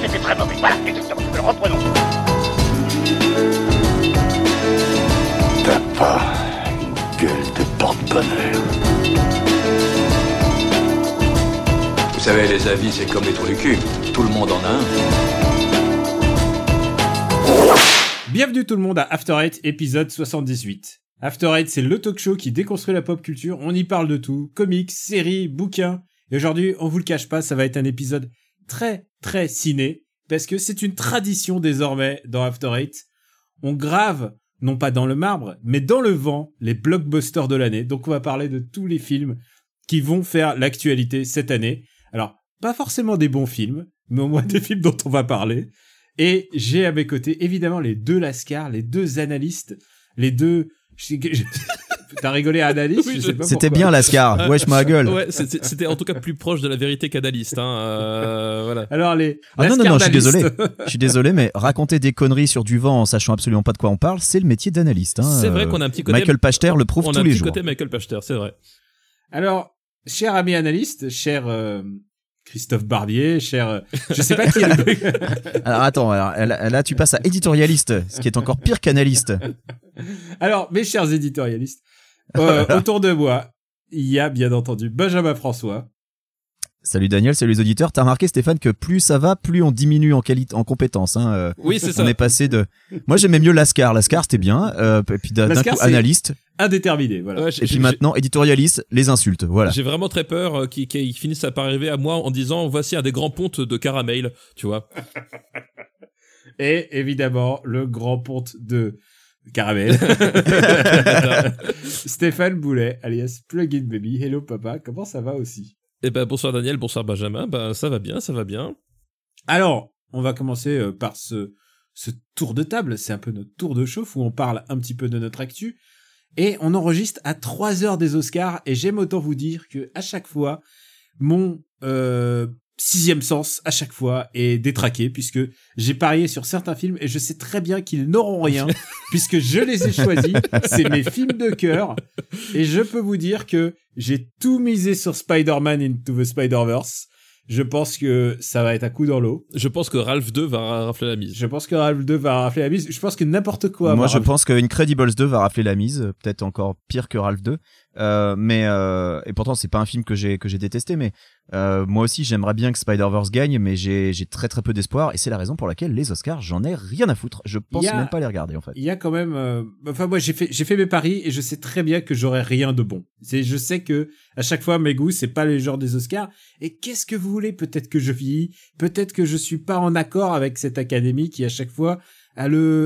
c'était très mauvais. Voilà, exactement. Reprenons. T'as pas une gueule de porte-bonheur. Vous savez, les avis, c'est comme les trous du cul. Tout le monde en a un. Bienvenue tout le monde à After Eight, épisode 78. After Eight, c'est le talk show qui déconstruit la pop culture. On y parle de tout. Comics, séries, bouquins. Et aujourd'hui, on vous le cache pas, ça va être un épisode très, très ciné. Parce que c'est une tradition désormais dans After Eight. On grave, non pas dans le marbre, mais dans le vent, les blockbusters de l'année. Donc on va parler de tous les films qui vont faire l'actualité cette année. Alors, pas forcément des bons films, mais au moins des films dont on va parler. Et j'ai à mes côtés, évidemment, les deux Lascars, les deux analystes, les deux... T'as rigolé à analyste, oui, je sais pas C'était pourquoi. bien Lascar, wesh ma gueule. Ah, Ouais, c'était en tout cas plus proche de la vérité qu'analyste. Voilà. Alors les non, je suis désolé. Lascardalistes. Je suis désolé, mais raconter des conneries sur du vent en sachant absolument pas de quoi on parle, c'est le métier d'analyste. Hein. C'est vrai qu'on a un petit côté... Michael Pachter le prouve on tous a un les petit jours. côté Michael Pachter, c'est vrai. Alors, cher ami analyste, cher Christophe Barbier, cher... je sais pas qui est le... Alors attends, là tu passes à éditorialiste, ce qui est encore pire qu'analyste. Alors, mes chers éditorialistes, autour de moi, il y a bien entendu Benjamin François. Salut Daniel, salut les auditeurs. T'as remarqué Stéphane que plus ça va, plus on diminue en qualité, en compétences. Hein. Oui, c'est ça. On est passé de. Moi j'aimais mieux Lascar. Lascar c'était bien. Et puis d'un Lascar, coup c'est analyste. Indéterminé, voilà. Ouais, Et puis maintenant éditorialiste, les insultes. Voilà. J'ai vraiment très peur qu'ils finissent par arriver à moi en disant voici un des grands pontes de caramel, tu vois. Et évidemment, le grand ponte de Caramel. Stéphane Boulet, alias Plug In Baby. Hello papa, comment ça va aussi? Eh ben bonsoir Daniel, bonsoir Benjamin. Ben ça va bien, ça va bien. Alors, on va commencer par ce tour de table. C'est un peu notre tour de chauffe où on parle un petit peu de notre actu. Et on enregistre à 3 heures des Oscars. Et j'aime autant vous dire que à chaque fois, mon sixième sens à chaque fois est détraqué puisque j'ai parié sur certains films et je sais très bien qu'ils n'auront rien puisque je les ai choisis. C'est mes films de cœur et je peux vous dire que j'ai tout misé sur Spider-Man Into the Spider-Verse. Je pense que ça va être un coup dans l'eau. Je pense que Ralph 2 va rafler la mise. Je pense que Ralph 2 va rafler la mise. Je pense que n'importe quoi. Moi je pense que Incredibles 2 va rafler la mise, peut-être encore pire que Ralph 2. Et pourtant c'est pas un film que j'ai détesté, mais moi aussi j'aimerais bien que Spider-Verse gagne, mais j'ai très très peu d'espoir et c'est la raison pour laquelle les Oscars j'en ai rien à foutre. Je pense même pas les regarder en fait. Il y a quand même, enfin moi j'ai fait mes paris et je sais très bien que j'aurai rien de bon. Je sais que à chaque fois mes goûts c'est pas les genres des Oscars. Et qu'est-ce que vous voulez? Peut-être que je vieillis, peut-être que je suis pas en accord avec cette académie qui à chaque fois a le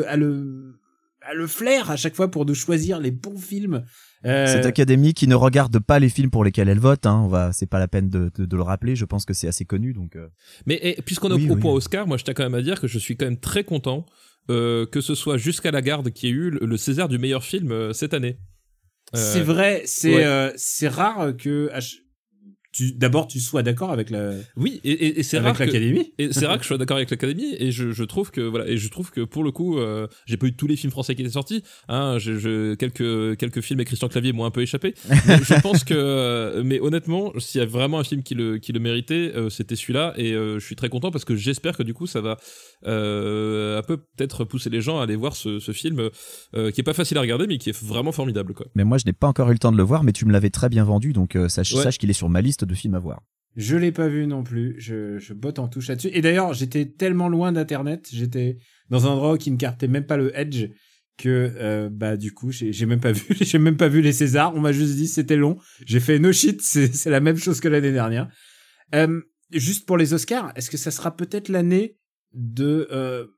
flair à chaque fois pour nous choisir les bons films. Cette académie qui ne regarde pas les films pour lesquels elle vote, hein, c'est pas la peine de le rappeler, je pense que c'est assez connu donc. Mais puisqu'on est au point Oscar, moi je tiens quand même à dire que je suis quand même très content que ce soit Jusqu'à la garde qui ait eu le César du meilleur film cette année. C'est vrai, c'est rare que d'abord tu sois d'accord avec la et c'est avec rare l'académie et c'est rare que je sois d'accord avec l'académie et je trouve que voilà et je trouve que pour le coup j'ai pas eu tous les films français qui étaient sortis hein, quelques films avec Christian Clavier m'ont un peu échappé mais je pense que mais honnêtement s'il y a vraiment un film qui le méritait c'était celui-là et je suis très content parce que j'espère que du coup ça va un peu peut-être pousser les gens à aller voir ce film qui est pas facile à regarder mais qui est vraiment formidable quoi. Mais moi je n'ai pas encore eu le temps de le voir, mais tu me l'avais très bien vendu, donc sache qu'il est sur ma liste de films à voir. Je l'ai pas vu non plus, je botte en touche là-dessus. Et d'ailleurs, j'étais tellement loin d'internet, j'étais dans un endroit qui ne captait même pas le Edge que du coup, j'ai même pas vu les Césars, on m'a juste dit c'était long. J'ai fait no shit, c'est la même chose que l'année dernière. Juste pour les Oscars, est-ce que ça sera peut-être l'année de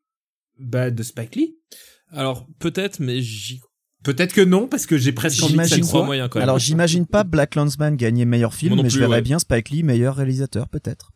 Spike Lee? Alors peut-être mais peut-être que non, parce que j'ai presque envie que ça le soit. Moyen, quand même. Alors j'imagine pas Black Landsman gagner meilleur film, mais plus, je verrais bien Spike Lee meilleur réalisateur, peut-être.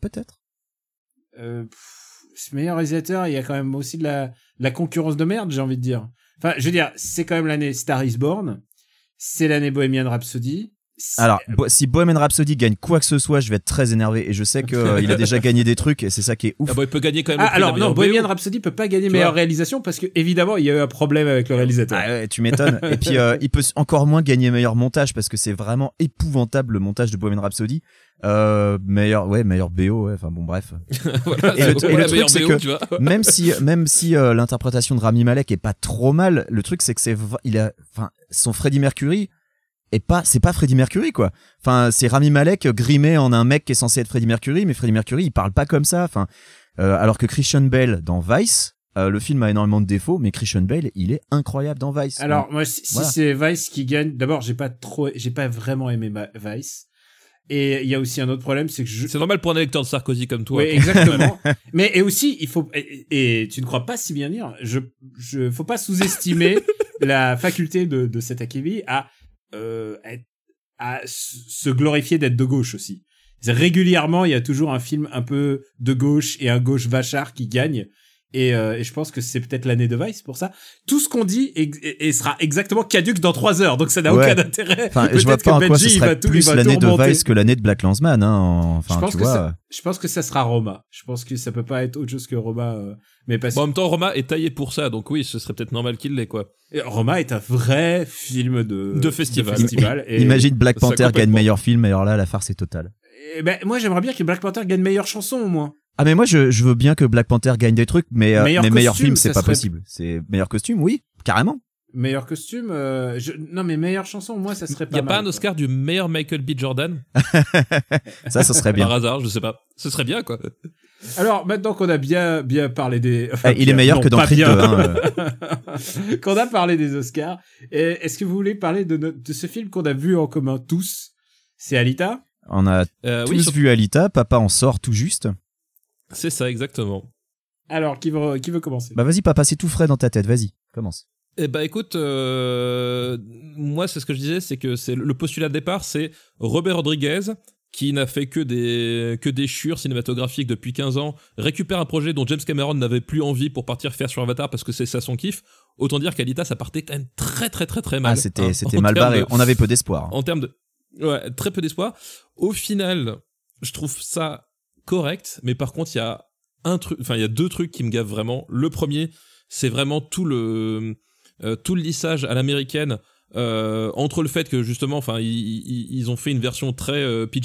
Meilleur réalisateur, il y a quand même aussi de la concurrence de merde, j'ai envie de dire. Enfin, je veux dire, c'est quand même l'année Star is Born, c'est l'année Bohemian Rhapsody, Alors, si Bohemian Rhapsody gagne quoi que ce soit, je vais être très énervé. Et je sais que il a déjà gagné des trucs et c'est ça qui est ouf. Ah bah, il peut gagner quand même. Alors non, Bohemian Rhapsody peut pas gagner meilleure réalisation parce que évidemment il y a eu un problème avec le réalisateur. Ah ouais, tu m'étonnes. Et puis il peut encore moins gagner meilleur montage parce que c'est vraiment épouvantable le montage de Bohemian Rhapsody. Meilleur BO, ouais. Enfin bon, bref. Voilà, et le truc c'est BO, que même si l'interprétation de Rami Malek est pas trop mal, le truc c'est que son Freddie Mercury c'est pas Freddie Mercury quoi. Enfin, c'est Rami Malek grimé en un mec qui est censé être Freddie Mercury, mais Freddie Mercury il parle pas comme ça. Enfin, alors que Christian Bale dans Vice, le film a énormément de défauts, mais Christian Bale il est incroyable dans Vice. Alors moi, si c'est Vice qui gagne, d'abord j'ai pas vraiment aimé Vice. Et il y a aussi un autre problème, c'est que c'est normal pour un électeur de Sarkozy comme toi. Oui, exactement. Mais aussi, il faut, et tu ne crois pas si bien dire, faut pas sous-estimer la faculté de cet Academy à se glorifier d'être de gauche aussi. Régulièrement, il y a toujours un film un peu de gauche et un gauche vachard qui gagne. Et je pense que c'est peut-être l'année de Vice pour ça. Tout ce qu'on dit sera exactement caduque dans 3 heures, donc ça n'a aucun intérêt. Enfin, je vois pas en quoi ce serait plus l'année de Vice que l'année de Black Landsman. Hein. Enfin, je pense que ça sera Roma. Je pense que ça peut pas être autre chose que Roma. Mais parce... Bon, en même temps, Roma est taillé pour ça, donc oui, ce serait peut-être normal qu'il l'ait, quoi. Et Roma est un vrai film de festival. Et imagine Black Panther gagne meilleur film, et alors là, la farce est totale. Et ben, moi, j'aimerais bien que Black Panther gagne meilleure chanson, au moins. Ah mais moi je veux bien que Black Panther gagne des trucs, mais meilleur film c'est pas possible. C'est meilleur costume, oui, carrément. Meilleur costume, non mais meilleure chanson, moi ça serait pas mal. Y a pas un Oscar du meilleur Michael B. Jordan? Ça serait bien. Par hasard, je sais pas. Ce serait bien, quoi. Alors maintenant qu'on a bien parlé des, il est meilleur que dans Creed 2. Hein. Qu'on a parlé des Oscars, est-ce que vous voulez parler de ce film qu'on a vu en commun tous? C'est Alita. On a tous vu Alita. Papa en sort tout juste. C'est ça, exactement. Alors, qui veut commencer? Bah vas-y papa, c'est tout frais dans ta tête, vas-y, commence. Eh bah écoute, moi c'est ce que je disais, c'est que c'est le postulat de départ, c'est Robert Rodriguez, qui n'a fait que des chures cinématographiques depuis 15 ans, récupère un projet dont James Cameron n'avait plus envie pour partir faire sur Avatar parce que c'est ça son kiff. Autant dire qu'Alita, ça partait quand même très très très très mal. Ah, c'était mal barré, on avait peu d'espoir. En termes de... Ouais, très peu d'espoir. Au final, je trouve ça correct, mais par contre il y a il y a 2 trucs qui me gavent vraiment. Le premier, c'est vraiment tout le lissage à l'américaine, entre le fait que justement, enfin ils ont fait une version très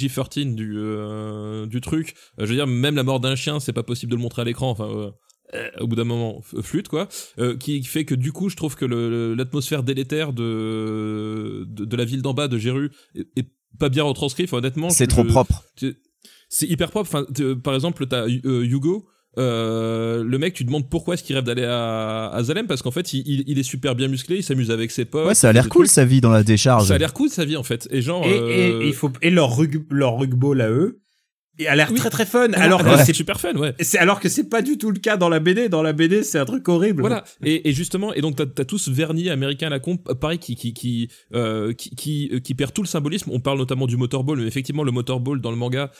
PG-13 du truc. Je veux dire, même la mort d'un chien, c'est pas possible de le montrer à l'écran. Enfin au bout d'un moment flûte quoi, qui fait que du coup je trouve que l'atmosphère délétère de la ville d'en bas de Jéru est pas bien retranscrit. Enfin, honnêtement, c'est trop propre. C'est hyper propre. Enfin, par exemple, t'as Hugo, le mec, tu demandes pourquoi est-ce qu'il rêve d'aller à Zalem, parce qu'en fait, il est super bien musclé, il s'amuse avec ses potes. Ouais, ça a l'air cool sa vie dans la décharge. Ça a l'air cool sa vie en fait. Et genre. Et leur rugball à eux. Et a l'air très très fun, alors que c'est super fun, ouais. Alors que c'est pas du tout le cas dans la BD. Dans la BD, c'est un truc horrible. Voilà. Et justement, et donc t'as tout ce vernis américain à la con, pareil, qui perd tout le symbolisme. On parle notamment du motorball, mais effectivement, le motorball dans le manga,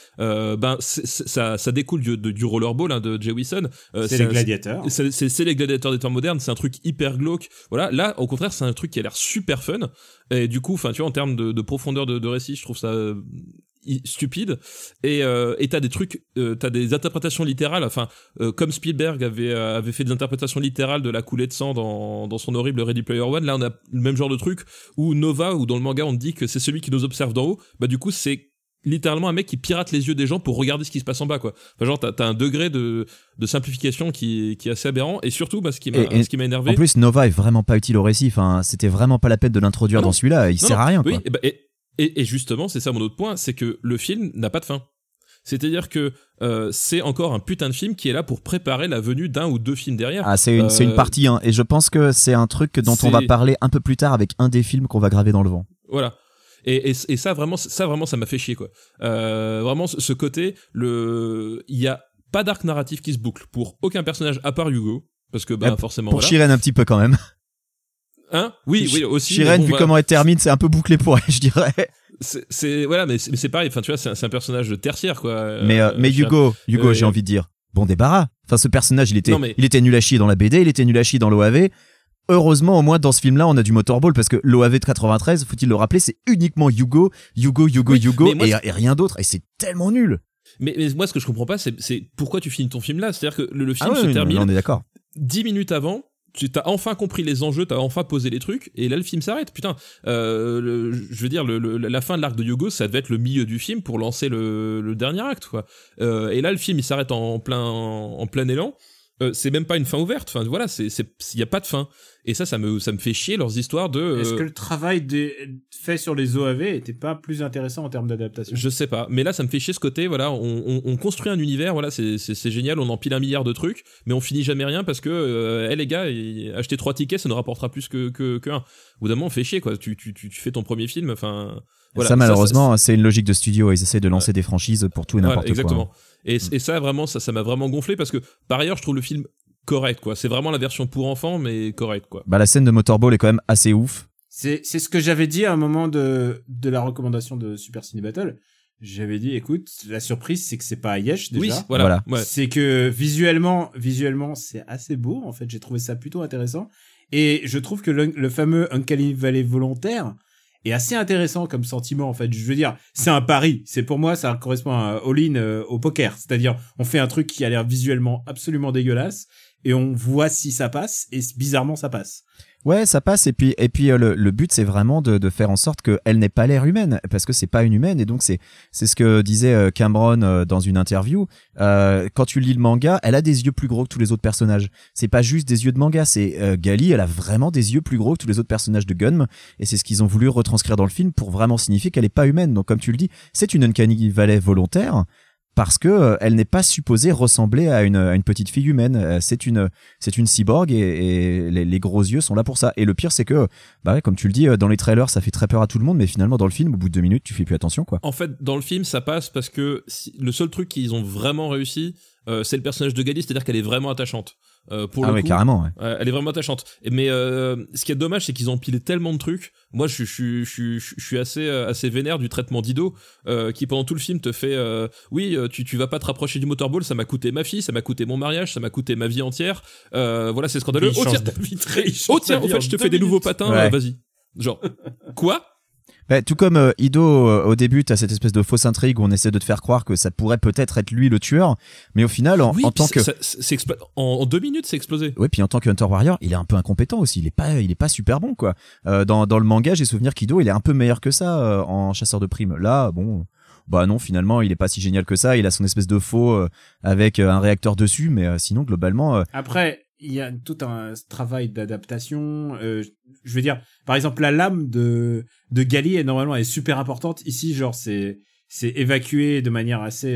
ça découle du rollerball, hein, de Jay Wilson. C'est les gladiateurs. C'est les gladiateurs des temps modernes. C'est un truc hyper glauque. Voilà. Là, au contraire, c'est un truc qui a l'air super fun. Et du coup, enfin, tu vois, en termes de profondeur de récit, je trouve ça stupide. Et t'as des trucs, t'as des interprétations littérales, enfin comme Spielberg avait fait des interprétations littérales de la coulée de sang dans son horrible Ready Player One. Là on a le même genre de truc où Nova, où dans le manga on te dit que c'est celui qui nous observe d'en haut, bah du coup c'est littéralement un mec qui pirate les yeux des gens pour regarder ce qui se passe en bas, quoi. Enfin, genre t'as un degré de simplification qui est assez aberrant. Et surtout ce qui m'a énervé, en plus Nova est vraiment pas utile au récit. Enfin, c'était vraiment pas la peine de l'introduire dans celui-là, il sert à rien, quoi. Oui, et justement, c'est ça mon autre point, c'est que le film n'a pas de fin. C'est-à-dire que c'est encore un putain de film qui est là pour préparer la venue d'un ou 2 films derrière. Ah, c'est une partie 1, et je pense que c'est un truc dont on va parler un peu plus tard avec un des films qu'on va graver dans le vent. Voilà. Et ça vraiment ça m'a fait chier, quoi. Vraiment ce côté, il y a pas d'arc narratif qui se boucle pour aucun personnage à part Hugo, parce que forcément. Pour Shiren un petit peu quand même. Hein? Oui, aussi. Shiren, vu comment elle termine, c'est un peu bouclé pour elle, je dirais. Voilà, mais c'est pareil, enfin, tu vois, c'est un personnage de tertiaire, quoi. Mais Hugo, j'ai envie de dire, bon débarras. Enfin, ce personnage, il était nul à chier dans la BD, il était nul à chier dans l'OAV. heureusement, au moins dans ce film-là, on a du motorball parce que l'OAV de 93, faut-il le rappeler, c'est uniquement Hugo et rien d'autre. Et c'est tellement nul. Mais moi, ce que je comprends pas, c'est pourquoi tu finis ton film là. C'est-à-dire que le film se là, termine. on est d'accord. 10 minutes avant. Tu t'as enfin compris les enjeux, t'as enfin posé les trucs, et là le film s'arrête. Putain, je veux dire, la fin de l'arc de Hugo, ça devait être le milieu du film pour lancer le dernier acte, quoi. Et là, le film il s'arrête en plein élan. C'est même pas une fin ouverte. Enfin voilà, y a pas de fin. Et ça me fait chier leurs histoires de. Est-ce que le travail fait sur les OAV était pas plus intéressant en termes d'adaptation? Je sais pas, mais là ça me fait chier ce côté. Voilà, on construit un univers. Voilà, c'est génial. On empile 1 milliard de trucs, mais on finit jamais rien parce que les gars, acheter 3 tickets, ça nous rapportera plus que 1. Au bout d'un moment, on fait chier quoi. Tu fais ton premier film. Enfin. Voilà, ça malheureusement, c'est une logique de studio. Ils essaient de lancer des franchises pour tout et n'importe quoi. Exactement. Et ça vraiment, ça m'a vraiment gonflé parce que par ailleurs, je trouve le film correct quoi. C'est vraiment la version pour enfants, mais correct quoi. Bah la scène de motorball est quand même assez ouf. C'est ce que j'avais dit à un moment de la recommandation de Super Ciné Battle. J'avais dit, écoute, la surprise, c'est que c'est pas Yesh déjà. Oui, voilà. Ouais. C'est que visuellement, c'est assez beau. En fait, j'ai trouvé ça plutôt intéressant. Et je trouve que le fameux Uncanny Valley volontaire est assez intéressant comme sentiment, en fait. Je veux dire, c'est un pari. C'est pour moi, ça correspond à un all-in au poker. C'est-à-dire, on fait un truc qui a l'air visuellement absolument dégueulasse et on voit si ça passe, et bizarrement, ça passe. Ouais, ça passe, et puis le but c'est vraiment de faire en sorte qu'elle n'ait pas l'air humaine, parce que c'est pas une humaine, et donc c'est ce que disait Cameron dans une interview. Quand tu lis le manga, elle a des yeux plus gros que tous les autres personnages. C'est pas juste des yeux de manga, c'est Gali, elle a vraiment des yeux plus gros que tous les autres personnages de Gunm, et c'est ce qu'ils ont voulu retranscrire dans le film pour vraiment signifier qu'elle est pas humaine. Donc comme tu le dis, c'est une Uncanny Valley volontaire. Parce que elle n'est pas supposée ressembler à une petite fille humaine. C'est une cyborg et les gros yeux sont là pour ça. Et le pire c'est que bah ouais, comme tu le dis, dans les trailers ça fait très peur à tout le monde, mais finalement dans le film au bout de 2 minutes tu fais plus attention quoi. En fait dans le film ça passe parce que le seul truc qu'ils ont vraiment réussi c'est le personnage de Gali, c'est-à-dire qu'elle est vraiment attachante. Pour le coup, carrément. Ouais. Elle est vraiment attachante. Mais ce qui est dommage, c'est qu'ils ont empilé tellement de trucs. Moi, je suis assez vénère du traitement d'Ido, qui pendant tout le film te fait, oui, tu vas pas te rapprocher du motorball. Ça m'a coûté ma fille, ça m'a coûté mon mariage, ça m'a coûté ma vie entière. Voilà, c'est scandaleux. Oh tiens, en fait, je te fais des nouveaux patins. Ouais. Vas-y. Genre quoi? Bah, tout comme Ido au début t'as cette espèce de fausse intrigue où on essaie de te faire croire que ça pourrait peut-être être lui le tueur, mais au final en tant que en 2 minutes c'est explosé. Oui, puis en tant que Hunter Warrior, il est un peu incompétent aussi. Il est pas super bon quoi. Dans le manga, j'ai souvenir qu'Ido il est un peu meilleur que ça en chasseur de primes. Là, bon, bah non, finalement, il est pas si génial que ça. Il a son espèce de faux avec un réacteur dessus, mais sinon globalement. Après, il y a tout un travail d'adaptation. Je veux dire, par exemple, la lame de Gali est normalement elle est super importante. Ici, genre c'est évacué de manière assez.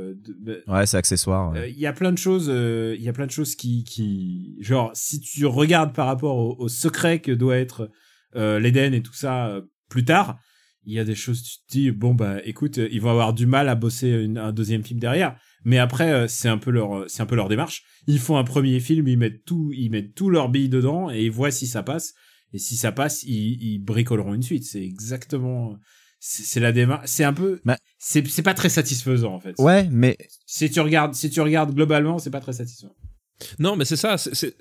Ouais, c'est accessoire. Il y a plein de choses. Il y a plein de choses qui genre si tu regardes par rapport au secret que doit être l'Éden et tout ça plus tard, il y a des choses tu te dis bon bah écoute ils vont avoir du mal à bosser un deuxième film derrière. Mais après, c'est un peu leur démarche. Ils font un premier film, ils mettent tout leurs billes dedans et ils voient si ça passe. Et si ça passe, ils bricoleront une suite. C'est exactement, c'est la démarche. C'est un peu, c'est pas très satisfaisant, en fait. Ouais, mais si tu regardes globalement, c'est pas très satisfaisant. Non, mais c'est ça.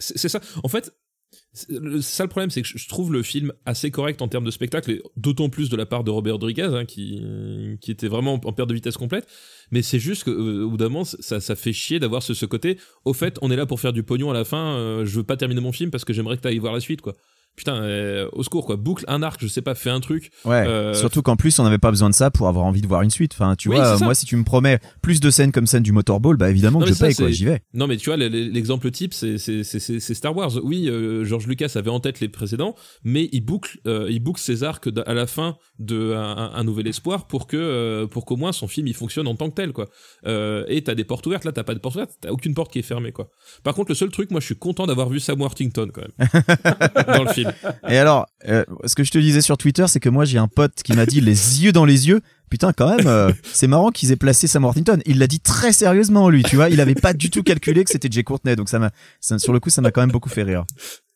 En fait, ça le problème, c'est que je trouve le film assez correct en termes de spectacle, et d'autant plus de la part de Robert Rodriguez, hein, qui était vraiment en perte de vitesse complète. Mais c'est juste qu'au bout d'un moment, ça fait chier d'avoir ce côté. Au fait, on est là pour faire du pognon à la fin. Je veux pas terminer mon film parce que j'aimerais que t'ailles voir la suite, quoi. Putain, au secours quoi, boucle un arc, je sais pas, fais un truc. Ouais. Surtout qu'en plus on n'avait pas besoin de ça pour avoir envie de voir une suite. Enfin, tu vois, moi si tu me promets plus de scènes comme celle du motorball, bah évidemment que je paye quoi, j'y vais. Non mais tu vois, l'exemple type, c'est Star Wars. Oui, George Lucas avait en tête les précédents, mais il boucle ses arcs à la fin de un nouvel espoir pour qu'au moins son film il fonctionne en tant que tel quoi. Et t'as des portes ouvertes, là t'as pas de porte ouverte, t'as aucune porte qui est fermée quoi. Par contre le seul truc, moi je suis content d'avoir vu Sam Worthington quand même dans le film. Et alors, ce que je te disais sur Twitter, c'est que moi j'ai un pote qui m'a dit les yeux dans les yeux. Putain, quand même, c'est marrant qu'ils aient placé Sam Worthington. Il l'a dit très sérieusement lui, tu vois. Il avait pas du tout calculé que c'était Jay Courtney, donc sur le coup, ça m'a quand même beaucoup fait rire.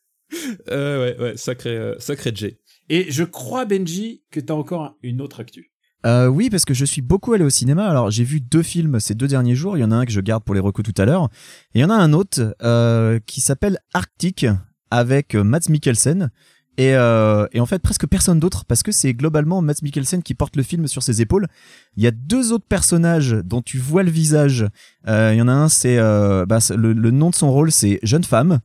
Ouais, sacré Jay. Et je crois Benji que t'as encore une autre actu. Oui, parce que je suis beaucoup allé au cinéma. Alors, j'ai vu 2 films ces 2 derniers jours. Il y en a un que je garde pour les recos tout à l'heure. Et il y en a un autre qui s'appelle Arctic. avec Mads Mikkelsen. Et en fait, presque personne d'autre, parce que c'est globalement Mads Mikkelsen qui porte le film sur ses épaules. Il y a 2 autres personnages dont tu vois le visage. Il y en a un, c'est le nom de son rôle, c'est Jeune Femme.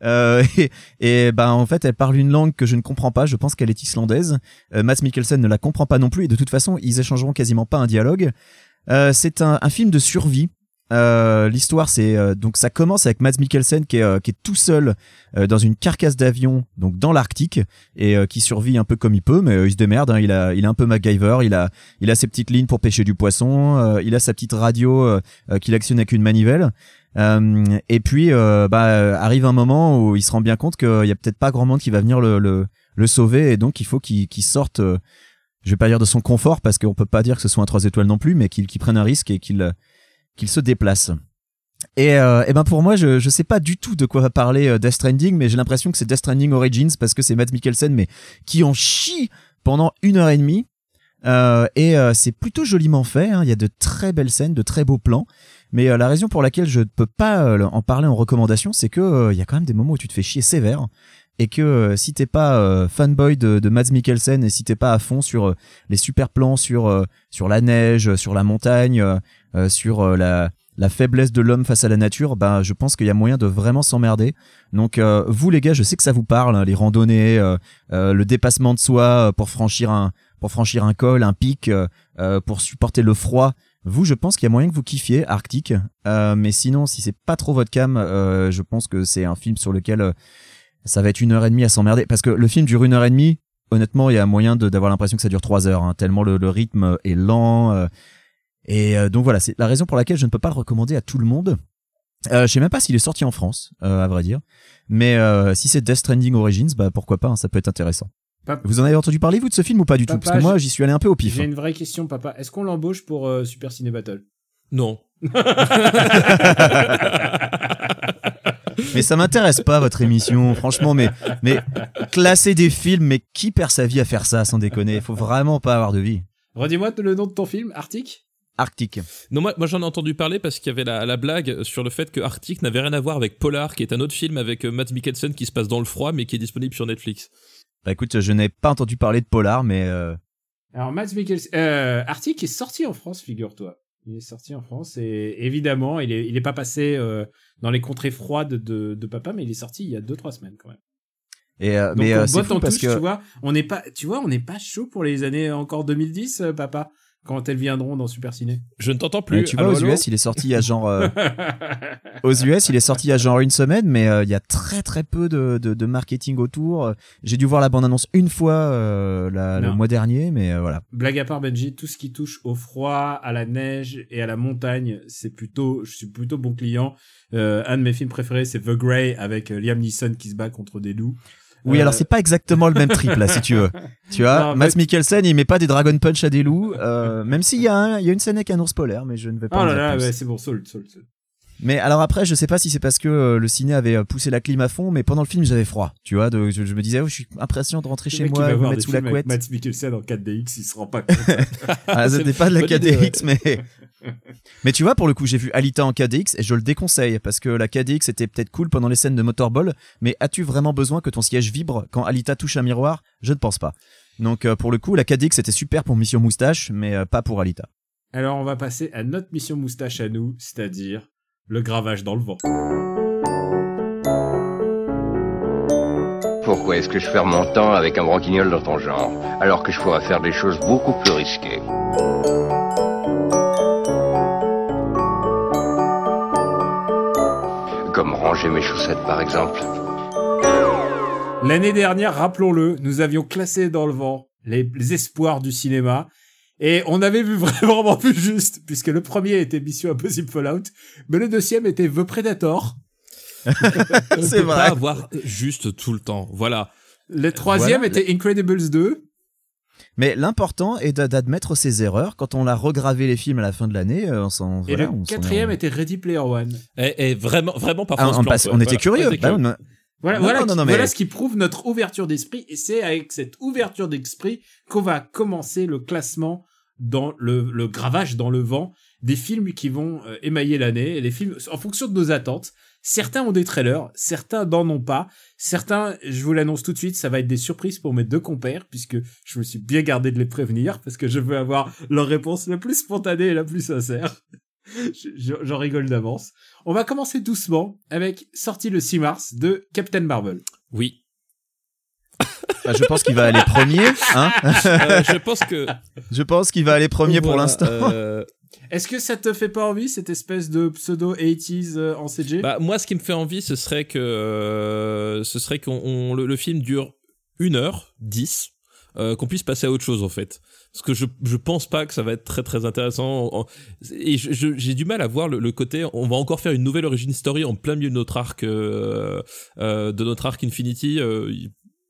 En fait, elle parle une langue que je ne comprends pas. Je pense qu'elle est islandaise. Mads Mikkelsen ne la comprend pas non plus. Et de toute façon, ils échangeront quasiment pas un dialogue. C'est un film de survie. L'histoire, c'est donc ça commence avec Mads Mikkelsen qui est tout seul dans une carcasse d'avion, donc dans l'Arctique, et qui survit un peu comme il peut, mais il se démerde. Hein, il est un peu MacGyver. Il a ses petites lignes pour pêcher du poisson. Il a sa petite radio qu'il actionne avec une manivelle. Et puis arrive un moment où il se rend bien compte qu'il y a peut-être pas grand monde qui va venir le sauver, et donc il faut qu'il sorte. Je vais pas dire de son confort parce qu'on peut pas dire que ce soit un 3 étoiles non plus, mais qu'il prenne un risque et qu'il se déplace. Et pour moi, je sais pas du tout de quoi va parler Death Stranding, mais j'ai l'impression que c'est Death Stranding Origins parce que c'est Mads Mikkelsen, mais qui en chie pendant 1h30. C'est plutôt joliment fait, hein. Il y a de très belles scènes, de très beaux plans. Mais la raison pour laquelle je ne peux pas en parler en recommandation, c'est que il y a quand même des moments où tu te fais chier sévère. Et que si t'es pas fanboy de Mads Mikkelsen, et si t'es pas à fond sur les super plans sur la neige, sur la montagne, sur la faiblesse de l'homme face à la nature, je pense qu'il y a moyen de vraiment s'emmerder. Donc vous les gars, je sais que ça vous parle, hein, les randonnées, le dépassement de soi pour franchir un col, un pic, pour supporter le froid. Vous, je pense qu'il y a moyen que vous kiffiez Arctique, mais sinon, si c'est pas trop votre cam, je pense que c'est un film sur lequel ça va être 1h30 à s'emmerder, parce que le film dure 1h30. Honnêtement, il y a moyen d'avoir l'impression que ça dure 3 heures, hein, tellement le rythme est lent. Donc voilà, c'est la raison pour laquelle je ne peux pas le recommander à tout le monde. Je sais même pas s'il est sorti en France, à vrai dire. Mais si c'est Death Stranding Origins, pourquoi pas, hein, ça peut être intéressant. Vous en avez entendu parler, vous, de ce film ou pas du tout? Parce que moi, j'y suis allé un peu au pif. J'ai une vraie question, papa. Est-ce qu'on l'embauche pour Super Ciné Battle? Non. Mais ça m'intéresse pas, votre émission, franchement, mais classer des films, mais qui perd sa vie à faire ça, sans déconner? Faut vraiment pas avoir de vie. Redis-moi le nom de ton film, Arctique? Arctique. Non, moi j'en ai entendu parler parce qu'il y avait la blague sur le fait que Arctique n'avait rien à voir avec Polar, qui est un autre film avec Mads Mikkelsen qui se passe dans le froid, mais qui est disponible sur Netflix. Écoute, je n'ai pas entendu parler de Polar, mais... Alors, Mads Mikkelsen... Arctique est sorti en France, figure-toi. Il est sorti en France et évidemment, il est pas passé dans les contrées froides de papa, mais il est sorti il y a 2-3 semaines quand même. Et donc, mais c'est fou parce que tu vois, on n'est pas chaud pour les années encore 2010, papa, quand elles viendront dans Super Ciné. Je ne t'entends plus. Tu vois, aux US, il est sorti il y a genre aux US, il est sorti il y a genre 1 semaine, mais il y a très très peu de marketing autour. J'ai dû voir la bande-annonce une fois le mois dernier, mais voilà. Blague à part, Benji, tout ce qui touche au froid, à la neige et à la montagne, je suis plutôt bon client. Un de mes films préférés, c'est The Grey avec Liam Neeson qui se bat contre des loups. Oui, alors c'est pas exactement le même trip là, si tu veux. Tu vois, Mads Mikkelsen, il met pas des Dragon Punch à des loups, même s'il y a une scène avec un ours polaire, mais je ne vais pas. Oh là là, ouais, c'est bon, sold. Mais alors après, je sais pas si c'est parce que le ciné avait poussé la clim à fond, mais pendant le film, j'avais froid. Tu vois, je me disais, je suis impatient de rentrer chez moi, de me mettre sous la couette. Mads Mikkelsen en 4DX, il se rend pas compte. C'était pas de la 4DX, mais tu vois, pour le coup, j'ai vu Alita en 4DX et je le déconseille parce que la 4DX était peut-être cool pendant les scènes de motorball, mais as-tu vraiment besoin que ton siège vibre quand Alita touche un miroir? Je ne pense pas. Donc pour le coup, la 4DX était super pour Mission Moustache, mais pas pour Alita. Alors on va passer à notre Mission Moustache à nous, c'est-à-dire le gravage dans le vent. Pourquoi est-ce que je perds mon temps avec un broquignol dans ton genre, alors que je pourrais faire des choses beaucoup plus risquées? Comme ranger mes chaussettes, par exemple. L'année dernière, rappelons-le, nous avions classé dans le vent les espoirs du cinéma. Et on avait vu vraiment plus juste, puisque le premier était Mission Impossible Fallout, mais le deuxième était The Predator. C'est vrai. Pas avoir juste tout le temps. Voilà. Le troisième était Incredibles 2. Mais l'important est d'admettre ses erreurs. Quand on a regravé les films à la fin de l'année, Et le quatrième était Ready Player One. Et vraiment pas France. On était curieux. Voilà ce qui prouve notre ouverture d'esprit. Et c'est avec cette ouverture d'esprit qu'on va commencer le classement dans le gravage dans le vent des films qui vont émailler l'année. Les films en fonction de nos attentes. Certains ont des trailers, certains n'en ont pas. Certains, je vous l'annonce tout de suite, ça va être des surprises pour mes 2 compères, puisque je me suis bien gardé de les prévenir, parce que je veux avoir leur réponse la plus spontanée et la plus sincère. J'en rigole d'avance. On va commencer doucement avec sortie le 6 mars de Captain Marvel. Oui. Je pense qu'il va aller premier, hein. Je pense qu'il va aller premier pour l'instant. Est-ce que ça te fait pas envie, cette espèce de pseudo 80s en CG? Bah, moi, ce qui me fait envie, ce serait que le film dure 1h10, qu'on puisse passer à autre chose, en fait. Parce que je pense pas que ça va être très très intéressant. Et j'ai du mal à voir le côté, on va encore faire une nouvelle origin story en plein milieu de notre arc, Infinity. Pourquoi ?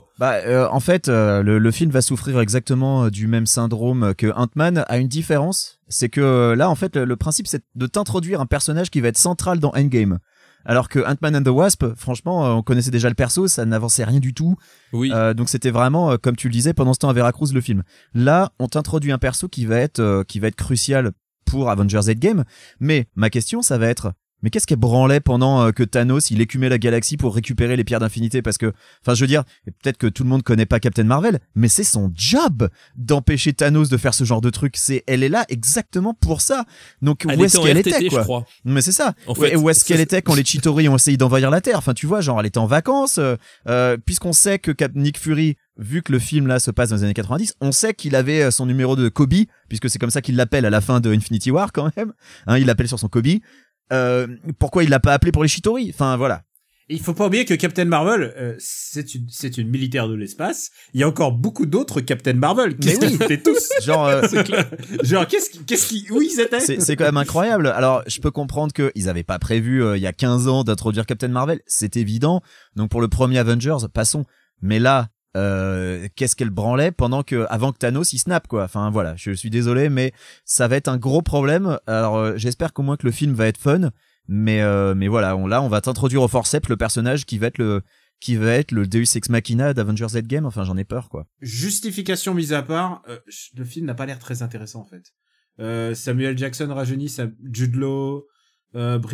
En fait, le film va souffrir exactement du même syndrome que Ant-Man, à une différence, c'est que là, en fait, le principe, c'est de t'introduire un personnage qui va être central dans Endgame. Alors que Ant-Man and the Wasp, franchement, on connaissait déjà le perso, ça n'avançait rien du tout. Oui. Donc c'était vraiment, comme tu le disais, pendant ce temps à Veracruz, le film. Là, on t'introduit un perso qui va être crucial pour Avengers Endgame. Mais ma question, ça va être, mais qu'est-ce qu'elle branlait pendant que Thanos il écumait la galaxie pour récupérer les pierres d'infinité? Parce que, enfin, je veux dire, peut-être que tout le monde connaît pas Captain Marvel, mais c'est son job d'empêcher Thanos de faire ce genre de truc. Elle est là exactement pour ça. Donc où est-ce qu'elle était, quoi? Je crois. Mais c'est ça. En fait, où est-ce qu'elle était quand les Chitauri ont essayé d'envahir la Terre? Enfin, tu vois, genre, elle était en vacances. Puisqu'on sait que Nick Fury, vu que le film là se passe dans les années 90, on sait qu'il avait son numéro de Kobe, puisque c'est comme ça qu'il l'appelle à la fin de Infinity War quand même. Hein, il l'appelle sur son Kobe. Pourquoi il l'a pas appelé pour les Chitauri? Enfin, voilà. Il faut pas oublier que Captain Marvel, c'est une militaire de l'espace. Il y a encore beaucoup d'autres Captain Marvel. Qu'est-ce qu'ils étaient tous? Genre, où ils étaient? C'est quand même incroyable. Alors, je peux comprendre que ils avaient pas prévu, il y a 15 ans d'introduire Captain Marvel. C'est évident. Donc, pour le premier Avengers, passons. Mais là, qu'est-ce qu'elle branlait avant que Thanos il snap, quoi. Enfin voilà, je suis désolé, mais ça va être un gros problème. Alors j'espère qu'au moins que le film va être fun, mais voilà, on va t'introduire au forceps le personnage qui va être le Deus Ex Machina d'Avengers Endgame. Enfin, j'en ai peur, quoi. Justification mise à part, le film n'a pas l'air très intéressant en fait. Samuel Jackson rajeuni, Jude Law, Brie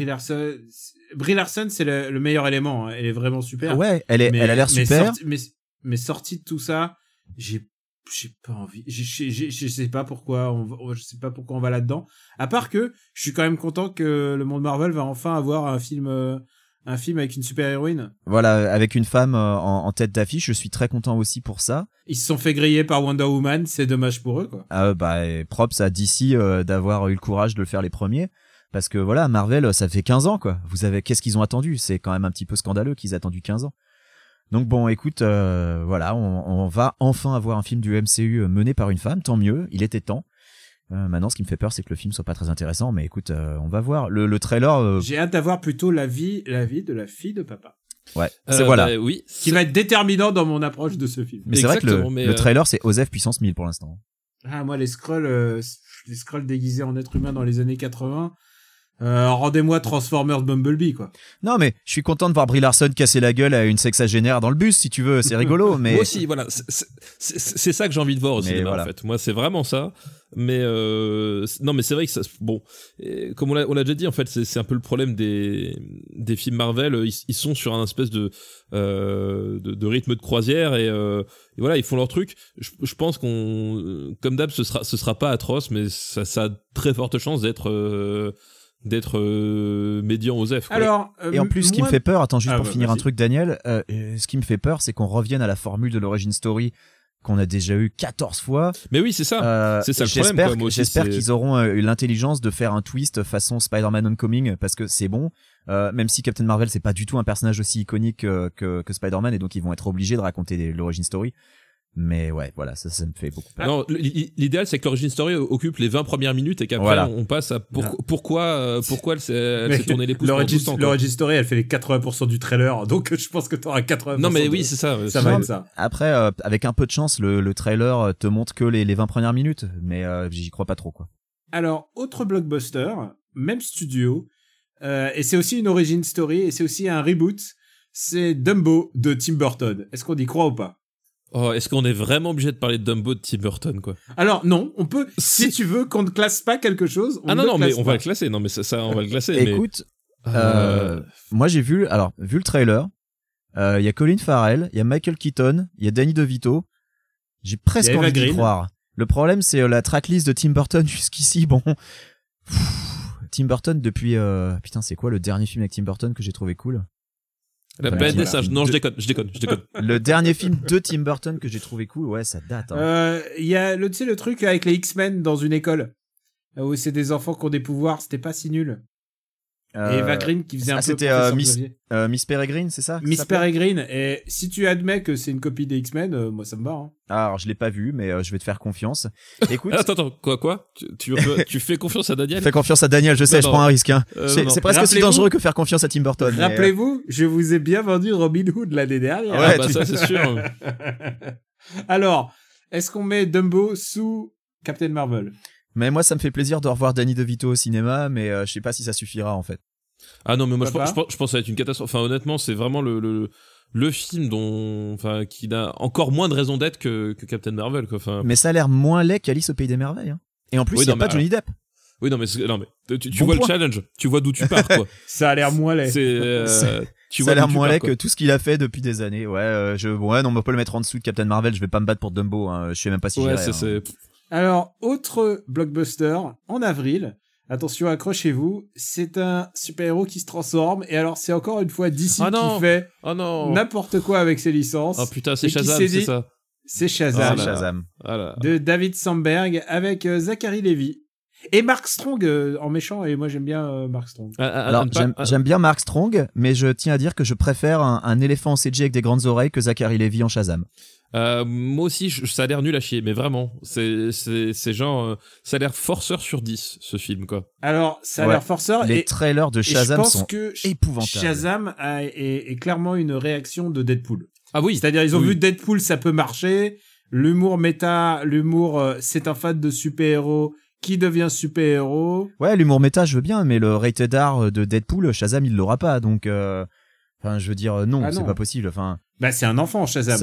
Larson, c'est le meilleur élément, hein. Elle est vraiment super. Ouais, elle a l'air super. Mais sorti de tout ça, j'ai pas envie. Je sais pas pourquoi je sais pas pourquoi on va là-dedans. À part que je suis quand même content que le monde Marvel va enfin avoir un film avec une super héroïne. Voilà, avec une femme en tête d'affiche, je suis très content aussi pour ça. Ils se sont fait griller par Wonder Woman, c'est dommage pour eux, quoi. Props à DC d'avoir eu le courage de le faire les premiers. Parce que voilà, Marvel, ça fait 15 ans, quoi. Qu'est-ce qu'ils ont attendu? C'est quand même un petit peu scandaleux qu'ils aient attendu 15 ans. Donc bon, écoute, voilà, on va enfin avoir un film du MCU mené par une femme, tant mieux, il était temps. Maintenant, ce qui me fait peur, c'est que le film soit pas très intéressant, mais écoute, on va voir. Le trailer... J'ai hâte d'avoir plutôt la vie de la fille de papa. Ouais, voilà. Oui. Qui va être déterminant dans mon approche de ce film. Mais c'est vrai que le trailer, c'est Osef puissance 1000 pour l'instant. Ah, moi, les Skrulls déguisés en êtres humains dans les années 80... rendez-moi Transformers Bumblebee, quoi. Non, mais je suis content de voir Brie Larson casser la gueule à une sexagénaire dans le bus, si tu veux, c'est rigolo, mais... Moi aussi, voilà, c'est ça que j'ai envie de voir au cinéma, voilà. En fait. Moi, c'est vraiment ça. Mais non, mais c'est vrai que ça, bon, comme on l'a déjà dit, en fait, c'est un peu le problème des films Marvel. Ils sont sur un espèce de rythme de croisière et voilà, ils font leur truc. Je pense comme d'hab, ce sera pas atroce, mais ça a très forte chance d'être médian Osef, quoi. Alors, et en plus, ce qui me fait peur, attends, juste pour finir vas-y. un truc, Daniel, ce qui me fait peur, c'est qu'on revienne à la formule de l'origin story qu'on a déjà eu 14 fois. Mais oui, c'est ça. C'est ça le problème, quoi. Moi aussi, j'espère qu'ils auront eu l'intelligence de faire un twist façon Spider-Man Homecoming, parce que c'est bon. Même si Captain Marvel, c'est pas du tout un personnage aussi iconique que Spider-Man, et donc ils vont être obligés de raconter l'origin story. Mais ouais, voilà, ça me fait beaucoup peur. Non, l'idéal, c'est que l'origin story occupe les 20 premières minutes et qu'après, voilà, on passe à pourquoi elle s'est tournée les pouces pendant tout ce temps. L'origin story, elle fait les 80% du trailer, donc je pense que t'auras 80%. Non, mais oui, c'est ça. Ça va être ça. Après, avec un peu de chance, le trailer te montre que les 20 premières minutes, mais j'y crois pas trop, quoi. Alors, autre blockbuster, même studio, et c'est aussi une origin story, et c'est aussi un reboot, c'est Dumbo de Tim Burton. Est-ce qu'on y croit ou pas? Oh, est-ce qu'on est vraiment obligé de parler de Dumbo de Tim Burton, quoi? Alors, non, on peut, si tu veux qu'on ne classe pas quelque chose, non, mais on va le classer. Non, mais ça, on va le classer. Écoute, Moi, j'ai vu le trailer. Il y a Colin Farrell, il y a Michael Keaton, il y a Danny DeVito. J'ai presque envie d'y croire. Le problème, c'est la tracklist de Tim Burton jusqu'ici. Bon, Tim Burton depuis putain, c'est quoi le dernier film avec Tim Burton que j'ai trouvé cool? La Bête des Singes. Non, je déconne. Le dernier film de Tim Burton que j'ai trouvé cool, ouais, ça date. Il y a le truc avec les X-Men dans une école où c'est des enfants qui ont des pouvoirs. C'était pas si nul. Et Eva Green qui faisait un peu c'était Miss Peregrine, c'est ça? Miss Peregrine. Et si tu admets que c'est une copie des X-Men, moi ça me va. Hein. Alors je l'ai pas vu, mais je vais te faire confiance. Écoute. Attends, quoi? Tu fais confiance à Daniel? Fais confiance à Daniel, je sais, je prends un risque. Hein. C'est presque aussi dangereux que faire confiance à Tim Burton. Rappelez-vous, je vous ai bien vendu Robin Hood l'année dernière. Ouais, ça c'est sûr. Alors, est-ce qu'on met Dumbo sous Captain Marvel? Mais moi, ça me fait plaisir de revoir Danny DeVito au cinéma, mais je sais pas si ça suffira en fait. Ah non, mais moi je pense que ça va être une catastrophe. Enfin, honnêtement, c'est vraiment le film qui n'a encore moins de raison d'être que Captain Marvel, quoi. Enfin. Mais ça a l'air moins laid qu'Alice au Pays des Merveilles. Hein. Et en plus, il y a pas Johnny Depp. Oui, non, mais tu vois le challenge. Tu vois d'où tu pars, quoi. Ça a l'air moins laid. Ça a l'air moins laid que tout ce qu'il a fait depuis des années. Ouais, non, on peut pas le mettre en dessous de Captain Marvel. Je vais pas me battre pour Dumbo. Hein. Je sais même pas si j'irai. C'est. Alors, autre blockbuster, en avril, attention, accrochez-vous, c'est un super-héros qui se transforme, et alors c'est encore une fois DC qui fait n'importe quoi avec ses licences. Oh putain, c'est Shazam, c'est ça. C'est Shazam. Shazam. De David Sandberg avec Zachary Levi. Et Mark Strong en méchant, et moi j'aime bien Mark Strong. Alors, j'aime bien Mark Strong, mais je tiens à dire que je préfère un éléphant en CG avec des grandes oreilles que Zachary Levi en Shazam. Moi aussi, ça a l'air nul à chier, mais vraiment, c'est genre, ça a l'air forceur sur 10, ce film, quoi. Alors, ça a l'air forceur. Les trailers de Shazam sont épouvantables. Shazam est clairement une réaction de Deadpool. Ah oui. C'est-à-dire, ils ont vu Deadpool, ça peut marcher. L'humour méta, c'est un fan de super-héros qui devient super-héros. Ouais, l'humour méta, je veux bien, mais le rated R de Deadpool, Shazam, il l'aura pas, donc, enfin, je veux dire, non, c'est pas possible, enfin. Bah, c'est un enfant, Shazam.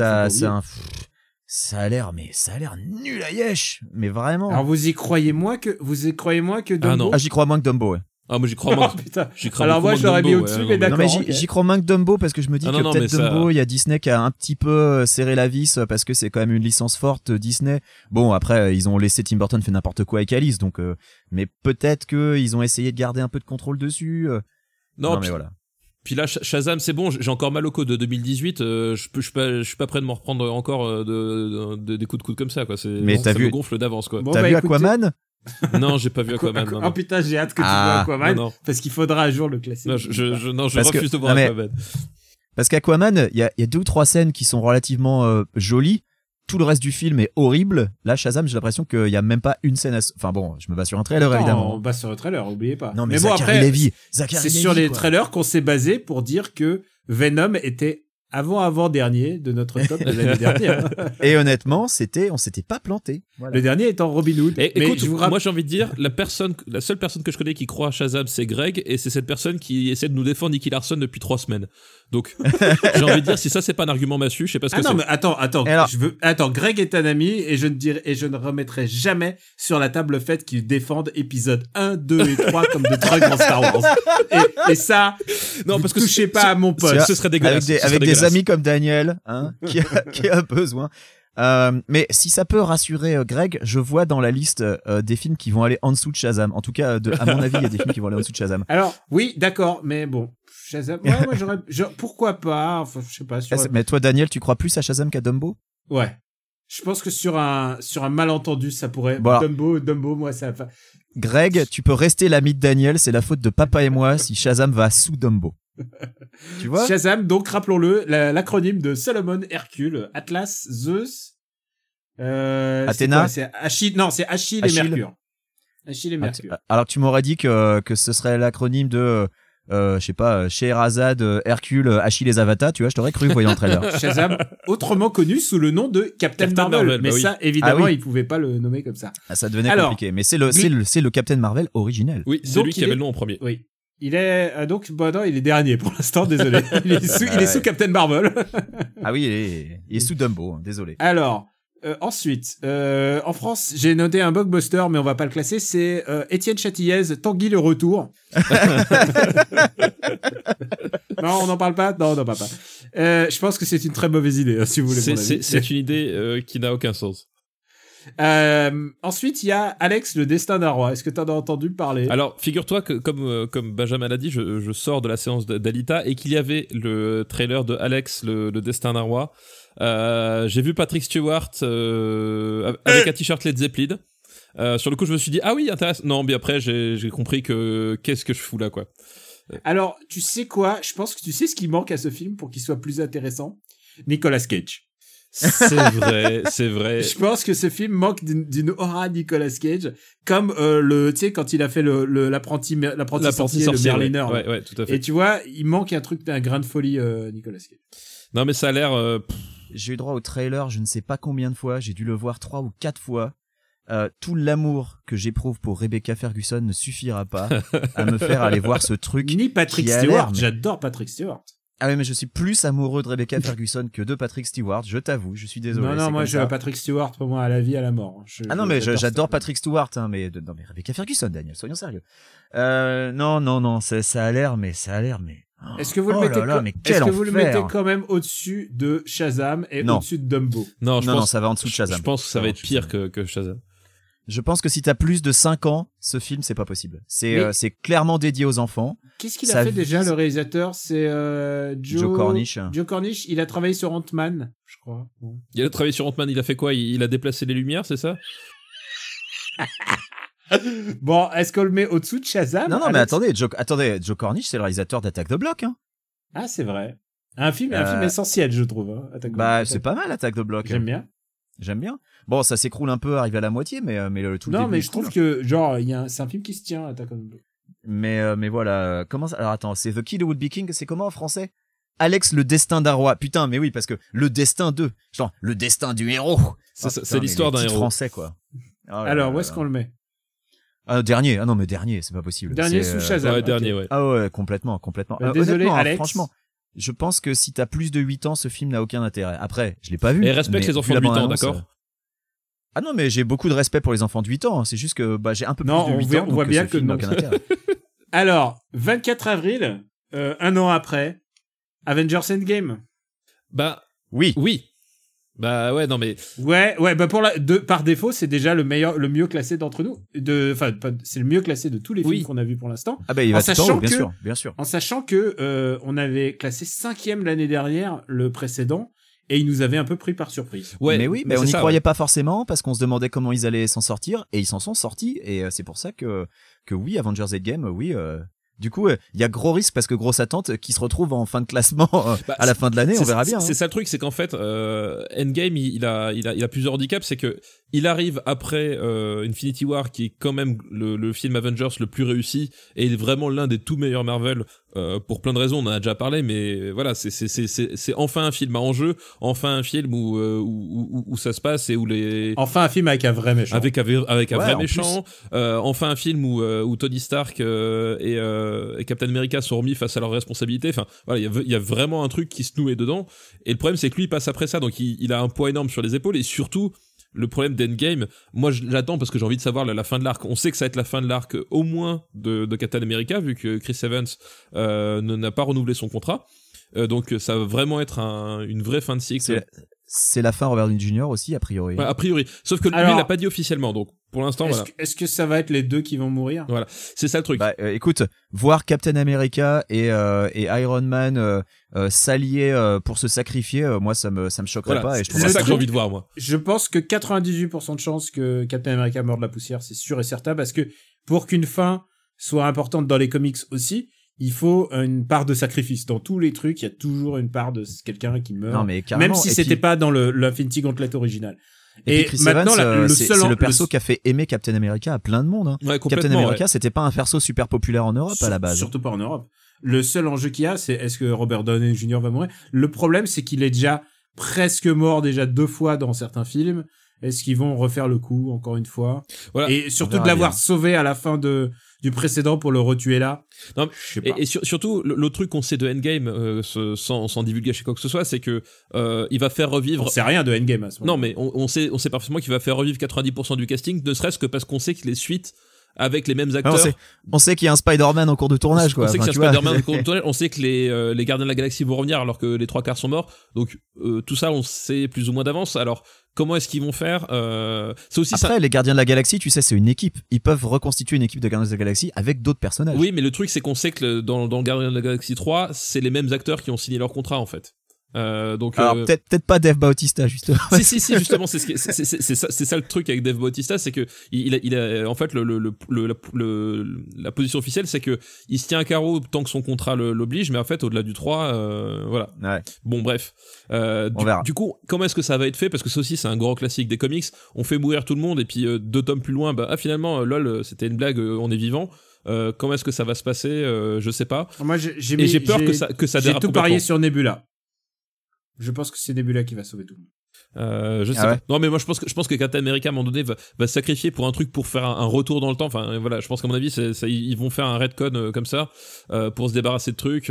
Ça a l'air nul à yesh, mais vraiment. Alors, vous y croyez moins que Dumbo? Ah non. Ah, j'y crois moins que Dumbo, ouais. Ah, moi j'y crois moins. Oh, putain. Alors moi je l'aurais mis au-dessus, mais d'accord. Non mais j'y crois moins que Dumbo parce que je me dis que peut-être Dumbo, il y a Disney qui a un petit peu serré la vis parce que c'est quand même une licence forte Disney. Bon après ils ont laissé Tim Burton faire n'importe quoi avec Alice, donc mais peut-être que ils ont essayé de garder un peu de contrôle dessus. Non mais voilà. Puis là, Shazam, c'est bon, j'ai encore mal au code de 2018, je suis pas prêt de m'en reprendre encore des coups de coude comme ça, quoi. Mais ça me gonfle d'avance, quoi. Bon, t'as vu Aquaman? Non, j'ai pas vu Aquaman. Oh putain, j'ai hâte que tu vois Aquaman, parce qu'il faudra un jour le classer. Non, je refuse de voir Aquaman. Parce qu'Aquaman, il y a 2 ou 3 scènes qui sont relativement jolies. Tout le reste du film est horrible. Là, Shazam, j'ai l'impression qu'il y a même pas une scène enfin bon, je me base sur un trailer, évidemment. On base sur un trailer, oubliez pas. Non, mais bon, après, c'est sur les trailers qu'on s'est basé pour dire que Venom était avant-dernier de notre top de l'année dernière. Et honnêtement, on s'était pas planté. Voilà. Le dernier étant Robin Hood. Et écoute, moi j'ai envie de dire, la seule personne que je connais qui croit à Shazam, c'est Greg, et c'est cette personne qui essaie de nous défendre Nicky Larson depuis 3 semaines. Donc, j'ai envie de dire, si ça c'est pas un argument massu, je sais pas ce que c'est. Ah non, mais attends, Greg est un ami, et je ne remettrai jamais sur la table le fait qu'il défende épisode 1, 2 et 3 comme de très grands Star Wars. Et ça, non, parce que touchez pas à mon pote. Ce serait dégueulasse. Avec des amis comme Daniel, hein, qui a besoin. Mais si ça peut rassurer Greg, je vois dans la liste des films qui vont aller en dessous de Shazam. En tout cas, à mon avis, il y a des films qui vont aller en dessous de Shazam. Alors, oui, d'accord, mais bon, Shazam, moi pourquoi pas, enfin, je sais pas. Mais toi, Daniel, tu crois plus à Shazam qu'à Dumbo? Ouais. Je pense que sur un malentendu, ça pourrait. Voilà. Dumbo, moi, ça. Greg, tu peux rester l'ami de Daniel, c'est la faute de papa et moi si Shazam va sous Dumbo. Tu vois? Shazam, donc rappelons-le, l'acronyme de Solomon, Hercule, Atlas, Zeus, Athéna. C'est Achille. Non, c'est Achille et Mercure. Achille et Mercure. Alors tu m'aurais dit que ce serait l'acronyme de je sais pas, Scheherazade, Hercule, Achille et Zavata, tu vois, je t'aurais cru voyant le trailer. Shazam, autrement connu sous le nom de Captain Marvel. Mais ça, évidemment, il pouvait pas le nommer comme ça. Ah, ça devenait compliqué. Mais c'est le Captain Marvel original. Oui, c'est lui qui avait le nom en premier. Oui. Il est non, il est dernier pour l'instant, désolé. Il est sous Captain Marvel. Ah oui, il est sous Dumbo, désolé. Alors, Ensuite, en France, j'ai noté un blockbuster, mais on va pas le classer. C'est Étienne Châtillaise, Tanguy le retour. Non, on n'en parle pas. Non, on n'en parle pas. Je pense que c'est une très mauvaise idée, hein, si vous voulez. C'est une idée qui n'a aucun sens. Ensuite, il y a Alex, le destin d'un roi. Est-ce que t'en as entendu parler? Alors, figure-toi que comme Benjamin l'a dit, je sors de la séance d'Alita et qu'il y avait le trailer de Alex, le destin d'un roi. J'ai vu Patrick Stewart avec un t-shirt Led Zeppelin. Sur le coup, je me suis dit ah oui, intéressant. Non, mais après j'ai compris que qu'est-ce que je fous là, quoi. Alors, tu sais quoi? Je pense que tu sais ce qui manque à ce film pour qu'il soit plus intéressant. Nicolas Cage. C'est vrai. Je pense que ce film manque d'une aura Nicolas Cage, comme tu sais quand il a fait l'apprenti sorcier, le Berliner. Ouais, tout à fait. Et tu vois, il manque un grain de folie Nicolas Cage. Non mais ça a l'air. J'ai eu droit au trailer, je ne sais pas combien de fois, j'ai dû le voir 3 ou 4 fois. Tout l'amour que j'éprouve pour Rebecca Ferguson ne suffira pas à me faire aller voir ce truc. Ni Patrick Stewart, j'adore Patrick Stewart. Ah oui, mais je suis plus amoureux de Rebecca Ferguson que de Patrick Stewart, je t'avoue, je suis désolé. Non, moi, je Patrick Stewart, pour moi, à la vie, à la mort. J'adore Patrick Stewart, hein, mais Rebecca Ferguson, Daniel, soyons sérieux. Non, ça a l'air, mais. Est-ce que vous le mettez quand même au-dessus de Shazam et au-dessus de Dumbo? Non, ça va en dessous de Shazam. Je pense que ça va être pire que Shazam. Je pense que si t'as plus de 5 ans, ce film, c'est pas possible. C'est clairement dédié aux enfants. Qu'est-ce qu'il a fait déjà, le réalisateur? C'est Joe Cornish. Joe Cornish, il a travaillé sur Ant-Man, je crois. Bon. Il a travaillé sur Ant-Man, il a fait quoi? Il a déplacé les lumières, c'est ça? Bon, est-ce qu'on le met au-dessous de Shazam? Non, mais attendez, Joe Cornish, c'est le réalisateur d'Attack the Block, hein. Ah, c'est vrai. Un film essentiel, je trouve. Hein, c'est pas mal, Attack the Block. J'aime bien. Bon, ça s'écroule un peu, arrivé à la moitié, mais le tout. Non, mais je trouve que genre c'est un film qui se tient, Attack on the Block. Mais voilà, comment ça? Alors attends, c'est The Kid Who Would Be King, c'est comment en français? Alex, le destin d'un roi. Putain, mais oui, parce que le destin genre le destin du héros. C'est l'histoire d'un héros français, quoi. Alors, où est-ce qu'on le met? Dernier. Ah non, mais dernier, c'est pas possible. Dernier sous Shazam. Ouais, dernier, ouais. Ah ouais, complètement. Désolé, Alex. Franchement. Je pense que si t'as plus de 8 ans, ce film n'a aucun intérêt. Après, je l'ai pas vu. Et respecte les enfants de 8 ans, d'accord? Ah non, mais j'ai beaucoup de respect pour les enfants de 8 ans. C'est juste que j'ai un peu plus de 8 ans. On voit bien que n'a aucun intérêt. Alors, 24 avril, un an après, Avengers Endgame. Oui. Bah ouais, non mais ouais, bah par défaut, c'est déjà le mieux classé d'entre nous. C'est le mieux classé de tous les films qu'on a vus pour l'instant. Ah bah il va tout en haut, bien sûr. En sachant que on avait classé 5e l'année dernière le précédent et il nous avait un peu pris par surprise. Ouais, mais oui, mais on n'y croyait pas forcément parce qu'on se demandait comment ils allaient s'en sortir et ils s'en sont sortis et c'est pour ça que oui, Avengers Endgame, oui. Du coup, il y a gros risque parce que grosse attente qui se retrouve en fin de classement à la fin de l'année, on verra bien. C'est ça le truc, c'est qu'en fait, Endgame, il a plusieurs handicaps, c'est que il arrive après Infinity War, qui est quand même le film Avengers le plus réussi et vraiment l'un des tout meilleurs Marvel pour plein de raisons. On en a déjà parlé, mais voilà, c'est enfin un film à enjeu, enfin un film où ça se passe et où enfin un film avec un vrai méchant, avec un vrai méchant, enfin un film où Tony Stark et Captain America sont remis face à leurs responsabilités. Enfin voilà, il y a vraiment un truc qui se nouait dedans. Et le problème, c'est que lui, il passe après ça, donc il a un poids énorme sur les épaules. Et surtout, le problème d'Endgame, moi j'attends parce que j'ai envie de savoir la fin de l'arc. On sait que ça va être la fin de l'arc au moins de Captain America, vu que Chris Evans n'a pas renouvelé son contrat. Donc ça va vraiment être une vraie fin de cycle. C'est la fin Robert Downey Jr. aussi, a priori. Ouais, a priori. Sauf que lui, il l'a pas dit officiellement, donc pour l'instant, voilà. Est-ce que ça va être les deux qui vont mourir? Voilà, c'est ça le truc. Écoute, voir Captain America et Iron Man s'allier pour se sacrifier, moi ça me choquerait pas. Et c'est ça que j'ai envie de voir, moi. Je pense que 98% de chances que Captain America meure de la poussière, c'est sûr et certain, parce que pour qu'une fin soit importante dans les comics aussi, il faut une part de sacrifice. Dans tous les trucs, il y a toujours une part de quelqu'un qui meurt. Non, mais carrément. Même si c'était pas dans l'Infinity Gauntlet original. Et Chris Evans, c'est le perso qui a fait aimer Captain America à plein de monde. Hein. Ouais, Captain America, c'était pas un perso super populaire en Europe à la base. Surtout pas en Europe. Le seul enjeu qu'il y a, c'est est-ce que Robert Downey Jr. va mourir? Le problème, c'est qu'il est déjà presque mort déjà 2 fois dans certains films. Est-ce qu'ils vont refaire le coup encore une fois? Voilà. Et surtout de l'avoir sauvé à la fin du du précédent pour le retuer là. Non, je sais pas. et surtout, l'autre truc qu'on sait de Endgame, sans divulguer chez quoi que ce soit, c'est que il va faire revivre. On sait rien de Endgame à ce moment. Non, mais on sait parfaitement qu'il va faire revivre 90% du casting, ne serait-ce que parce qu'on sait que les suites avec les mêmes acteurs. On sait qu'il y a un Spider-Man en cours de tournage, quoi. On sait qu'il y a un Spider-Man en cours de tournage. On sait que les Gardiens de la Galaxie vont revenir alors que les 3/4 sont morts. Donc tout ça, on sait plus ou moins d'avance. Alors comment est-ce qu'ils vont faire C'est aussi après, les Gardiens de la Galaxie, tu sais, c'est une équipe. Ils peuvent reconstituer une équipe de Gardiens de la Galaxie avec d'autres personnages. Oui, mais le truc, c'est qu'on sait que dans Gardiens de la Galaxie 3, c'est les mêmes acteurs qui ont signé leur contrat, en fait. Donc alors peut-être pas Dave Bautista, justement. si justement c'est ça le truc avec Dave Bautista, c'est que il a en fait la position officielle, c'est que il se tient à carreau tant que son contrat l'oblige, mais en fait au-delà du 3 voilà. Ouais. Bon bref, on verra. Du coup, comment est-ce que ça va être fait, parce que ça aussi c'est un grand classique des comics, on fait mourir tout le monde et puis 2 tomes plus loin, finalement lol, c'était une blague, on est vivant. Comment est-ce que ça va se passer, je sais pas. Moi j'ai peur que ça dérape. J'ai tout parié sur Nebula. Je pense que c'est Nebula qui va sauver tout le monde. Je sais pas. Non, mais moi je pense que Captain America à un moment donné va sacrifier pour un truc pour faire un retour dans le temps. Enfin voilà, je pense qu'à mon avis ils vont faire un retcon comme ça pour se débarrasser de trucs.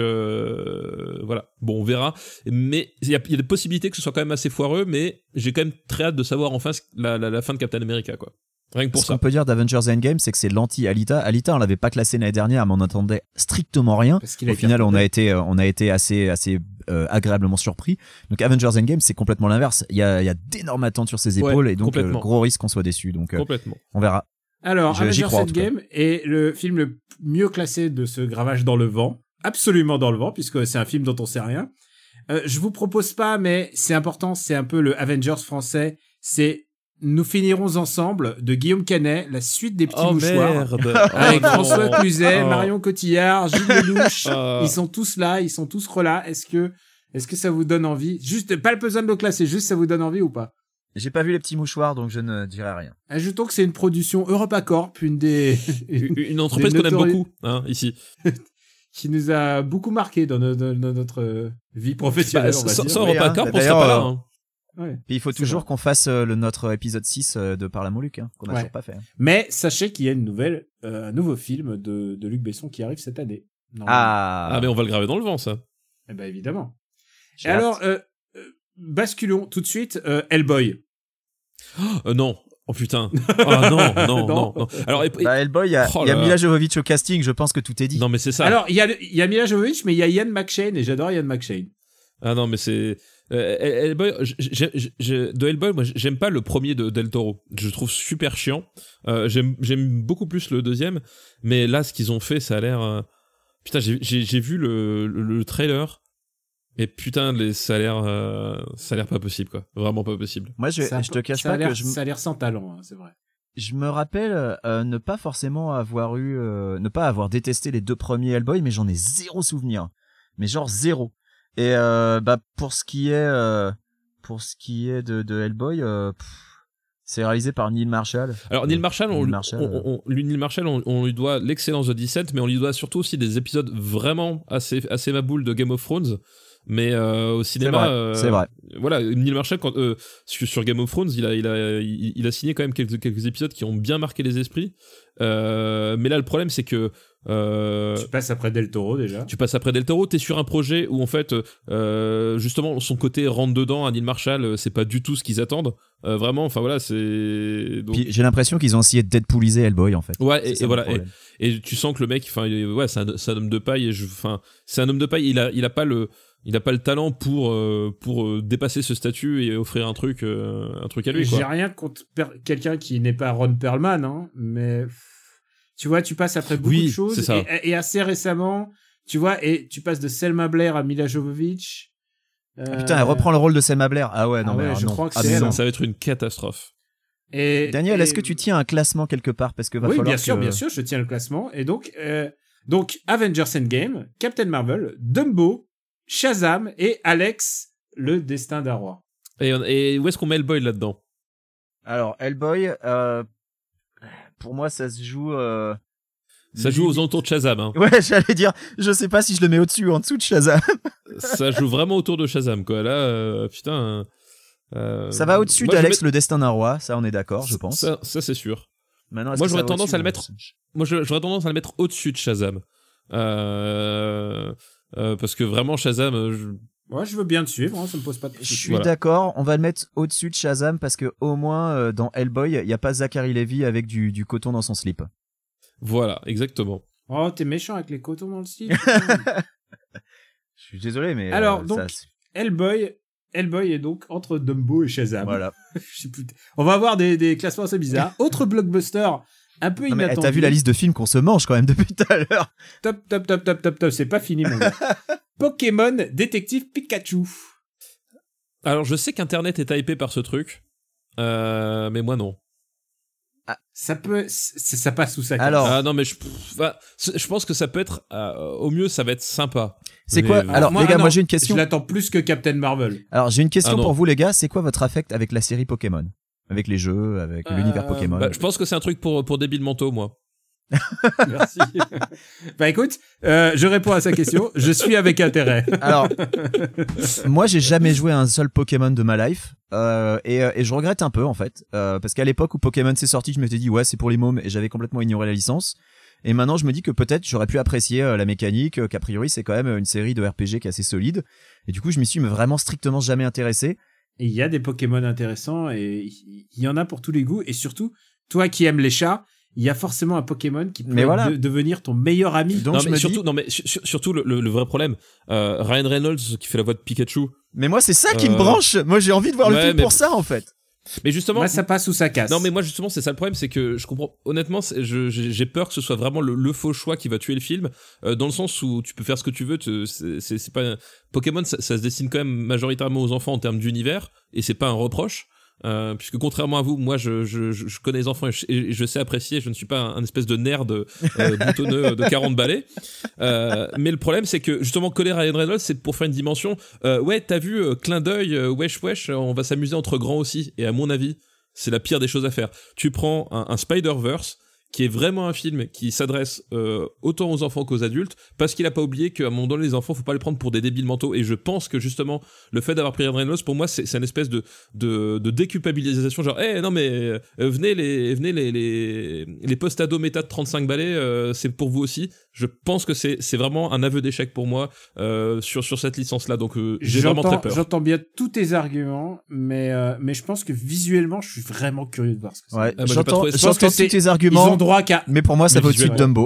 Voilà. Bon, on verra. Mais il y a des possibilités que ce soit quand même assez foireux, mais j'ai quand même très hâte de savoir enfin la fin de Captain America, quoi. Rien que pour ça. Ce qu'on peut dire d'Avengers Endgame, c'est que c'est l'anti-Alita. Alita, on l'avait pas classé l'année dernière, mais on n'attendait strictement rien. Au final, on a été assez agréablement surpris. Donc Avengers Endgame, c'est complètement l'inverse. Il y a d'énormes attentes sur ses épaules, et donc gros risque qu'on soit déçu. Donc complètement. On verra. Alors, Avengers Endgame est le film le mieux classé de ce gravage dans le vent, absolument dans le vent, puisque c'est un film dont on sait rien. Je vous propose pas, mais c'est important. C'est un peu le Avengers français. C'est Nous finirons ensemble de Guillaume Canet, la suite des petits mouchoirs. Merde. Avec François Cluzet, Marion Cotillard, Gilles Lelouch. Ils sont tous là, ils sont tous relats. Est-ce que ça vous donne envie? Juste, pas besoin de le classer, juste ça vous donne envie ou pas? J'ai pas vu les petits mouchoirs, donc je ne dirai rien. Ajoutons que c'est une production EuropaCorp, une entreprise qu'on aime beaucoup, hein, ici. Qui nous a beaucoup marqué dans notre vie professionnelle, on va dire. Sans EuropaCorp, on serait pas là, hein. Ouais. Puis il faut toujours qu'on fasse notre épisode 6 de Par la Moluque, hein, qu'on a toujours pas fait. Mais sachez qu'il y a un nouveau film de Luc Besson qui arrive cette année. Ah, mais on va le graver dans le vent, ça. Eh ben, évidemment. Et alors, basculons tout de suite, Hellboy. Non. Oh putain. Oh non. Alors, Hellboy, il y a Mila Jovovich au casting, je pense que tout est dit. Non, mais c'est ça. Alors, il y a Mila Jovovich, mais il y a Ian McShane, et j'adore Ian McShane. Ah non, mais c'est... Hellboy, de Hellboy, moi j'aime pas le premier de Del Toro. Je le trouve super chiant. J'aime beaucoup plus le deuxième, mais là ce qu'ils ont fait, ça a l'air. Putain, j'ai vu le trailer et putain, ça a l'air pas possible, quoi. Vraiment pas possible. Moi, je te cache pas que ça a l'air sans talent, hein, c'est vrai. Je me rappelle ne pas forcément avoir ne pas avoir détesté les 2 premiers Hellboy, mais j'en ai zéro souvenir. Mais genre zéro. Et pour ce qui est de Hellboy, c'est réalisé par Neil Marshall. Alors Neil Marshall, on lui doit l'excellence de Descent, mais on lui doit surtout aussi des épisodes vraiment assez maboules de Game of Thrones. Mais au cinéma, c'est vrai. Voilà, Neil Marshall, quand sur Game of Thrones, il a signé quand même quelques épisodes qui ont bien marqué les esprits. Mais là, le problème, c'est que tu passes après Del Toro déjà. Tu passes après Del Toro, t'es sur un projet où en fait, justement, son côté rentre dedans à Neil Marshall, c'est pas du tout ce qu'ils attendent. Vraiment, enfin voilà, c'est. Donc... Puis, j'ai l'impression qu'ils ont essayé de Deadpooliser Hellboy en fait. Ouais, et voilà, et tu sens que le mec, enfin, ouais, c'est un homme de paille. C'est un homme de paille. Il a pas le talent pour dépasser ce statut et offrir un truc à lui, quoi. J'ai rien contre quelqu'un qui n'est pas Ron Perlman, hein, mais tu vois, tu passes après beaucoup de choses, c'est ça. Et assez récemment, tu vois, et tu passes de Selma Blair à Mila Jovovich. Putain, elle reprend le rôle de Selma Blair. Ah ouais, non, mais je crois que c'est elle, elle, hein. Ça va être une catastrophe. Daniel, est-ce que tu tiens un classement quelque part, parce que va falloir bien sûr, je tiens le classement. Et donc Avengers Endgame, Captain Marvel, Dumbo, Shazam et Alex, le destin d'un roi. Et où est-ce qu'on met Hellboy là-dedans? Alors Hellboy, pour moi ça se joue. Ça joue aux alentours de Shazam. Hein. Ouais, j'allais dire, je sais pas si je le mets au-dessus ou en dessous de Shazam. Ça joue vraiment autour de Shazam, quoi. Là, putain. Ça va au-dessus d'Alex, le destin d'un roi, ça on est d'accord, je pense. Ça c'est sûr. Maintenant, Moi, j'aurais tendance à le mettre. Moi, j'aurais tendance à le mettre au-dessus de Shazam. Parce que vraiment, Shazam. Ouais, je veux bien te suivre, hein, ça me pose pas de Je suis Voilà. d'accord, on va le mettre au-dessus de Shazam parce que au moins dans Hellboy, il y a pas Zachary Levi avec du coton dans son slip. Voilà, exactement. Oh, t'es méchant avec les cotons dans le style. Je suis désolé, mais Alors, donc, ça, c'est- Hellboy est donc entre Dumbo et Shazam. voilà. Je sais plus. On va avoir des classements assez bizarres. Autre blockbuster un peu Non, mais inattendu. t'as vu la liste de films qu'on se mange quand même depuis tout à l'heure. Top. C'est pas fini, mon gars. Pokémon Détective Pikachu. Alors, je sais qu'Internet est hypé par ce truc, mais moi non. Ça passe sous sa casse. Alors, Ah non, mais je pense que ça peut être, au mieux, ça va être sympa. c'est Mais, quoi Alors, les gars, non, moi j'ai une Je question. l'attends plus que Captain Marvel. Alors, j'ai une question Ah, non. pour vous, les gars. C'est quoi votre affect avec la série Pokémon, avec les jeux, avec l'univers Pokémon? Bah, je pense que c'est un truc pour débiles mentaux, moi. Merci. Bah écoute, je réponds à sa question. Je suis avec intérêt. Alors, moi, j'ai jamais joué à un seul Pokémon de ma life, et je regrette un peu en fait, parce qu'à l'époque où Pokémon s'est sorti, je m'étais dit ouais, c'est pour les mômes, et j'avais complètement ignoré la licence. Et maintenant, je me dis que peut-être j'aurais pu apprécier la mécanique, qu'a priori c'est quand même une série de RPG qui est assez solide. Et du coup, je m'y suis vraiment strictement jamais intéressé. Et il y a des Pokémon intéressants et il y en a pour tous les goûts. Et surtout, toi qui aimes les chats, il y a forcément un Pokémon qui peut Mais voilà. devenir ton meilleur ami. Donc non, je mais me surtout, dis, non, mais surtout le vrai problème, Ryan Reynolds qui fait la voix de Pikachu. mais moi c'est ça qui me Euh, branche. Moi j'ai envie de voir le ouais, film mais- pour ça en fait. Mais justement, Moi, ça passe sous sa casse. non, mais moi justement, c'est ça le problème, c'est que je comprends. Honnêtement, j'ai peur que ce soit vraiment le faux choix qui va tuer le film, dans le sens où tu peux faire ce que tu veux. C'est pas Pokémon, ça se destine quand même majoritairement aux enfants en termes d'univers, et c'est pas un reproche. Puisque contrairement à vous, moi je connais les enfants et je sais apprécier, je ne suis pas un espèce de nerd boutonneux de 40 balais. Mais le problème c'est que justement coller Ryan Reynolds, c'est pour faire une dimension. Ouais, t'as vu, clin d'œil, wesh, on va s'amuser entre grands aussi. Et à mon avis, c'est la pire des choses à faire. Tu prends un Spider-Verse qui est vraiment un film qui s'adresse autant aux enfants qu'aux adultes, parce qu'il a pas oublié qu'à un moment donné, les enfants, faut pas les prendre pour des débiles mentaux. Et je pense que justement, le fait d'avoir pris Ryan Reynolds, pour moi, c'est une espèce de déculpabilisation, genre, non mais venez les post-ados méta de 35 balais, c'est pour vous aussi. Je pense que c'est vraiment un aveu d'échec pour moi sur cette licence-là. Donc j'ai vraiment très peur. J'entends bien tous tes arguments, mais je pense que visuellement, je suis vraiment curieux de voir ce que c'est. Ouais, moi, j'ai pas trouvé ça. Je pense j'entends que c'est- tous tes Ils ont arguments, droit qu'à mais pour moi ça Mais va au-dessus de visuellement. Dumbo.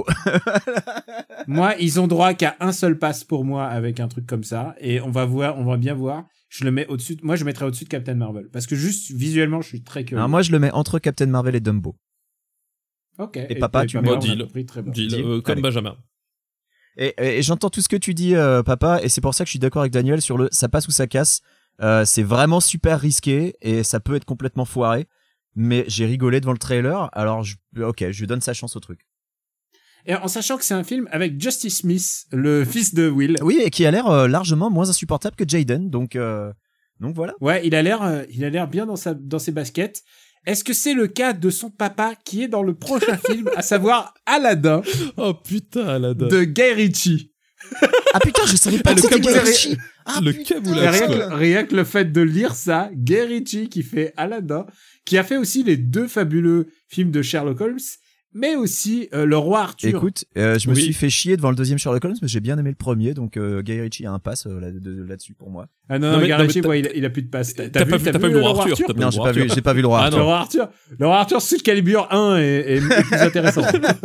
moi, ils ont droit qu'à un seul pass pour moi avec un truc comme ça, et on va bien voir. Je le mets au-dessus. Moi, je mettrais au-dessus de Captain Marvel parce que juste visuellement, je suis très curieux. Alors moi je le mets entre Captain Marvel et Dumbo. Ok. Et papa, tu mets- on a deal. compris, très bon. Deal, Deal. comme Allez. Benjamin. Et j'entends tout ce que tu dis, papa, et c'est pour ça que je suis d'accord avec Daniel sur le ça passe ou ça casse. C'est vraiment super risqué et ça peut être complètement foiré. Mais j'ai rigolé devant le trailer, alors je lui donne sa chance au truc. Et en sachant que c'est un film avec Justice Smith, le fils de Will. Oui, et qui a l'air largement moins insupportable que Jaden, donc voilà. Ouais, il a l'air bien dans ses baskets. Est-ce que c'est le cas de son papa qui est dans le prochain film, à savoir Aladdin Oh putain, Aladdin. de Guy Ritchie? Ah putain, je savais pas Ah, que le c'était Kaboulax. Guy Ritchie. Ah, Le putain. Kaboulax, quoi. Rien que le fait de lire ça, Guy Ritchie qui fait Aladdin, qui a fait aussi les deux fabuleux films de Sherlock Holmes, mais aussi Le Roi Arthur. Écoute, je me Oui. suis fait chier devant le deuxième Sherlock Holmes, mais j'ai bien aimé le premier, donc Guy Ritchie a un pass là-dessus pour moi. Ah non, Non, mais- Guy non, mais Ritchie, t'as- moi, il a plus de passe. T'as pas vu Le Roi Arthur, t'as pas Non, le Roi Arthur. j'ai pas vu le Roi Ah, Arthur. Le Roi Arthur Soul Calibur 1 est plus intéressant.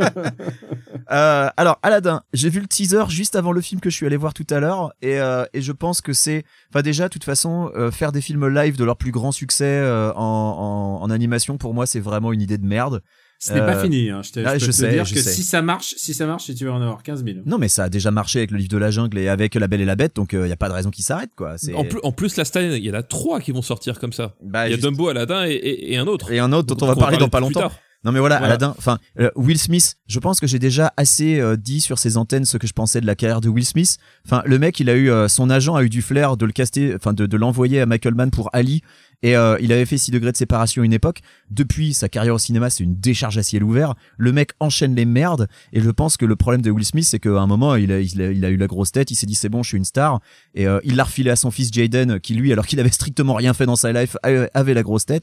Alors Aladdin, j'ai vu le teaser juste avant le film que je suis allé voir tout à l'heure et je pense que c'est, enfin déjà, de toute façon, faire des films live de leur plus grand succès en animation, pour moi, c'est vraiment une idée de merde. Ce n'est pas fini, hein. Je peux je te sais, dire je que sais. si ça marche, si tu veux en avoir 15 000. Non, mais ça a déjà marché avec le livre de la jungle et avec La Belle et la Bête, donc il y a pas de raison qu'il s'arrête, quoi. C'est... En plus, là, cette année, il y en a 3 qui vont sortir comme ça. Bah, Il y a juste- Dumbo, Aladdin et un autre. et un autre dont on va Qu'on parler dans pas plus longtemps. tard. Non mais voilà, Voilà. Aladdin, enfin Will Smith, je pense que j'ai déjà assez dit sur ces antennes ce que je pensais de la carrière de Will Smith. Enfin, le mec, il a eu son agent a eu du flair de le caster, enfin de l'envoyer à Michael Mann pour Ali, et il avait fait 6 degrés de séparation à une époque. Depuis, sa carrière au cinéma, c'est une décharge à ciel ouvert. Le mec enchaîne les merdes, et je pense que le problème de Will Smith, c'est qu'à un moment, il a eu la grosse tête, il s'est dit c'est bon, je suis une star, et il l'a refilé à son fils Jaden, qui lui, alors qu'il avait strictement rien fait dans sa life, avait la grosse tête.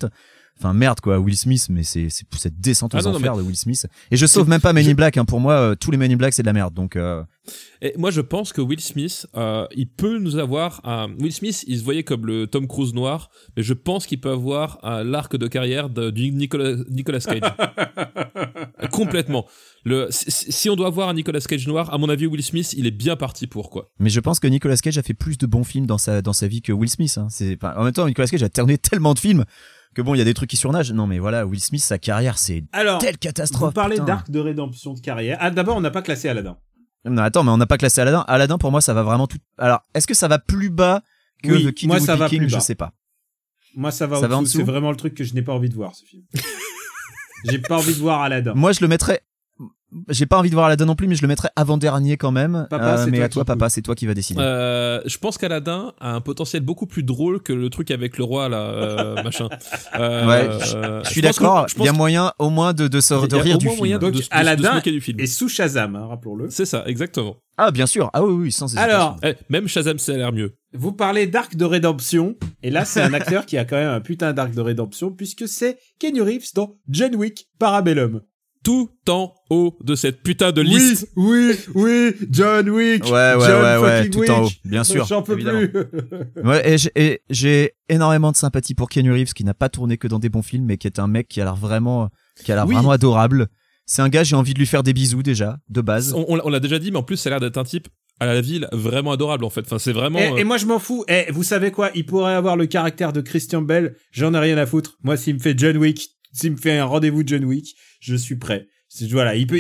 enfin merde quoi, Will Smith, mais c'est cette descente aux non, enfers de Will Smith. Et je sauve même pas Men in Black, hein. Pour moi, tous les Men in Black c'est de la merde. Donc. Et moi, je pense que Will Smith, il peut nous avoir. Will Smith, il se voyait comme le Tom Cruise noir, mais je pense qu'il peut avoir l'arc de carrière du Nicolas Cage. Complètement. Si on doit avoir un Nicolas Cage noir, à mon avis, Will Smith, il est bien parti pour quoi. Mais je pense que Nicolas Cage a fait plus de bons films dans sa vie que Will Smith. Hein. En même temps, Nicolas Cage a tourné tellement de films que bon, il y a des trucs qui surnagent. Non, mais voilà, Will Smith, sa carrière, c'est telle catastrophe. Vous parlez putain. d'arc de rédemption de carrière. Ah, d'abord, on n'a pas classé Aladdin. Non, attends, mais on n'a pas classé Aladdin. Aladdin, pour moi, ça va vraiment tout. Alors, est-ce que ça va plus bas que The Kid moi, Who ça va King? plus bas. Je sais pas. Moi, ça va Ça va en en dessous. C'est dessous vraiment le truc que je n'ai pas envie de voir, ce film. J'ai pas envie de voir Aladdin. Moi, je le mettrais. J'ai pas envie de voir Aladdin non plus, mais je le mettrais avant-dernier quand même. Papa, c'est mais toi à toi, qui papa, peux. c'est toi qui va décider. Je pense qu'Aladin a un potentiel beaucoup plus drôle que le truc avec le roi là, machin. Je suis d'accord. Il y a moyen au moins de rire du film. Donc, de se Aladdin moquer du film. Et sous Shazam, hein, rappelons-le. C'est ça, exactement. Ah, bien sûr. Ah oui, sans hésitation. Alors, Même Shazam, ça a l'air mieux. vous parlez d'arc de rédemption, et là, c'est un acteur qui a quand même un putain d'arc de rédemption, puisque c'est Keanu Reeves dans John Wick Parabellum. Tout en haut de cette putain de liste. Oui, John Wick. Ouais, John fucking tout en haut, Wick. bien sûr. J'en peux évidemment. plus. Ouais, et j'ai énormément de sympathie pour Keanu Reeves, qui n'a pas tourné que dans des bons films, mais qui est un mec qui a l'air vraiment adorable. C'est un gars, j'ai envie de lui faire des bisous déjà, de base. On l'a déjà dit, mais en plus, ça a l'air d'être un type à la ville vraiment adorable en fait. Enfin, c'est vraiment. Et moi, je m'en fous. Vous savez quoi? Il pourrait avoir le caractère de Christian Bale. J'en ai rien à foutre. Moi, s'il me fait John Wick, s'il me fait un rendez-vous de John Wick, je suis prêt. Voilà, il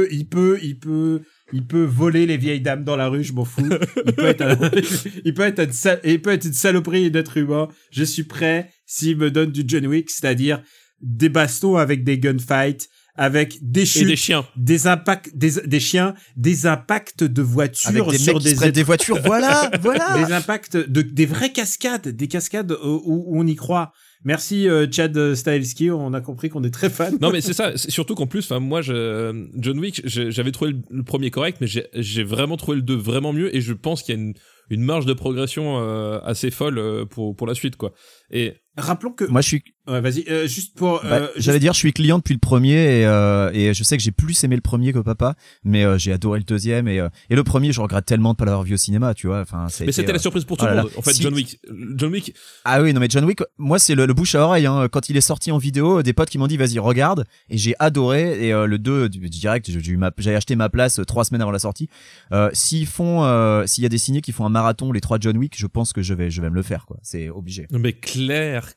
peut voler les vieilles dames dans la rue, je m'en fous. Il peut être une saloperie d'être humain. Je suis prêt s'il me donne du John Wick, c'est-à-dire des bastons avec des gunfights, avec des chutes, et des chiens, des impacts, des chiens, des impacts de voitures avec des sur mecs qui se prennent des voitures. Voilà. Des impacts des vraies cascades, des cascades où on y croit. Merci Chad Stahelski, on a compris qu'on est très fan. Non mais c'est ça, c'est surtout qu'en plus, enfin moi, John Wick, j'avais trouvé le premier correct, mais j'ai vraiment trouvé le 2 vraiment mieux, et je pense qu'il y a une marge de progression assez folle pour la suite quoi. Et rappelons que moi je suis. Ouais, vas-y, juste pour. J'allais dire, je suis client depuis le premier et je sais que j'ai plus aimé le premier que papa, mais j'ai adoré le deuxième et le premier, je regrette tellement de pas l'avoir vu au cinéma, tu vois. Enfin, mais c'était la surprise pour tout le monde. En fait, John Wick. Ah oui, non mais John Wick, moi c'est le bouche à oreille. Hein. Quand il est sorti en vidéo, des potes qui m'ont dit vas-y regarde, et j'ai adoré. Et le 2 direct, j'ai acheté ma place 3 semaines avant la sortie. S'il y a des ciné qui font un marathon les 3 John Wick, je pense que je vais me le faire quoi. C'est obligé. Mais clair.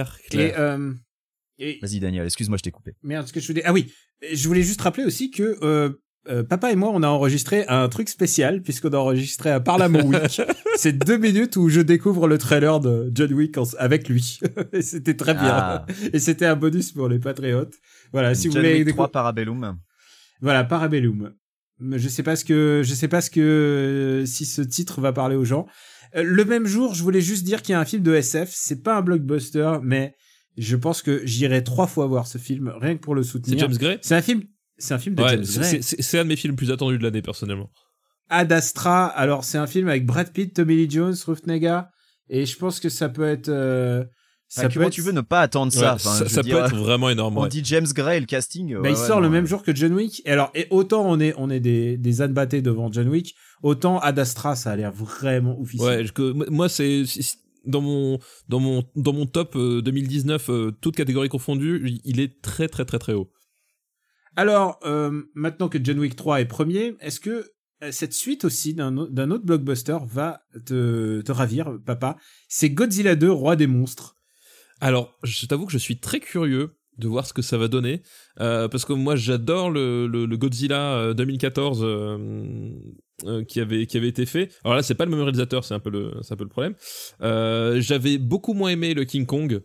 Et vas-y Daniel, excuse-moi, je t'ai coupé. Merde, ce que je voulais. Ah oui, je voulais juste rappeler aussi que papa et moi, on a enregistré un truc spécial puisqu'on a enregistré un Parlement Week. C'est 2 minutes où je découvre le trailer de John Wick avec lui. Et c'était très bien. Ah. Et c'était un bonus pour les patriotes. Voilà, si John vous voulez. Wick 3 Parabellum. Voilà, Parabellum. Je sais pas ce que si ce titre va parler aux gens. Le même jour, je voulais juste dire qu'il y a un film de SF. C'est pas un blockbuster, mais je pense que j'irai 3 fois voir ce film rien que pour le soutenir. C'est James Gray. C'est un film de ouais, James Gray. C'est un de mes films plus attendus de l'année personnellement. Ad Astra. Alors c'est un film avec Brad Pitt, Tommy Lee Jones, Ruth Negga, et je pense que ça peut être. Tu veux ne pas attendre ça. Ouais, ça peut être vraiment énorme. On dit James Gray, le casting. Il sort le même jour que John Wick. Et autant on est des ânes battés devant John Wick, autant Ad Astra ça a l'air vraiment oufissime. Ouais, moi c'est dans mon top 2019 toutes catégories confondues, il est très très très très haut. Alors maintenant que John Wick 3 est premier, est-ce que cette suite aussi d'un autre blockbuster va te ravir, papa? C'est Godzilla 2, Roi des monstres. Alors, je t'avoue que je suis très curieux de voir ce que ça va donner, parce que moi j'adore le Godzilla 2014 qui avait été fait. Alors là, c'est pas le même réalisateur, c'est un peu le problème. J'avais beaucoup moins aimé le King Kong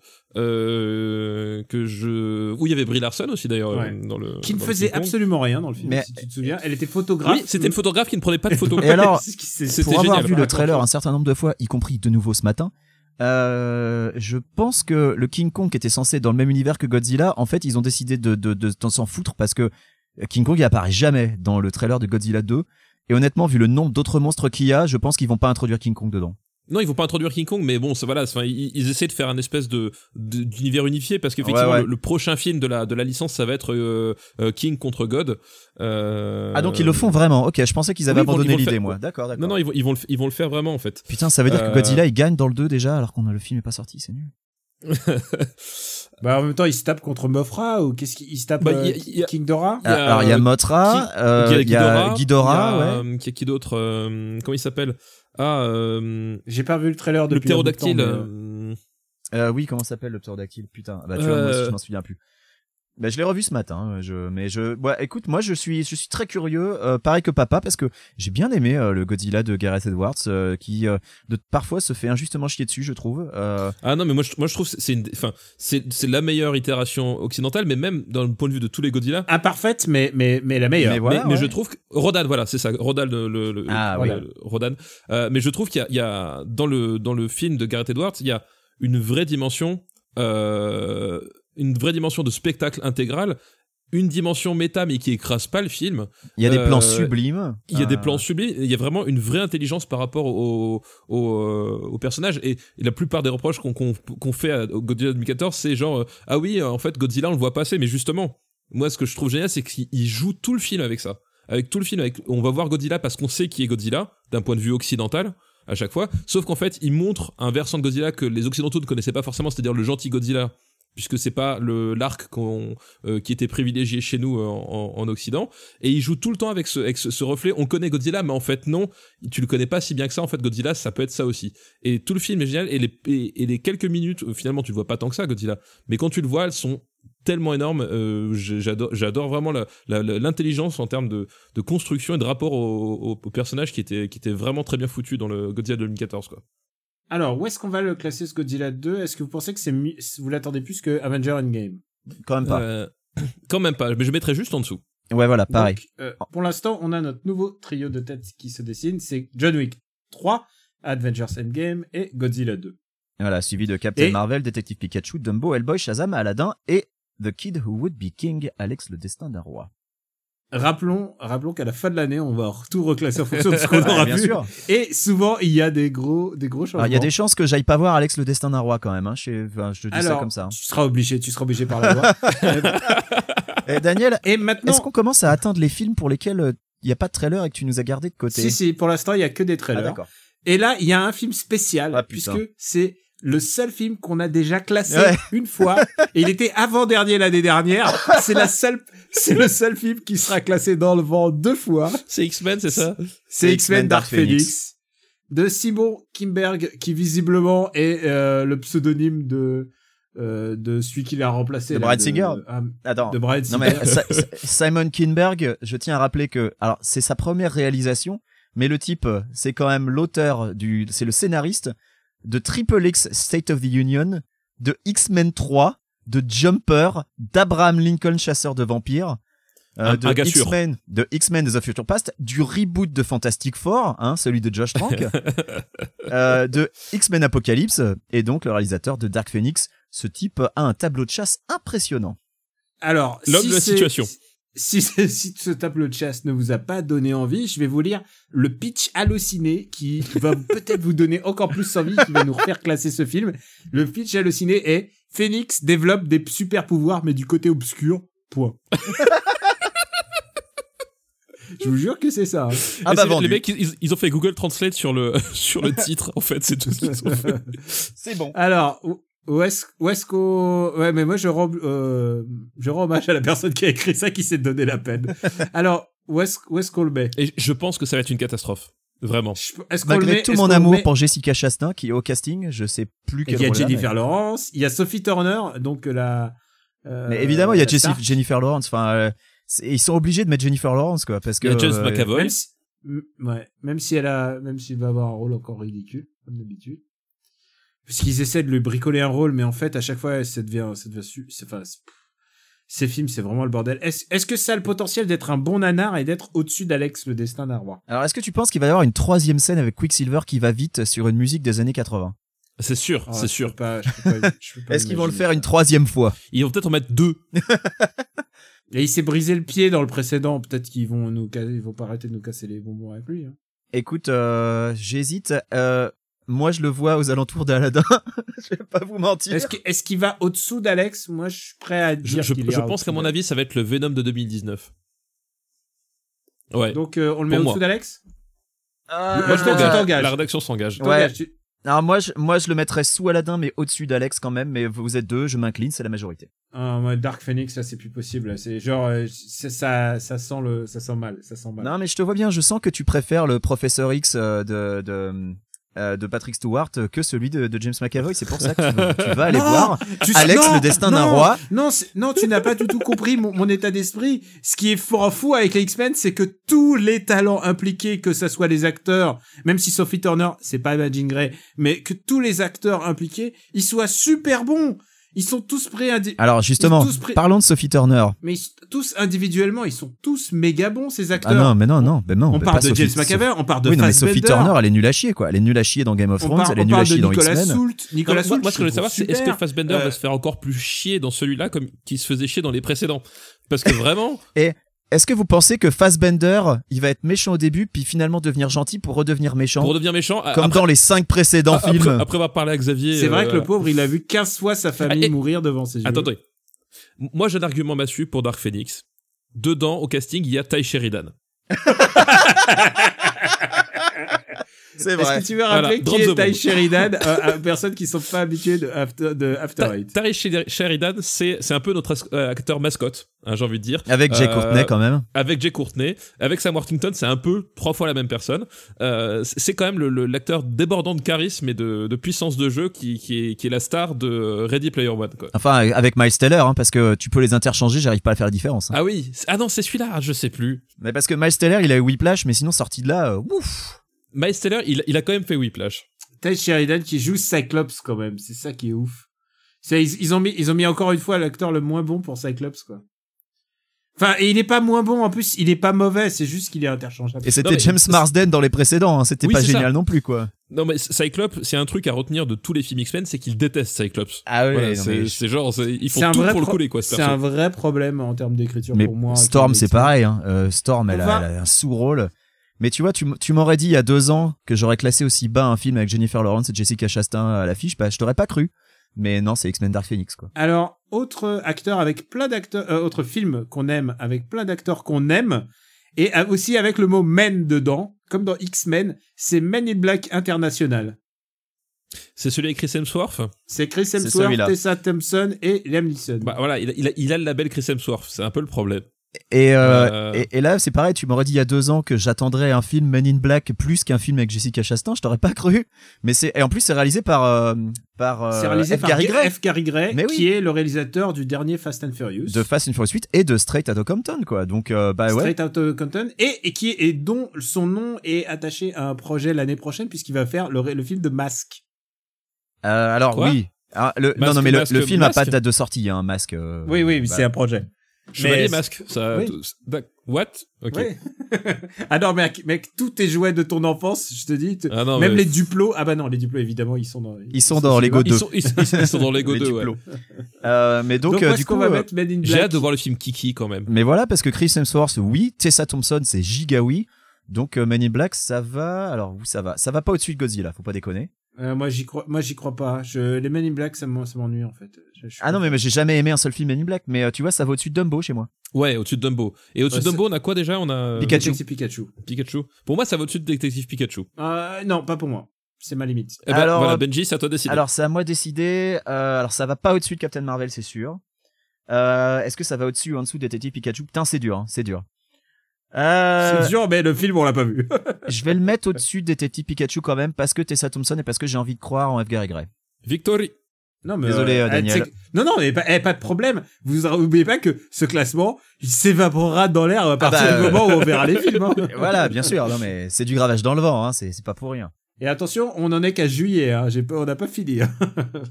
où il y avait Brie Larson aussi d'ailleurs, ouais. Qui ne dans faisait absolument rien dans le film, si tu te souviens. Elle était photographe. Oui, c'était le photographe qui ne prenait pas de photos. Et alors, c'était pour avoir génial. vu le trailer un certain nombre de fois, y compris de nouveau ce matin, je pense que le King Kong qui était censé être dans le même univers que Godzilla, en fait, ils ont décidé de s'en foutre parce que King Kong il apparaît jamais dans le trailer de Godzilla 2. Et honnêtement, vu le nombre d'autres monstres qu'il y a, je pense qu'ils vont pas introduire King Kong dedans. Non, ils vont pas introduire King Kong, mais bon, voilà, ils essaient de faire une espèce d'univers unifié parce qu'effectivement, ouais. le prochain film de la licence, ça va être King contre God. Ah, donc ils le font vraiment. Ok, je pensais qu'ils avaient abandonné l'idée, moi. D'accord. Non, ils vont le faire vraiment, en fait. Putain, ça veut dire que Godzilla, il gagne dans le 2 déjà, alors qu'on a le film est pas sorti, c'est nul. Bah, en même temps, il se tape contre Mothra, ou qu'est-ce qu'il se tape, King Ghidorah? Alors, il y a Mothra, il y a Ghidorah, ouais. Qui d'autre, comment il s'appelle? J'ai pas vu le trailer depuis le ptérodactyle. Oui, comment s'appelle le ptérodactyle? Putain, bah tu vois, moi aussi, je m'en souviens plus. Bah, je l'ai revu ce matin. Écoute, moi je suis très curieux, pareil que papa, parce que j'ai bien aimé le Godzilla de Gareth Edwards, qui parfois se fait injustement chier dessus, je trouve. Ah non, mais moi je trouve que c'est la meilleure itération occidentale, mais même dans le point de vue de tous les Godzilla. Imparfaite, mais la meilleure. Mais voilà, mais je trouve que Rodan, voilà, c'est ça, Rodan Rodan. Mais je trouve qu'il y a dans le film de Gareth Edwards, il y a une vraie dimension. Une vraie dimension de spectacle intégral, une dimension méta mais qui écrase pas le film. Il y a des plans sublimes. Il y a des plans sublimes. Il y a vraiment une vraie intelligence par rapport au personnage. Et la plupart des reproches qu'on fait à Godzilla 2014, c'est genre ah oui, en fait Godzilla on le voit passer. Mais justement, moi ce que je trouve génial, c'est qu'il joue tout le film avec ça. Avec tout le film, on va voir Godzilla parce qu'on sait qui est Godzilla d'un point de vue occidental. À chaque fois, sauf qu'en fait, il montre un versant de Godzilla que les occidentaux ne connaissaient pas forcément, c'est-à-dire le gentil Godzilla, puisque c'est pas l'arc qui était privilégié chez nous en Occident, et il joue tout le temps avec ce reflet. On connaît Godzilla, mais en fait non, tu le connais pas si bien que ça. En fait, Godzilla, ça peut être ça aussi. Et tout le film est génial, et les quelques minutes, finalement, tu le vois pas tant que ça, Godzilla, mais quand tu le vois, elles sont tellement énormes. J'adore vraiment l'intelligence en termes de construction et de rapport au personnage qui était vraiment très bien foutu dans le Godzilla 2014, quoi. Alors, où est-ce qu'on va le classer, ce Godzilla 2? Est-ce que vous pensez que vous l'attendez plus que Avenger Endgame? Quand même pas. Quand même pas, mais je mettrais juste en dessous. Ouais, voilà, pareil. Donc, pour l'instant, on a notre nouveau trio de têtes qui se dessine. C'est John Wick 3, Avengers Endgame et Godzilla 2. Voilà, suivi de Captain Marvel, Détective Pikachu, Dumbo, Hellboy, Shazam, Aladdin et The Kid Who Would Be King, Alex le Destin d'un Roi. Rappelons qu'à la fin de l'année, on va tout reclasser en fonction de ce qu'on aura bien vu. Sûr. Et souvent, il y a des gros changements. Il y a des chances que j'aille pas voir Alex le Destin d'un Roi quand même. Hein. Je te dis ça comme ça. Tu seras obligé par la loi. Et Daniel, et maintenant, est-ce qu'on commence à atteindre les films pour lesquels il n'y a pas de trailer et que tu nous as gardé de côté? Si, pour l'instant, il y a que des trailers. Ah, d'accord. Et là, il y a un film spécial, puisque c'est le seul film qu'on a déjà classé une fois. Et il était avant-dernier l'année dernière. C'est le seul film qui sera classé dans le vent 2 fois. C'est X-Men, c'est ça? C'est X-Men Dark Phoenix. De Simon Kinberg, qui visiblement est le pseudonyme de celui qui l'a remplacé. De Bryan Singer. De Bryan Singer. Non mais Simon Kinberg, je tiens à rappeler que alors c'est sa première réalisation, mais le type c'est quand même l'auteur c'est le scénariste de Triple X State of the Union, de X-Men 3, de Jumper, d'Abraham Lincoln Chasseur de vampires, de X-Men The Future Past, du reboot de Fantastic Four, celui de Josh Trank, de X-Men Apocalypse, et donc le réalisateur de Dark Phoenix. Ce type a un tableau de chasse impressionnant. Alors, l'homme de la situation. Si ce tableau de chasse ne vous a pas donné envie, je vais vous lire le pitch halluciné qui va peut-être vous donner encore plus envie, qui va nous refaire classer ce film. Le pitch halluciné est Phoenix développe des super pouvoirs mais du côté obscur. Point. Je vous jure que c'est ça. Hein. Ah bah vendu. Les mecs, ils ont fait Google Translate sur le titre, en fait, c'est tout ce qu'ils ont fait. C'est bon. Alors, où est-ce qu'on... Ouais, mais moi, je rends hommage à la personne qui a écrit ça, qui s'est donné la peine. Alors, où est-ce qu'on le met? Et je pense que ça va être une catastrophe. Vraiment. Malgré tout mon amour pour Jessica Chastain, qui est au casting, je sais plus quel rôle. Il y a Jennifer Lawrence, il y a Sophie Turner, donc mais évidemment, il y a Jennifer Lawrence, enfin... ils sont obligés de mettre Jennifer Lawrence, quoi, parce que... Il y a James McAvoy. Même s'il va avoir un rôle encore ridicule, comme d'habitude. Parce qu'ils essaient de lui bricoler un rôle, mais en fait, à chaque fois, ces films, c'est vraiment le bordel. Est-ce que ça a le potentiel d'être un bon nanar et d'être au-dessus d'Alex le Destin d'un Roi? Alors, est-ce que tu penses qu'il va y avoir une 3e scène avec Quicksilver qui va vite sur une musique des années 80? C'est sûr, c'est sûr. Je peux pas Est-ce qu'ils vont le faire une 3e fois? Ils vont peut-être en mettre 2. Et il s'est brisé le pied dans le précédent. Peut-être qu'ils vont pas arrêter de nous casser les bonbons avec lui. Hein. Écoute, j'hésite. moi je le vois aux alentours d'Aladin. Je vais pas vous mentir. Est-ce qu'il va au-dessous d'Alex? Moi, je suis prêt à dire Je qu'il pense qu'à mon avis, ça va être le Venom de 2019. Ouais. Donc, on le met Pour au-dessous moi. d'Alex? Moi, je t'engages. La rédaction s'engage. Ouais. Alors moi je le mettrais sous Aladin, mais au-dessus d'Alex quand même. Mais vous êtes deux, je m'incline, c'est la majorité. Moi, Dark Phoenix, ça c'est plus possible. C'est genre, ça sent mal. Ça sent mal. Non, mais je te vois bien. Je sens que tu préfères le Professeur X de Patrick Stewart que celui de James McAvoy. C'est pour ça que tu vas aller voir Alex, le destin d'un roi. Non, tu n'as pas du tout compris mon état d'esprit. Ce qui est fou avec les X-Men, c'est que tous les talents impliqués, que ça soit les acteurs, même si Sophie Turner, c'est pas Jean Grey, mais que tous les acteurs impliqués, ils soient super bons. Ils sont tous prêts à... Alors justement, parlons de Sophie Turner. Mais tous individuellement, ils sont tous méga bons, ces acteurs. Ah non, mais non. On parle de James McAvoy, on parle de Fassbender. Oui, non, mais Sophie Fassbender. Turner, elle est nulle à chier, quoi. Elle est nulle à chier dans Game of Thrones, elle est nulle à chier dans X-Men. Nicolas Soult, moi, ce que je voulais savoir, c'est est-ce que Fassbender va se faire encore plus chier dans celui-là comme qu'il se faisait chier dans les précédents? Parce que vraiment... Et est-ce que vous pensez que Fassbender, il va être méchant au début, puis finalement devenir gentil pour redevenir méchant? Pour redevenir méchant. Comme après, dans les 5 précédents films. Après avoir parlé à Xavier. C'est vrai que le pauvre, il a vu 15 fois sa famille mourir devant ses yeux. Attendez. Moi, j'ai un argument massu pour Dark Phoenix. Dedans, au casting, il y a Ty Sheridan. C'est vrai. Est-ce que tu veux rappeler Voilà, qui est Ty Sheridan à personnes qui sont pas habituées de After Eight? Ty Sheridan, c'est un peu notre acteur mascotte, hein, j'ai envie de dire. Avec Jay Courtney quand même. Avec Jay Courtney, avec Sam Worthington, c'est un peu 3 fois la même personne. C'est quand même l'acteur débordant de charisme et de puissance de jeu qui est la star de Ready Player One, quoi. Enfin, avec Miles Teller, hein, parce que tu peux les interchanger, j'arrive pas à faire la différence. Hein. Ah oui, non, c'est celui-là, je sais plus. Mais parce que Miles Teller, il a eu Whiplash, mais sinon sorti de là, ouf. Miles Teller, il a quand même fait Whiplash. Ty Sheridan qui joue Cyclops quand même, c'est ça qui est ouf. Ils ont mis encore une fois l'acteur le moins bon pour Cyclops, quoi. Enfin, et il est pas moins bon, en plus, il est pas mauvais, c'est juste qu'il est interchangeable. Et c'était James Marsden dans les précédents, hein, c'était pas génial ça. Non plus, quoi. Non, mais Cyclops, c'est un truc à retenir de tous les films X-Men, c'est qu'il déteste Cyclops. Ah oui, voilà, c'est genre, ils font tout pour le couler, quoi, c'est un vrai problème en termes d'écriture mais pour moi. Storm, c'est pareil, hein. Storm, elle a un sous-rôle. Mais tu vois, tu m'aurais dit il y a 2 ans que j'aurais classé aussi bas un film avec Jennifer Lawrence et Jessica Chastain à l'affiche, bah, je t'aurais pas cru. Mais non, c'est X-Men Dark Phoenix, quoi. Alors, autre acteur avec plein d'acteurs, autre film qu'on aime avec plein d'acteurs qu'on aime, et aussi avec le mot Men dedans, comme dans X-Men, c'est Men in Black International. C'est celui avec Chris Hemsworth? C'est Chris Hemsworth, Tessa Thompson et Liam Neeson. Bah voilà, il a le label Chris Hemsworth, c'est un peu le problème. Et là, c'est pareil, tu m'aurais dit il y a 2 ans que j'attendrais un film Men in Black plus qu'un film avec Jessica Chastain, je t'aurais pas cru. Mais et en plus, c'est réalisé par F. Gary Gray, qui est le réalisateur du dernier Fast and Furious. De Fast and Furious 8 et de Straight Outta Compton, quoi. Donc, Straight Outta Compton, et dont son nom est attaché à un projet l'année prochaine, puisqu'il va faire le film de Mask. Alors, quoi? Oui. Ah, le film n'a pas de date de sortie, hein, Mask. Oui, voilà. C'est un projet. Chevalier Masque, ça. Oui. What? Ok. Oui. Ah non, mec, tous tes jouets de ton enfance, je te dis, non, même les Duplo. Ah bah non, les Duplo évidemment, ils sont dans Lego 2. Ils sont dans Lego 2, ouais. Mais donc du coup, on va mettre Men in Black. J'ai hâte de voir le film Kiki quand même. Mais voilà, parce que Chris Hemsworth, oui, Tessa Thompson, c'est giga oui. Donc Men in Black, ça va. Alors ça va pas au-dessus de Godzilla, faut pas déconner. Moi j'y crois pas. Les Men in Black ça m'ennuie en fait. Non mais j'ai jamais aimé un seul film Men in Black, mais tu vois ça va au-dessus de Dumbo chez moi. Ouais, au-dessus de Dumbo. Et au-dessus de Dumbo on a quoi déjà? On a Pikachu. Pour moi ça va au-dessus de Détective Pikachu. Non, pas pour moi. C'est ma limite. Alors voilà, Benji, c'est à toi de décider. Alors c'est à moi de décider. Alors ça va pas au-dessus de Captain Marvel, c'est sûr. Est-ce que ça va au-dessus ou en dessous de Détective Pikachu? Putain, c'est dur, hein, c'est dur. C'est dur, mais le film on l'a pas vu. Je vais le mettre au-dessus de Détective Pikachu quand même parce que Tessa Thompson et parce que j'ai envie de croire en F. Gary Gray. Victory. Non mais désolé Daniel. Non mais pas de problème. Vous oubliez pas que ce classement il s'évaporera dans l'air à partir du moment où on verra les films. Hein. Voilà, bien sûr. Non mais c'est du gravage dans le vent, hein. C'est pas pour rien. Et attention, on en est qu'à juillet. Hein. On n'a pas fini. Hein.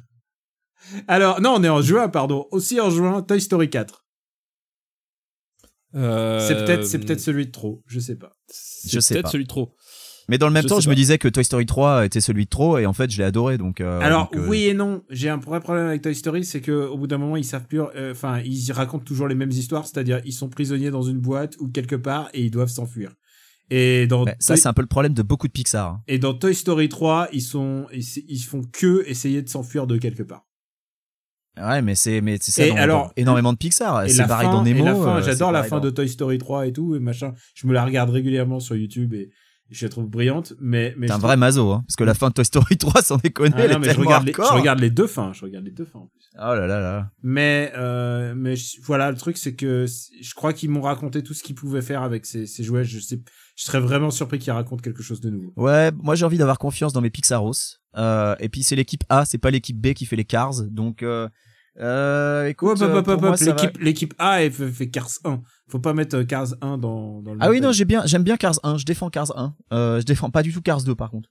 Alors non, on est en juin, pardon. Aussi en juin, Toy Story 4. C'est peut-être celui de trop, je sais pas. C'est peut-être celui de trop. Mais dans le même temps, je me disais que Toy Story 3 était celui de trop et en fait, je l'ai adoré donc oui et non, j'ai un vrai problème avec Toy Story, c'est que au bout d'un moment, ils savent plus ils racontent toujours les mêmes histoires, c'est-à-dire ils sont prisonniers dans une boîte ou quelque part et ils doivent s'enfuir. Et dans Ça, c'est un peu le problème de beaucoup de Pixar. Hein. Et dans Toy Story 3, ils font que essayer de s'enfuir de quelque part. Ouais, mais c'est ça Et dans alors, énormément de Pixar. Et C'est la pareil fin, dans Nemo. et la fin, c'est j'adore la pareil fin dans- de Toy Story 3 et tout, et machin. Je me la regarde régulièrement sur YouTube et je la trouve brillante, mais T'es je un trouve- vrai maso, hein. Parce que la fin de Toy Story 3, sans déconner, Ah elle non, est mais je tellement regarde hardcore. les deux fins, en plus. Oh là là là. Mais voilà, le truc, c'est que je crois qu'ils m'ont raconté tout ce qu'ils pouvaient faire avec ces jouets. Je serais vraiment surpris qu'ils racontent quelque chose de nouveau. Ouais, moi j'ai envie d'avoir confiance dans mes Pixaros. Et puis c'est l'équipe A, c'est pas l'équipe B qui fait les Cars. Donc, écoute, pour moi, ça va. L'équipe A, elle fait Cars 1. Faut pas mettre Cars 1 dans le Ah oui, non, montage. j'aime bien Cars 1. Je défends Cars 1. Je défends pas du tout Cars 2 par contre.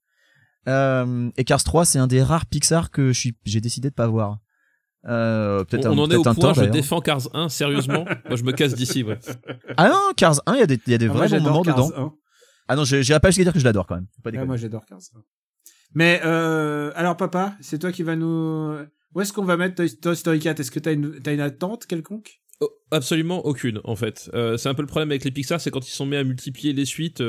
Et Cars 3, c'est un des rares Pixar que j'ai décidé de pas voir. Peut-être On en est au peut-être un point, tort, je d'ailleurs. défends Cars 1, sérieusement. Moi, je me casse d'ici, ouais. Ah non, Cars 1, il y a des Ah, moi, vrais bons j'adore moments Cars dedans. 1. Ah non, j'irai pas jusqu'à dire que je l'adore quand même. Faut pas Ah, déconner. moi, j'adore Cars 1. Mais alors, papa, c'est toi qui va nous... Où est-ce qu'on va mettre Toy Story 4? Est-ce que t'as une attente quelconque? Oh, absolument aucune, en fait. C'est un peu le problème avec les Pixar, c'est quand ils sont mis à multiplier les suites.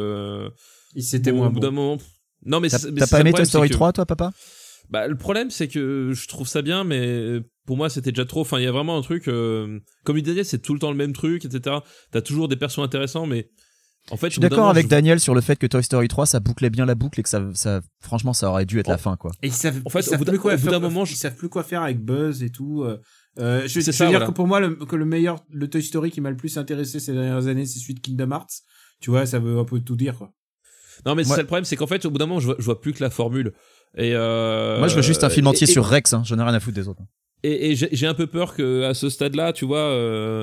C'était bon, moins au bout d'un bon. moment. Non, mais T'as c'est pas ça, le aimé problème, Toy Story c'est que- 3, toi, papa? Bah, le problème, c'est que je trouve ça bien, mais pour moi, c'était déjà trop. Enfin, il y a vraiment un truc. Comme il disait, c'est tout le temps le même truc, etc. T'as toujours des persos intéressants, mais en fait, Je suis d'accord avec Daniel sur le fait que Toy Story 3, ça bouclait bien la boucle et que ça franchement, ça aurait dû être la fin, quoi. Et ils savent, En fait, ils savent au bout plus quoi d'un faire. moment, Ils savent plus quoi faire avec Buzz et tout. Je C'est veux ça, dire voilà. que pour moi, le Toy Story qui m'a le plus intéressé ces dernières années, c'est celui de Kingdom Hearts. Tu vois, ça veut un peu tout dire, quoi. Non, mais c'est Moi- ça le problème, c'est qu'en fait, au bout d'un moment, je vois plus que la formule. Et Moi, je veux juste un film entier sur Rex, hein. J'en ai rien à foutre des autres. Et j'ai un peu peur que à ce stade-là, tu vois,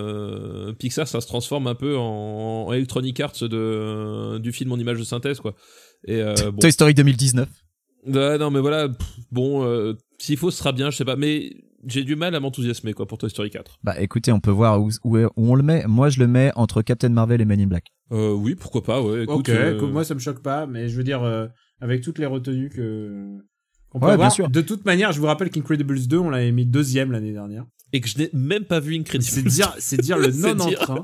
Pixar, ça se transforme un peu en Electronic Arts du film en image de synthèse, quoi. Et bon. Toy Story 2019. Ouais, non, mais voilà, bon, s'il faut, ce sera bien, je sais pas, mais j'ai du mal à m'enthousiasmer, quoi, pour Toy Story 4. Bah, écoutez, on peut voir où on le met. Moi, je le mets entre Captain Marvel et Men in Black. Oui, pourquoi pas, ouais. Écoute, Ok, moi ça me choque pas, mais je veux dire, avec toutes les retenues qu'on peut Ouais, avoir. bien sûr. De toute manière, je vous rappelle qu'Incredibles 2, on l'avait mis 2e l'année dernière. et que je n'ai même pas vu Incredibles. C'est dire le C'est non en dire. train.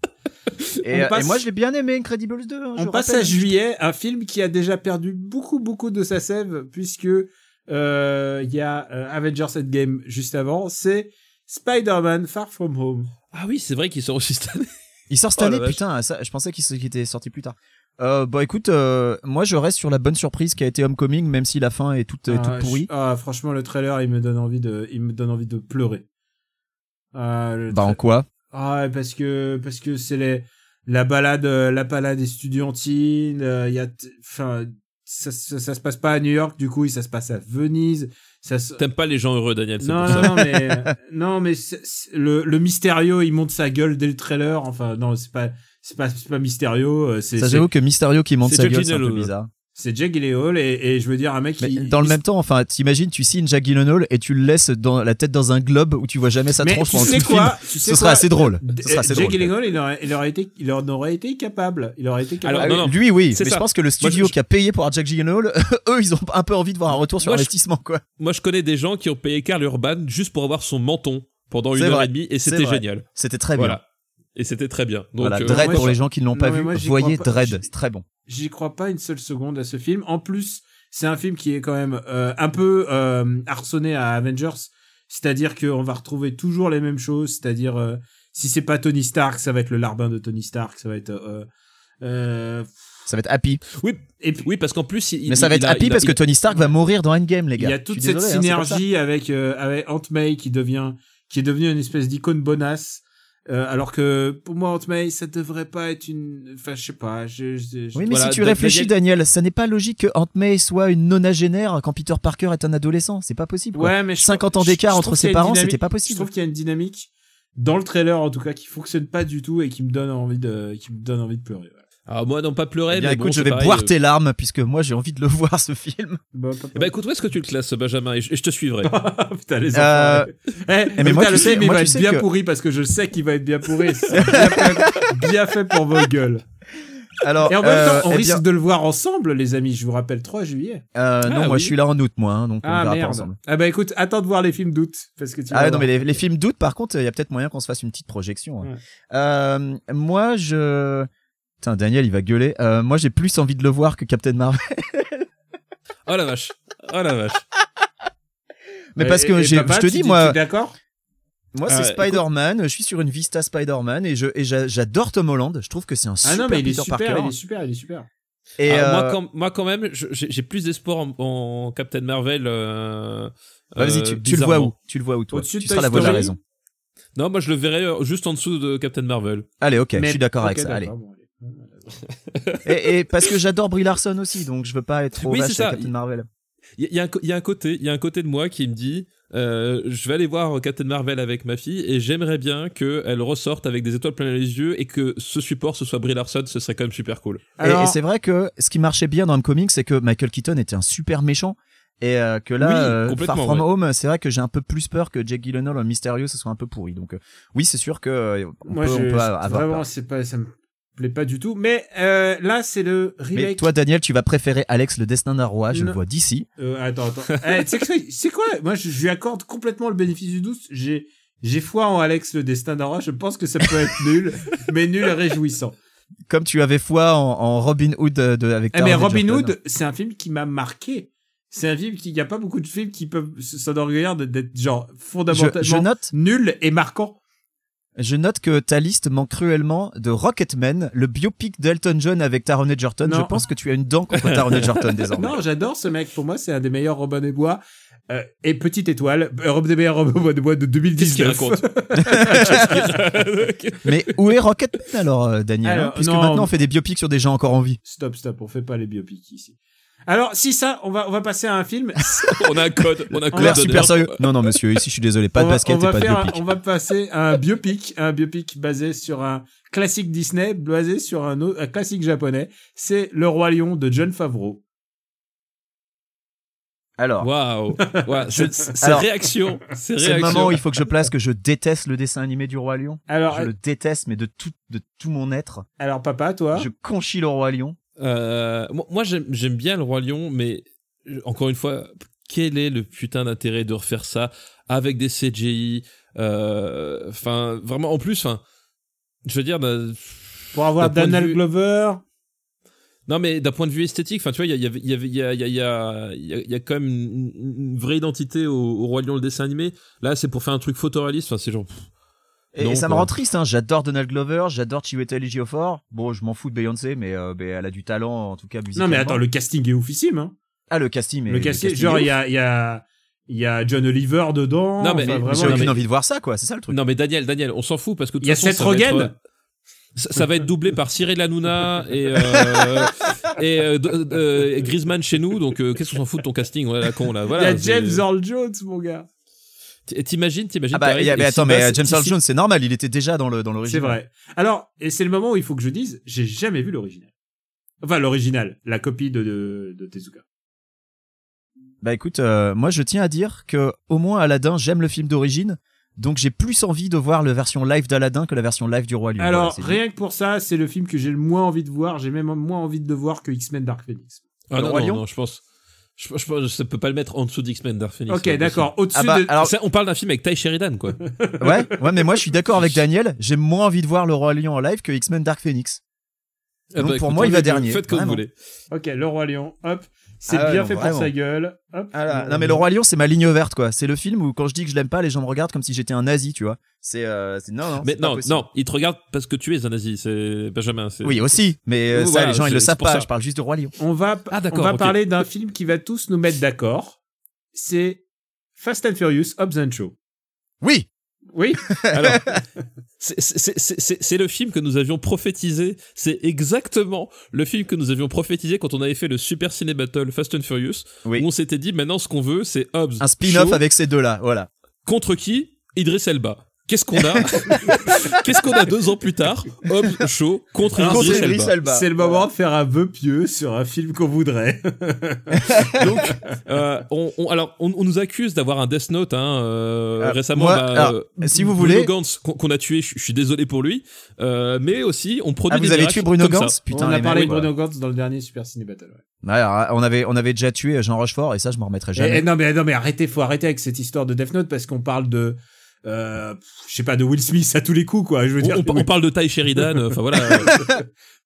Et, On passe- et moi, je l'ai bien aimé Incredibles 2. Hein, On je passe rappelle. à juillet, un film qui a déjà perdu beaucoup de sa sève, puisque il y a Avengers Endgame juste avant, c'est Spider-Man Far From Home. Ah oui, c'est vrai qu'il sort aussi cette année. Il sort cette Oh la année, vache. putain. Ça, je pensais qu'il était sorti plus tard. Bah écoute, moi je reste sur la bonne surprise qui a été Homecoming, même si la fin est toute pourrie. Franchement, le trailer, il me donne envie de pleurer. En quoi? Parce que c'est la balade estudiantine, il y a enfin ça se passe pas à New York, du coup, ça se passe à Venise. T'aimes pas les gens heureux, Daniel, c'est Non, pour ça. non, mais le Mysterio, il monte sa gueule dès le trailer. Enfin, non, c'est pas Mysterio. Ça, j'avoue que Mysterio qui monte c'est sa Jack gueule, c'est un peu Gyllenhaal. bizarre. C'est Jake Gyllenhaal et je veux dire un mec Mais qui dans le même temps, enfin, t'imagines, tu signes Jack Gyllenhaal et tu le laisses dans la tête dans un globe où tu vois jamais sa mais tronche tu pendant tout sais le film. quoi, Ce serait assez drôle. Ce serait assez Jake drôle. Gyllenhaal, il en aurait été capable. Il aurait été capable. Alors, Ah, non, non. lui, oui, C'est mais ça. je pense que le studio je- qui a payé pour avoir Jack Gyllenhaal, eux, ils ont un peu envie de voir un retour sur Moi, je- investissement, quoi. Moi, je connais des gens qui ont payé Karl Urban juste pour avoir son menton pendant C'est 1 heure vrai. et demie et C'est c'était vrai. génial. C'était très bien. Voilà. Et c'était très bien. Donc, Voilà, Dredd moi, pour je- les gens qui ne l'ont pas non, mais vu, moi, j'y voyez crois pas. Dredd, c'est très bon. J'y crois pas une seule seconde à ce film. En plus, c'est un film qui est quand même un peu arçonné à Avengers, c'est-à-dire qu'on va retrouver toujours les mêmes choses, c'est-à-dire si c'est pas Tony Stark, ça va être le larbin de Tony Stark, ça va être Ça va être happy. oui, parce qu'en plus, Mais ça va être happy parce que Tony Stark va mourir dans Endgame, les il gars. y a Je toute suis cette désolé, hein, c'est comme ça. synergie avec Aunt May qui est devenue une espèce d'icône bonasse. Alors que pour moi Aunt May ça devrait pas être enfin je sais pas Oui, mais Voilà, si tu réfléchis, Daniel, ça n'est pas logique que Aunt May soit une nonagénaire quand Peter Parker est un adolescent. C'est pas possible. Quoi. ouais mais 50 ans d'écart je entre trouve ses qu'il y a une parents, dynamique- c'était pas je possible. trouve qu'il y a une dynamique dans le trailer en tout cas qui fonctionne pas du tout et qui me donne envie de pleurer. Voilà. Alors, moi, non pas pleurer, Eh bien, mais écoute, bon, je c'est vais pareil, boire tes larmes puisque moi j'ai envie de le voir ce film. Bon, Eh ben, écoute, où est-ce que tu le classes, Benjamin, et je te suivrai. putain les enfants. mais moi, le tu sais- film il moi, va tu être sais bien que- pourri parce que je sais qu'il va être bien pourri. C'est bien fait pour vos gueules. Alors, Et en même temps, on eh risque bien, de le voir ensemble, les amis. Je vous rappelle 3 juillet. non, moi oui. je suis là en août, moi, hein, donc on Ah verra pas merde. ensemble. Ah bah écoute, attends de voir les films d'août parce que tu vas Ah ouais, non, voir. mais les films d'août, par contre, il y a peut-être moyen qu'on se fasse une petite projection. Hein. Moi, Putain, Daniel, il va gueuler. Moi, j'ai plus envie de le voir que Captain Marvel. Oh la vache. Mais parce que je te dis, tu moi, es d'accord? moi, c'est Spider-Man. Je suis sur une Vista Spider-Man et j'adore Tom Holland. Je trouve que c'est un super non, mais Peter Parker. il est super. Et moi quand même, j'ai plus d'espoir en Captain Marvel. vas-y, tu le vois où? Tu le vois où, toi? Au-dessus de Tu Toy seras la voix de la Story. raison. Non, moi je le verrais juste en dessous de Captain Marvel. Allez, ok, je Mais- suis d'accord avec ok, ça. Allez. d'accord, bon, allez. Et parce que j'adore Brie Larson aussi, donc je veux pas être trop Oui, vache c'est à ça. Captain Marvel. Il y a un côté de moi qui me dit, je vais aller voir Captain Marvel avec ma fille et j'aimerais bien qu'elle ressorte avec des étoiles plein les yeux et que ce support ce soit Brie Larson, ce serait quand même super cool. Et c'est vrai que ce qui marchait bien dans Homecoming, c'est que Michael Keaton était un super méchant. Et que là, Oui, Far complètement, From ouais. Home, c'est vrai que j'ai un peu plus peur que Jake Gyllenhaal en mystérieux, ce soit un peu pourri. Donc oui, c'est sûr que on peut avoir vraiment, peur. ça me plaît pas du tout. Mais là, c'est le Mais remake. toi, Daniel, tu vas préférer Alex le Destin d'un roi, je Non. le vois d'ici. Attends. C'est quoi? Moi, je lui accorde complètement le bénéfice du doute. J'ai foi en Alex le destin d'un roi. Je pense que ça peut être nul, mais nul et réjouissant. Comme tu avais foi en Robin Hood avec Mais Taron Robin Egerton. Hood, c'est un film qui m'a marqué. C'est un film il y a pas beaucoup de films qui peuvent s'enorgueillir d'être genre fondamentalement Je note que ta liste manque cruellement de Rocketman, le biopic d'Elton John avec Taron Egerton. Non. Je pense que tu as une dent contre Taron Egerton désormais. Non, j'adore ce mec. Pour moi, c'est un des meilleurs Robin des Bois. Et Petite Étoile, des meilleurs Robin des Bois de 2019. Qu'est-ce qu'il raconte? Mais où est Rocketman alors, Daniel Alors, puisque non. maintenant on fait des biopics sur des gens encore en vie. Stop, on fait pas les biopics ici. Alors, si ça, on va passer à un film. On a un code L'air super sérieux. Non, monsieur, ici je suis désolé, pas de basket et pas de biopic. On va passer à un biopic basé sur un classique Disney, basé sur un classique japonais. C'est Le Roi Lion de Jon Favreau. Alors, Waouh. Ces Alors, réactions. c'est le moment où il faut que je place que je déteste le dessin animé du Roi Lion. Alors, Je le déteste, mais de tout mon être. alors papa, toi. Je conchis le Roi Lion. Moi j'aime bien le Roi Lion, mais encore une fois, quel est le putain d'intérêt de refaire ça avec des CGI? Enfin, vraiment, en plus, je veux dire, Pour avoir d'un point de Donald vue- Glover. non mais d'un point de vue esthétique, enfin tu vois, il y a quand même une vraie identité au Roi Lion le dessin animé. Là, c'est pour faire un truc photoréaliste. Enfin, c'est genre. Et Non, ça me quoi. rend triste, hein. J'adore Donald Glover, j'adore Chiwetel Ejiofor. Bon, je m'en fous de Beyoncé, mais elle a du talent, en tout cas, musicalement. Non, mais attends, le casting est oufissime, hein. Ah, le casting, mais Le casting, genre, est il ouf. y a John Oliver dedans. Non, mais- enfin, mais vraiment, J'ai non, aucune mais- envie de voir ça, quoi. C'est ça le truc. Non mais Daniel, on s'en fout parce que de toute Il y a façon, Seth ça va être, Rogen. ça va être doublé par Cyril Hanouna et Griezmann chez nous, donc qu'est-ce qu'on s'en fout de ton casting, ouais, la con là. il y Voilà. a c'est- James Earl Jones, mon gars. T'imagines. Ah bah, t'arrives mais et attends, si mais Bas- James si- Earl si- Jones, c'est normal, il était déjà dans l'original. C'est vrai. Alors, et c'est le moment où il faut que je dise, j'ai jamais vu l'original. Enfin, l'original, la copie de Tezuka. Bah écoute, moi je tiens à dire que au moins Aladdin, j'aime le film d'origine, donc j'ai plus envie de voir la version live d'Aladdin que la version live du Roi Lion. Alors, Voilà, c'est rien que pour ça, c'est le film que j'ai le moins envie de voir. J'ai même moins envie de le voir que X-Men Dark Phoenix. Ah Le non, Roi non, Lion non, je pense que ça peut pas le mettre en dessous d'X-Men Dark Phoenix. Ok, c'est pas d'accord. Au-dessus Ah bah, de... alors- possible. Ça, on parle d'un film avec Ty Sheridan, quoi. ouais, mais moi je suis d'accord avec Daniel, j'ai moins envie de voir le Roi Lion en live que X-Men Dark Phoenix. Ah Donc, bah, pour écoute, moi, il va faites- dernier, Faites comme vous vraiment. voulez. Ok, le Roi Lion, hop. C'est Ah ouais, bien non, fait vraiment. pour sa gueule. Hop. Non mais le Roi Lion, c'est ma ligne verte, quoi. C'est le film où quand je dis que je l'aime pas, les gens me regardent comme si j'étais un nazi, tu vois. Non, Mais c'est pas non, possible. non, il te regarde parce que tu es un nazi, c'est Benjamin. Oui, aussi, mais Oui, ça, voilà, les gens, ils le c'est savent pour pas. ça. Je parle juste de Roi Lion. On va d'accord, ok. parler d'un film qui va tous nous mettre d'accord. C'est Fast and Furious, Hobbs and Shaw. Oui. Oui. Alors, c'est le film que nous avions prophétisé. C'est exactement le film que nous avions prophétisé quand on avait fait le Super Ciné Battle Fast and Furious. Oui. Où on s'était dit, maintenant, ce qu'on veut, c'est Hobbs. Un spin-off Shaw. avec ces deux-là, voilà. Contre qui? Idris Elba. Qu'est-ce qu'on a? Qu'est-ce qu'on a 2 ans plus tard? Hobbs Shaw contre Alors, Idris c'est Idris Elba. Elba. C'est le moment de faire un vœu pieux sur un film qu'on voudrait. Donc, on nous accuse d'avoir un Death Note récemment. moi, alors, si vous Bruno voulez- Gantz qu'on a tué, je suis désolé pour lui, mais aussi on produit Ah, vous des avez miracles tué Bruno comme ça. Gantz? Putain, on a les parlé mecs, de Bruno quoi. Gantz dans le dernier Super Ciné Battle. Ouais. Ouais, alors, on avait déjà tué Jean Rochefort et ça, je m'en remettrai jamais. Non mais arrêtez, faut arrêter avec cette histoire de Death Note parce qu'on parle de, je sais pas, de Will Smith à tous les coups quoi. Je veux dire. On parle de Ty Sheridan, enfin voilà.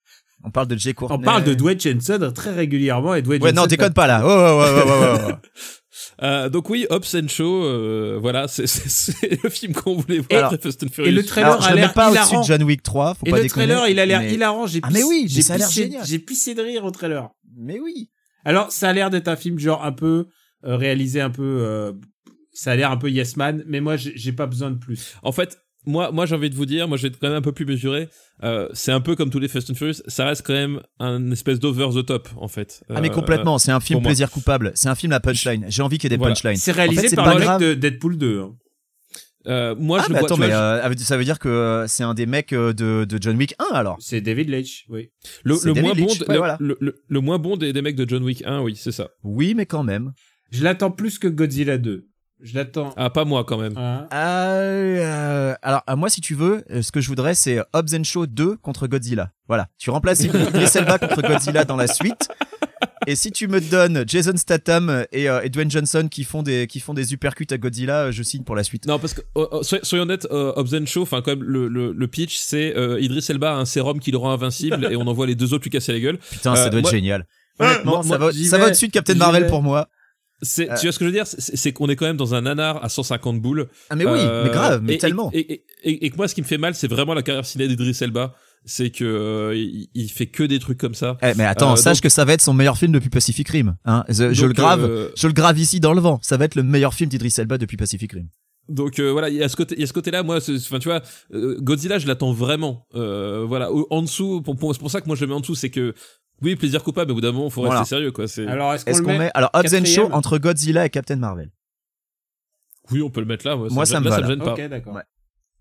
On parle de Jay Courtney. On parle de Dwayne Johnson très régulièrement et Dwayne Ouais, Johnson. non, déconne pas là. Ouais. Donc oui, Hobbs and Shaw, voilà, c'est le film qu'on voulait voir après Fast and Furious. Et le trailer Alors, je a le l'air mets pas au-dessus hilarant. de John Wick 3, faut Et pas le déconner. trailer, il a l'air mais- hilarant. Ah, mais oui, mais ça a l'air pissé- génial. J'ai pissé de rire au trailer. Mais oui. Alors, ça a l'air d'être un film genre un peu réalisé un peu. Ça a l'air un peu Yes Man, mais moi, j'ai pas besoin de plus. En fait, moi j'ai envie de vous dire, moi je vais être quand même un peu plus mesuré. C'est un peu comme tous les Fast and Furious, ça reste quand même un espèce d'over the top en fait. Ah mais complètement, c'est un film pour moi. plaisir coupable, c'est un film à punchline. J'ai envie qu'il y ait des Voilà. punchlines. C'est réalisé En fait, c'est par pas le mec grave. de Deadpool 2. hein. Moi Ah je mais le vois, attends, tu mais vois, ça veut dire que c'est un des mecs de John Wick 1 alors. C'est David Leitch, oui. le David moins bon, Leitch, ouais, voilà. le moins bon des mecs de John Wick 1, oui, c'est ça. Oui, mais quand même. Je l'attends plus que Godzilla 2. Je l'attends. Ah, pas moi quand même. Hein. Alors moi si tu veux, ce que je voudrais c'est Hobbs and Shaw 2 contre Godzilla. Voilà, tu remplaces Idris Elba contre Godzilla dans la suite. Et si tu me donnes Jason Statham et Dwayne Johnson qui font des uppercuts à Godzilla, je signe pour la suite. Non, parce que soyons honnêtes, Hobbs and Shaw, enfin quand même le pitch, c'est Idris Elba a un sérum qui le rend invincible et on envoie les deux autres lui casser la gueule. Putain, ça doit être moi- génial. Honnêtement, ça j'y va vais, au-dessus de Captain j'y Marvel vais. pour moi. Tu vois ce que je veux dire, c'est qu'on est quand même dans un nanar à 150 boules. Ah mais oui, mais grave, mais tellement. Et que moi, ce qui me fait mal, c'est vraiment la carrière ciné d'Idris Elba. C'est que il fait que des trucs comme ça. Mais attends, sache donc- que ça va être son meilleur film depuis Pacific Rim. Hein. Je le grave ici dans le vent. Ça va être le meilleur film d'Idris Elba depuis Pacific Rim. Donc voilà, il y a ce côté-là. Moi, enfin tu vois, Godzilla, je l'attends vraiment. Voilà, en dessous, c'est pour ça que moi je le mets en dessous, c'est que oui, plaisir coupable, mais au bout d'un moment, faut Voilà. rester sérieux, quoi. Alors, est-ce Est-ce qu'on qu'on le met met alors Hobbs and Shaw quatrième entre Godzilla et Captain Marvel? Oui, on peut le mettre là. Moi, ça me va, me là. gêne pas. Ok, d'accord. Ouais.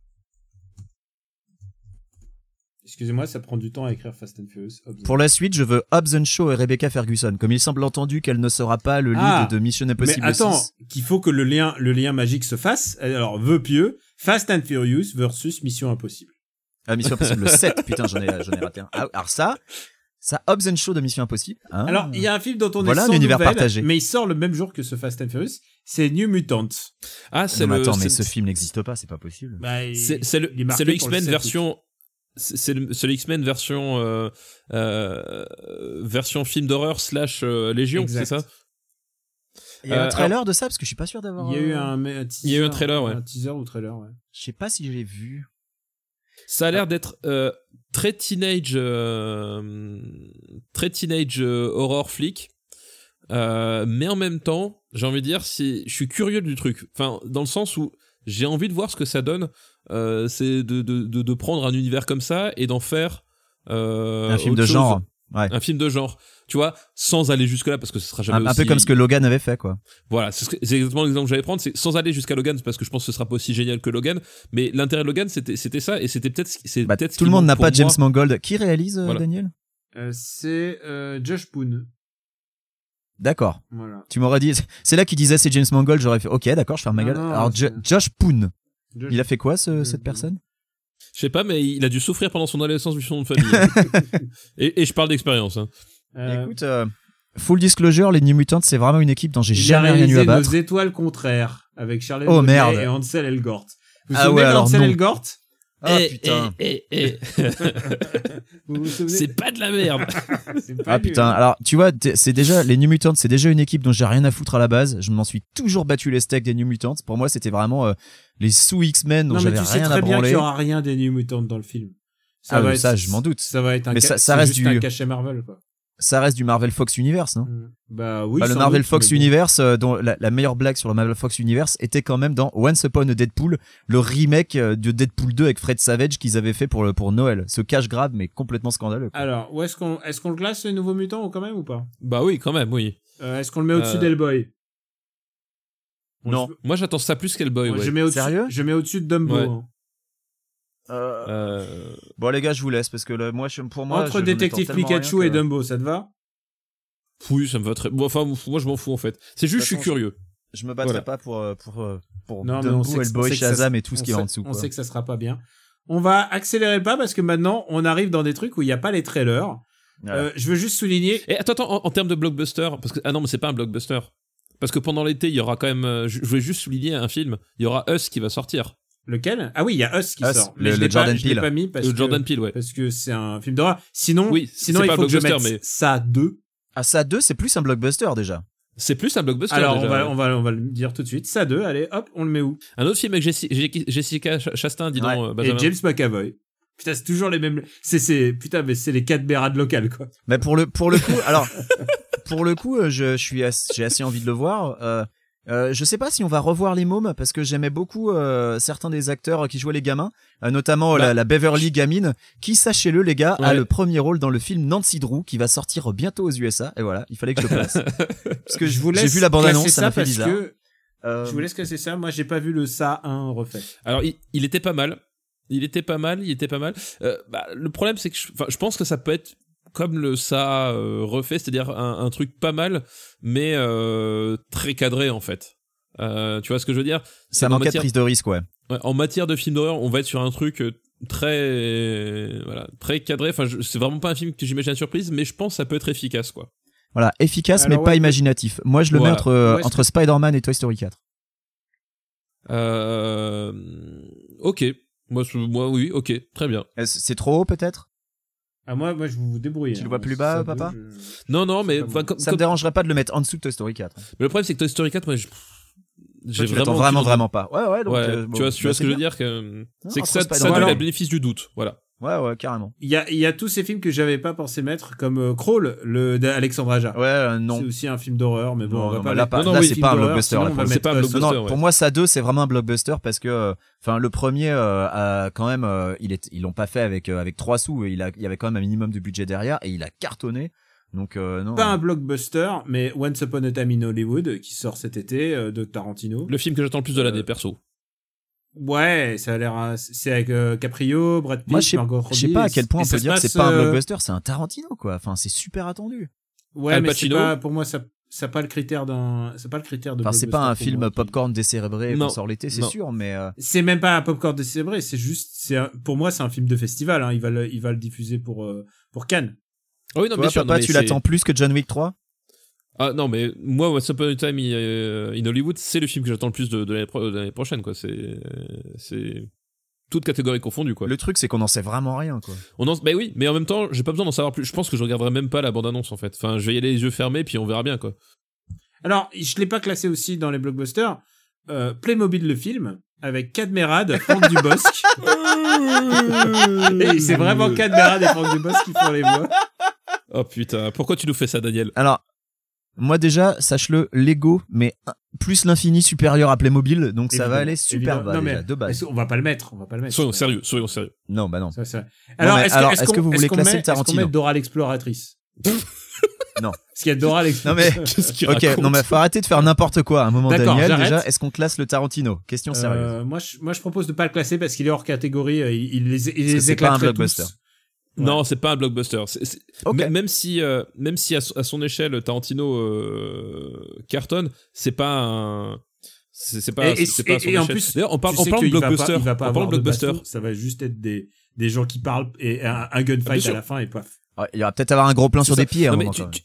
Excusez-moi, ça prend du temps à écrire Fast and Furious. Pour la suite, je veux Hobbs and Shaw et Rebecca Ferguson. Comme il semble entendu qu'elle ne sera pas le lead Ah, de Mission Mais Impossible attends, 6. qu'il faut que le lien magique se fasse. Alors, vœu pieux, Fast and Furious versus Mission Impossible. Ah, Mission Impossible 7. Putain, j'en ai raté un. Ah, alors ça Hobbs and Shaw de Mission Impossible. Hein. Alors, il y a un film dont on Voilà est un sans univers nouvelles, partagé. mais il sort le même jour que ce Fast and Furious. C'est New Mutants. Ah, c'est Non, mais le. attends, mais c'est- ce film n'existe pas, c'est pas possible. Bah, C'est il est le marqué pour X-Men 7 version. C'est le X-Men version version film d'horreur / Légion, Exact. c'est ça? Il y a un trailer de ça parce que je suis pas sûr d'avoir. Il y a eu un teaser. Il y a eu un trailer, ouais. Un teaser ou trailer, ouais. Je sais pas si je l'ai vu. Ça a l'air d'être très teenage horror flic. Mais en même temps, j'ai envie de dire, je suis curieux du truc. Enfin, dans le sens où j'ai envie de voir ce que ça donne. C'est de prendre un univers comme ça et d'en faire Un film autre de chose. genre. Ouais. Un film de genre, tu vois, sans aller jusque là parce que ce sera jamais Un peu aussi- comme ce que Logan avait fait, quoi. Voilà, c'est exactement l'exemple que j'allais prendre, c'est sans aller jusqu'à Logan parce que je pense que ce sera pas aussi génial que Logan, mais l'intérêt de Logan c'était ça et c'était peut-être ce Tout qui le monde manque n'a pour pas moi. James Mangold. Qui réalise, Voilà. Daniel? C'est Josh Poon. D'accord. Voilà. Tu m'aurais dit, c'est là qu'il disait c'est James Mangold, j'aurais fait, ok, d'accord, je ferme ma Non, gueule. non, Alors, c'est- Josh Poon, Josh- il a fait quoi, cette Poon. personne? Je sais pas, mais il a dû souffrir pendant son adolescence du son nom de famille. et je parle d'expérience. Hein. Écoute, full disclosure, les New Mutants, c'est vraiment une équipe dont j'ai il a jamais rien eu réalisé à battre. Nos étoiles contraires avec Charles Oh, Bonnet merde. et Ansel Elgort. Vous vous Ah souvenez ouais, alors d'Ansel non. Elgort Ah, putain. Vous vous souvenez C'est pas de la merde. C'est pas Ah nul. putain, alors tu vois, c'est déjà les New Mutants, c'est déjà une équipe dont j'ai rien à foutre à la base. Je m'en suis toujours battu les steaks des New Mutants. Pour moi, c'était vraiment les sous X-Men dont Non, mais j'avais tu sais rien à très bien qu'il branler. y aura rien des New Mutants dans le film. Ah, mais ça, je m'en doute. Ça va être un Mais ça c'est reste juste du- un cachet Marvel, quoi. Ça reste du Marvel Fox Universe, non? Bah oui. Bah, le sans Marvel doute, Fox mais bon. Universe, dont la meilleure blague sur le Marvel Fox Universe était quand même dans Once Upon a Deadpool, le remake de Deadpool 2 avec Fred Savage qu'ils avaient fait pour Noël. Ce cash grab, mais complètement scandaleux, quoi. Alors, où est-ce qu'on le classe, les nouveaux mutants, quand même, ou pas? Bah oui, quand même, oui. Est-ce qu'on le met au-dessus d'Hellboy? Non. Moi j'attends ça plus qu'Hellboy, Moi, ouais. je mets au-dessus, Sérieux je mets au-dessus de Dumbo. Ouais. hein. Bon les gars, je vous laisse parce que là, pour moi, Entre je Détective m'attends tellement Pikachu rien et que- Dumbo, ça te va? Oui, ça me va très. Bon, enfin, moi je m'en fous en fait. C'est juste, je suis De toute façon, curieux. Je me battrai Voilà. pas pour Non, mais Dumbo, on sait que Hellboy, ça- Shazam et tout ce on qui est en sait- dessous. On quoi. sait que ça sera pas bien. On va accélérer le pas parce que maintenant, on arrive dans des trucs où il n'y a pas les trailers. Voilà. Je veux juste souligner. Et attends, en termes de blockbuster, parce que ah non, mais c'est pas un blockbuster. Parce que pendant l'été, il y aura quand même. Je voulais juste souligner un film. Il y aura Us qui va sortir. Lequel? Ah oui, il y a Us qui Us, sort. le je l'ai Jordan je l'ai Peele. pas mis parce Le que, Jordan Peele, ouais. parce que c'est un film d'horreur. Sinon, Oui, sinon c'est il pas faut un que je blockbuster, mette mais ça 2. Ah, ça 2, c'est plus un blockbuster déjà. c'est plus un blockbuster Alors, déjà. on va le dire tout de suite. Ça 2, allez, hop, on le met où? Un autre film avec Jessica Chastain, dis donc, Ouais. Benjamin. Et James McAvoy. Putain, c'est toujours les mêmes. Putain, mais c'est les 4 bérades locales, quoi. Mais pour le coup, alors, pour le coup, j'ai assez envie de le voir. Je sais pas si on va revoir les mômes parce que j'aimais beaucoup certains des acteurs qui jouaient les gamins, notamment la Beverly gamine, qui, sachez-le les gars, a Ouais. le premier rôle dans le film Nancy Drew qui va sortir bientôt aux USA. Et voilà, il fallait que je le place parce que j'ai vu la bande-annonce, ça m'a fait bizarre. Je vous laisse classer ça. Moi, j'ai pas vu le Ça 1 refait. Alors, il était pas mal. Il était pas mal. Le problème, c'est que je pense que ça peut être comme le Ça refait, c'est-à-dire un truc pas mal, mais très cadré en fait. Tu vois ce que je veux dire? Ça manquait de prise de risque, ouais. Ouais, en matière de film d'horreur, on va être sur un truc très cadré. Enfin, c'est vraiment pas un film que j'imagine à surprise, mais je pense que ça peut être efficace, quoi. Voilà, efficace Alors, mais pas ouais, imaginatif. Moi, je le mets Voilà. entre Spider-Man et Toy Story 4. Ok. Moi, oui, ok, très bien. C'est trop haut peut-être? Ah, moi, je vous débrouille. Tu le vois plus bas, Ça papa? Non, mais pas enfin, Ça me dérangerait pas de le mettre en dessous de Toy Story 4. Mais le problème, c'est que Toy Story 4, moi, j'ai Tu l'attends vraiment pas. Ouais, donc, Ouais, bon, tu vois ce que je veux dire c'est que ça donne Alors- le bénéfice du doute, voilà. Ouais, carrément. Il y a tous ces films que j'avais pas pensé mettre, comme Crawl, d'Alexandre Aja. Ouais, non. C'est aussi un film d'horreur, mais bon, Non, on va non, pas mais là, mettre- pas- non, là, oui, c'est film pas un d'horreur, blockbuster. sinon Là, on va pour le c'est mettre pas un Us. blockbuster. Non, ouais. pour moi, ça 2, c'est vraiment un blockbuster parce que, enfin, le premier, quand même, ils l'ont pas fait avec 3 sous. Il y avait quand même un minimum de budget derrière et il a cartonné. Donc, non. Pas un blockbuster, mais Once Upon a Time in Hollywood, qui sort cet été, de Tarantino. Le film que j'attends le plus de l'année, perso. Ouais, ça a l'air, c'est avec Caprio, Brad Pitt, Moi, je Margot Robbie. sais pas à quel point et on ça peut se dire que passe, c'est pas un blockbuster, c'est un Tarantino, quoi. Enfin, c'est super attendu. Ouais, Al mais c'est Pacino. pas, pour moi, ça a pas le critère de Enfin, c'est blockbuster pas un pour film moi. popcorn décérébré Non. qu'on sort l'été, c'est Non. sûr, mais C'est même pas un popcorn décélébré, c'est juste, pour moi, c'est un film de festival, hein. Il va le diffuser pour Cannes. Ah oui, non, toi, bien sûr. papa, non, mais tu c'est- l'attends plus que John Wick 3? Ah non, mais moi, Once Upon a Time in Hollywood, c'est le film que j'attends le plus de l'année prochaine, quoi. C'est toute catégorie confondue, quoi. Le truc, c'est qu'on n'en sait vraiment rien, quoi. Bah oui, mais en même temps, j'ai pas besoin d'en savoir plus. Je pense que je regarderai même pas la bande-annonce, en fait. Enfin, je vais y aller les yeux fermés, puis on verra bien, quoi. Alors, je l'ai pas classé aussi dans les blockbusters. Playmobil le film, avec Cadmerade, Franck Dubosc. Et c'est vraiment Cadmerade et Franck Dubosc qui font les voix. Oh putain, pourquoi tu nous fais ça, Daniel? Alors, moi déjà, sache-le, Lego, mais plus l'infini supérieur à Playmobil, donc ça va Évidemment, aller super évidemment. bas Non, déjà, mais de base. on va pas le mettre. Soyons sérieux. Non, bah non. Ça, c'est vrai. Non, mais alors, est-ce est-ce que vous voulez classer Est-ce Tarantino qu'on met Dora l'exploratrice? Non. Parce qu'il y a Dora Non l'exploratrice. mais, Qu'est-ce qu'il ok, raconte? non mais faut arrêter de faire n'importe quoi à un moment, D'accord, Daniel. j'arrête. Déjà, est-ce qu'on classe le Tarantino? Question sérieuse. Moi, je propose de pas le classer parce qu'il est hors catégorie. Il les que les c'est pas un éclaterait blockbuster. tous. Non, c'est pas un blockbuster. Ok. Même si à son échelle, Tarantino cartonne, c'est pas un. C'est pas. Et c'est pas à son et en échelle. plus, D'ailleurs, on tu parle sais de qu'il blockbuster. il va pas On parle avoir de de blockbuster. bateau, ça va juste être des gens qui parlent et un bien gunfight à sûr. la fin et paf. Ouais, il y va peut-être avoir un gros plan sur C'est des ça. pieds à un Non, mais moment. quand même.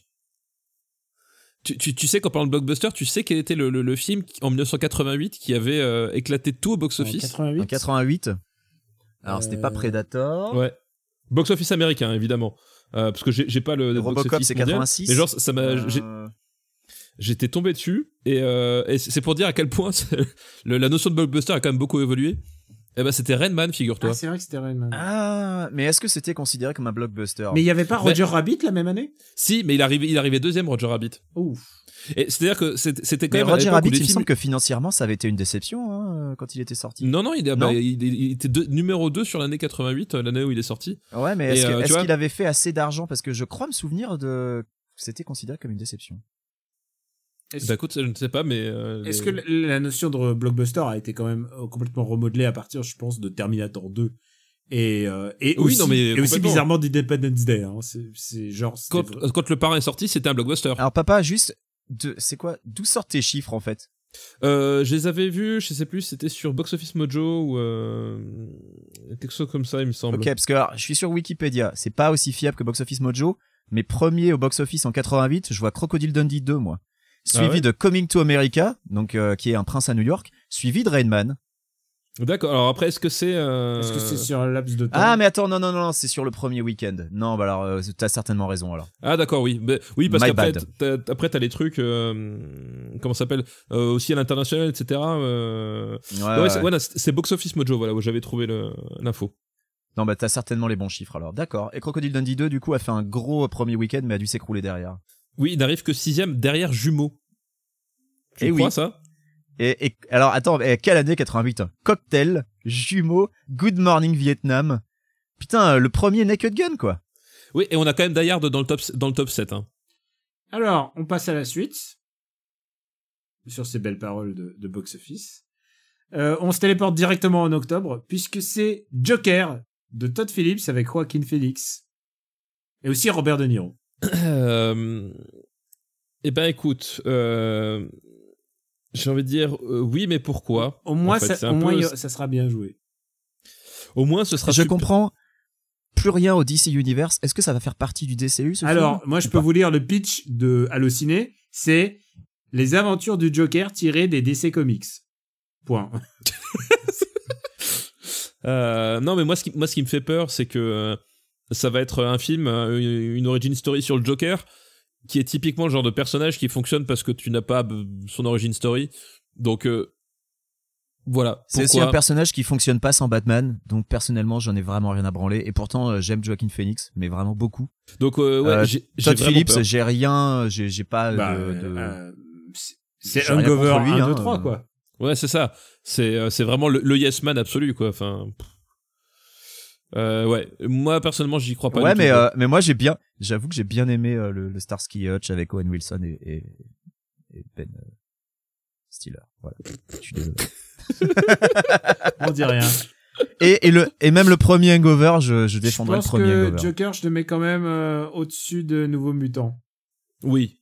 tu sais qu'en parlant de blockbuster, tu sais quel était le film en 1988 qui avait éclaté tout au box-office? 88. En 88. Alors, c'était pas Predator. Ouais. Box-office américain, évidemment. Parce que j'ai pas le Robocop, box-office c'est mondial. 86. Mais genre, ça m'a. Euh, J'étais tombé dessus et c'est pour dire à quel point la notion de blockbuster a quand même beaucoup évolué. Eh ben c'était Rain Man, figure-toi. Ah, c'est vrai que c'était Rain Man. Ah, mais est-ce que c'était considéré comme un blockbuster? Mais il y avait pas Roger Rabbit la même année? Si, mais il arrivait deuxième, Roger Rabbit. Ouf. Et c'est-à-dire que c'était quand Mais même Roger à l'époque où Rabbit, les il me films- semble que financièrement, ça avait été une déception hein, quand il était sorti. Non, il Non. était numéro 2 sur l'année 88, l'année où il est sorti. Ouais, mais Et, est-ce tu vois- qu'il avait fait assez d'argent? Parce que je crois me souvenir de que c'était considéré comme une déception. Est-ce Bah écoute, je ne sais pas, mais est-ce que la notion de blockbuster a été quand même complètement remodelée à partir, je pense, de Terminator 2 et Oui, aussi, non, mais et aussi complètement. bizarrement d'Independence Day. Hein. C'est genre. c'était vrai. quand le parrain est sorti, c'était un blockbuster. Alors papa, juste, c'est quoi? D'où sortent tes chiffres en fait? Je les avais vus, je sais plus, c'était sur Box Office Mojo ou quelque chose comme ça, il me semble. Ok, parce que alors, je suis sur Wikipédia, c'est pas aussi fiable que Box Office Mojo, mais premier au box office en 88, je vois Crocodile Dundee 2 moi. Suivi Ah ouais de Coming to America, donc qui est un prince à New York, suivi de Rain Man. D'accord. Alors après, est-ce que c'est Est-ce que c'est sur un laps de temps? Ah, mais attends, non, c'est sur le premier week-end. Non, bah alors, t'as certainement raison alors. Ah d'accord, oui. Oui, parce My qu'après, bad. t'as les trucs, comment ça s'appelle, aussi à l'international, etc. Ouais. Non, c'est Box Office Mojo, voilà, où j'avais trouvé l'info. Non, bah t'as certainement les bons chiffres alors. D'accord. Et Crocodile Dundee 2, du coup, a fait un gros premier week-end, mais a dû s'écrouler derrière. Oui, il n'arrive que 6ème derrière Jumeaux. Tu Eh crois oui. ça? Et alors, attends, quelle année 88 hein. Cocktail, Jumeaux, Good Morning Vietnam. Putain, le premier Naked Gun, quoi. Oui, et on a quand même Die Hard dans le top 7. Hein. Alors, on passe à la suite. Sur ces belles paroles de box-office. On se téléporte directement en octobre, puisque c'est Joker de Todd Phillips avec Joaquin Phoenix. Et aussi Robert De Niro. Eh ben, écoute, j'ai envie de dire oui, mais pourquoi? Au moins, en fait, ça sera bien joué. Au moins, ce sera Je comprends plus rien au DC Universe. Est-ce que ça va faire partie du DCU, ce Alors, film moi, je peux vous lire le pitch de Allociné. C'est les aventures du Joker tirées des DC Comics. Point. Non, mais moi, ce qui me fait peur, c'est que ça va être un film, une origin story sur le Joker, qui est typiquement le genre de personnage qui fonctionne parce que tu n'as pas son origin story. Donc, voilà. C'est aussi un personnage qui fonctionne pas sans Batman, donc personnellement j'en ai vraiment rien à branler, et pourtant j'aime Joaquin Phoenix, mais vraiment beaucoup. Donc j'ai Todd vraiment Phillips, peur. j'ai rien, j'ai pas C'est j'ai rien Hangover contre lui, 1, hein, 2, 3, quoi. Ouais, c'est ça. C'est vraiment le yes man absolu, quoi. Enfin. Ouais, moi personnellement j'y crois pas. Ouais, du tout, mais moi j'avoue que j'ai bien aimé le Starsky Hutch avec Owen Wilson et Ben Stiller. Voilà. Je suis désolé. On dit rien. Et même le premier Hangover, je défendrai le premier Je pense Hangover. que Joker, je le mets quand même au-dessus de Nouveaux Mutants. Oui,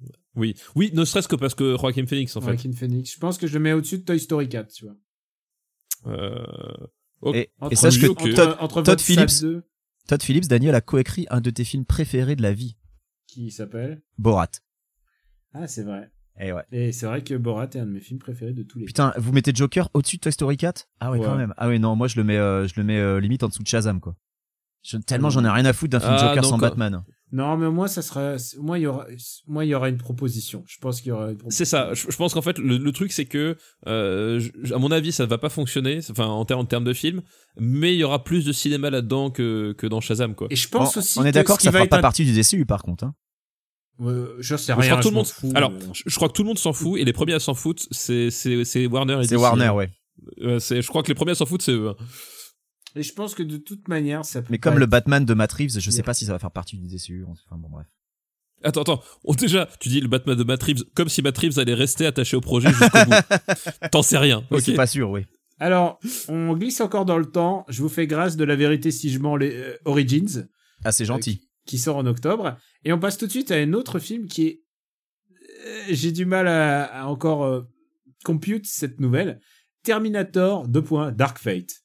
ne serait-ce que parce que Joaquin Phoenix, en fait. Joaquin Phoenix. Je pense que je le mets au-dessus de Toy Story 4, tu vois. Et Entre sache que ok. entre Todd Vote Phillips- Sad 2, Todd Phillips, Daniel a coécrit un de tes films préférés de la vie, qui s'appelle... Borat. Ah, c'est vrai. Et ouais. Et c'est vrai que Borat est un de mes films préférés de tous les temps. Putain, vous mettez Joker au-dessus de Toy Story 4 ? Ah ouais, Ouais. quand même. Ah ouais, non, moi je le mets limite en dessous de Shazam, quoi. Tellement j'en ai rien à foutre d'un film Joker sans donc, Batman. Non, mais moi, ça sera... Moi, il y aura une proposition. Je pense qu'il y aura une proposition. C'est ça. Je pense qu'en fait, le truc, c'est que, à mon avis, ça ne va pas fonctionner, enfin, en termes de film, mais il y aura plus de cinéma là-dedans que dans Shazam, quoi. Et je pense aussi On est d'accord que ce ça qui va fera être pas partie du DCU, par contre. Hein. je sais Je crois rien, que tout le monde. m'en fous, Alors, je crois que tout le monde s'en fout, et les premiers à s'en foutre, c'est Warner et C'est DC, Warner, hein. ouais. Je crois que les premiers à s'en foutre, c'est eux. Hein. Et je pense que de toute manière, ça peut Mais pas comme le être- Batman de Matt Reeves, je sais pas si ça va faire partie du DCU. Enfin bon, bref. Attends. Déjà, tu dis le Batman de Matt Reeves, comme si Matt Reeves allait rester attaché au projet jusqu'au bout. T'en sais rien. Oui, Ok. c'est pas sûr, oui. Alors, on glisse encore dans le temps. Je vous fais grâce de La Vérité si je mens les Origins, Ah, c'est gentil. qui sort en octobre. Et on passe tout de suite à un autre film qui est... j'ai du mal à encore compute cette nouvelle. Terminator, Dark Fate.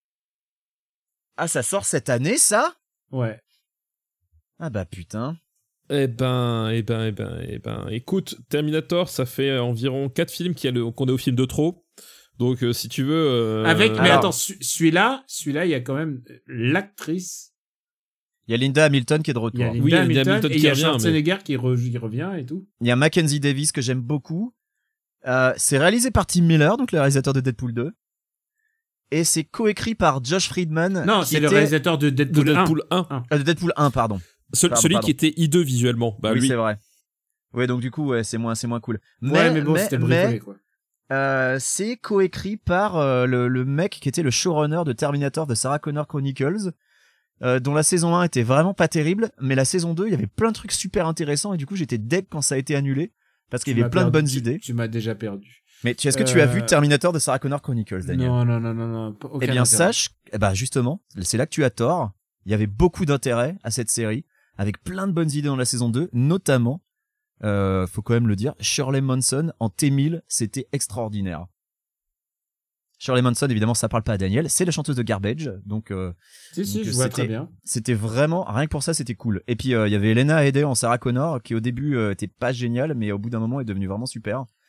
Ah, ça sort cette année, ça ? Ouais. Ah bah putain. Eh ben, écoute, Terminator, ça fait environ 4 films qu'on est au film de trop. Donc, si tu veux... Mais alors- attends, celui-là, il y a quand même l'actrice. Il y a Linda Hamilton qui est de retour. Il y a Oui, Linda il y a Hamilton, Hamilton et qui il y a revient, Schwarzenegger qui revient et tout. Il y a Mackenzie Davis que j'aime beaucoup. C'est réalisé par Tim Miller, donc le réalisateur de Deadpool 2. Et c'est coécrit par Josh Friedman. Non, qui c'est le était- réalisateur de de Deadpool 1. Deadpool 1. de Deadpool 1, pardon. Celui pardon. qui était hideux visuellement. Bah, oui, lui. c'est vrai. Ouais, donc du coup, ouais, c'est moins cool. Ouais, mais bon, c'était bricolé, quoi. C'est coécrit par le mec qui était le showrunner de Terminator de Sarah Connor Chronicles, dont la saison 1 était vraiment pas terrible, mais la saison 2, il y avait plein de trucs super intéressants et du coup, j'étais deg quand ça a été annulé parce qu'il y avait plein de bonnes idées. Tu m'as déjà perdu. Mais est-ce que tu as vu Terminator de Sarah Connor Chronicles, Daniel? Non. Eh bien, sache, justement, c'est là que tu as tort. Il y avait beaucoup d'intérêt à cette série, avec plein de bonnes idées dans la saison 2, notamment, faut quand même le dire, Shirley Manson en T-1000, c'était extraordinaire. Shirley Manson, évidemment, ça parle pas à Daniel, c'est la chanteuse de Garbage, donc Si, donc, je vois très bien. c'était vraiment, rien que pour ça, c'était cool. Et puis, il y avait Elena Headey en Sarah Connor, qui au début était pas géniale, mais au bout d'un moment est devenue vraiment super.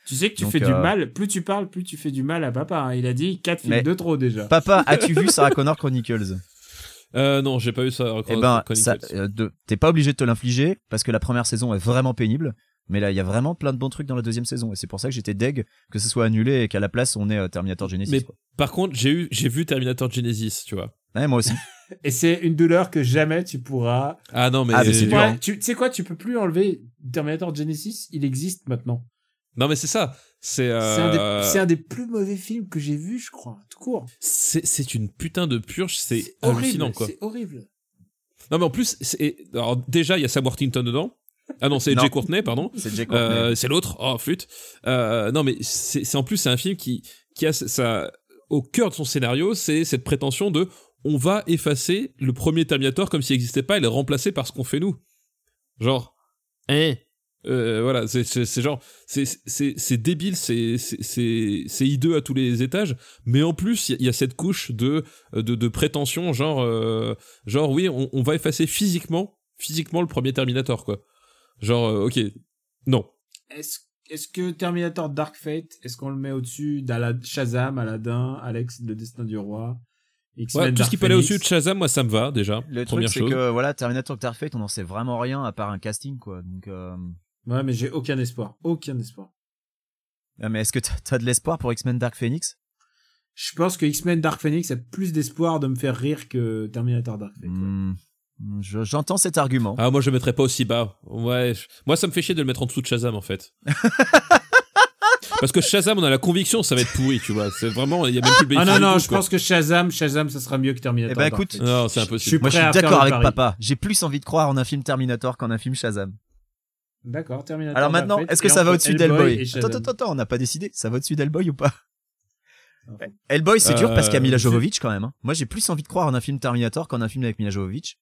Tu sais que tu Donc, fais du mal. Plus tu parles, plus tu fais du mal à papa. Hein. Il a dit 4 films Mais- de trop déjà. Papa, as-tu vu Sarah Connor Chronicles? Non, j'ai pas eu ça. Eh ben, t'es pas obligé de te l'infliger parce que la première saison est vraiment pénible. Mais là, il y a vraiment plein de bons trucs dans la deuxième saison et c'est pour ça que j'étais deg que ce soit annulé et qu'à la place on ait Terminator Genesis. Mais quoi. par contre, j'ai vu Terminator Genesis, tu vois. Ouais, moi aussi. Et c'est une douleur que jamais tu pourras. Ah non, mais, Ah, mais c'est dur, hein. Tu sais quoi, tu peux plus enlever Terminator Genesis. Il existe maintenant. Non, mais c'est ça. C'est un des plus mauvais films que j'ai vu, je crois, tout court. C'est une putain de purge, c'est horrible, hallucinant, quoi. C'est horrible. Non, mais en plus, alors déjà, il y a Sam Worthington dedans. Ah non, c'est Non. Jay Courtney, pardon. C'est Jay Courtney. C'est l'autre. Oh, flûte. Non, mais c'est en plus, c'est un film qui a ça, au cœur de son scénario, c'est cette prétention de, on va effacer le premier Terminator comme s'il n'existait pas et le remplacer par ce qu'on fait nous. Genre, voilà, c'est genre, c'est débile, c'est hideux à tous les étages, mais en plus, il y a cette couche de prétention, genre, oui, on va effacer physiquement le premier Terminator, quoi. Genre, ok, non. Est-ce que Terminator Dark Fate, est-ce qu'on le met au-dessus Shazam, Aladdin, Alex, Le Destin du Roi, X-Men Ouais, tout Dark ce qui peut aller Phoenix? au-dessus de Shazam, moi, ça me va, déjà. Le Première truc, c'est chose. que voilà, Terminator Dark Fate, on n'en sait vraiment rien à part un casting, quoi. Donc, Ouais, mais j'ai aucun espoir. Aucun espoir. ah, mais est-ce que t'as de l'espoir pour X-Men Dark Phoenix? Je pense que X-Men Dark Phoenix a plus d'espoir de me faire rire que Terminator Dark Fate. Ouais. J'entends cet argument. Ah, moi, je le mettrais pas aussi bas. Ouais. Moi, ça me fait chier de le mettre en dessous de Shazam, en fait. Parce que Shazam, on a la conviction que ça va être pourri, tu vois. C'est vraiment, il y a même plus le Ah bénéfice non, du non, doute, je quoi. pense que Shazam, ça sera mieux que Terminator Eh ben, Dark écoute, Fate. Non, c'est Je impossible. suis Moi, je prêt suis à faire d'accord le avec pari. papa. J'ai plus envie de croire en un film Terminator qu'en un film Shazam. D'accord, Terminator Alors Dark maintenant, Fate, est-ce que et ça va entre au-dessus Hellboy d'Hellboy? et Shazam. Attends, on n'a pas décidé. Ça va au-dessus d'Hellboy ou pas? Enfin. Hellboy, c'est dur parce qu'il y a Mila je- Jovovich quand même. Hein. Moi, j'ai plus envie de croire en un film Terminator qu'en un film avec Mila Jovovich.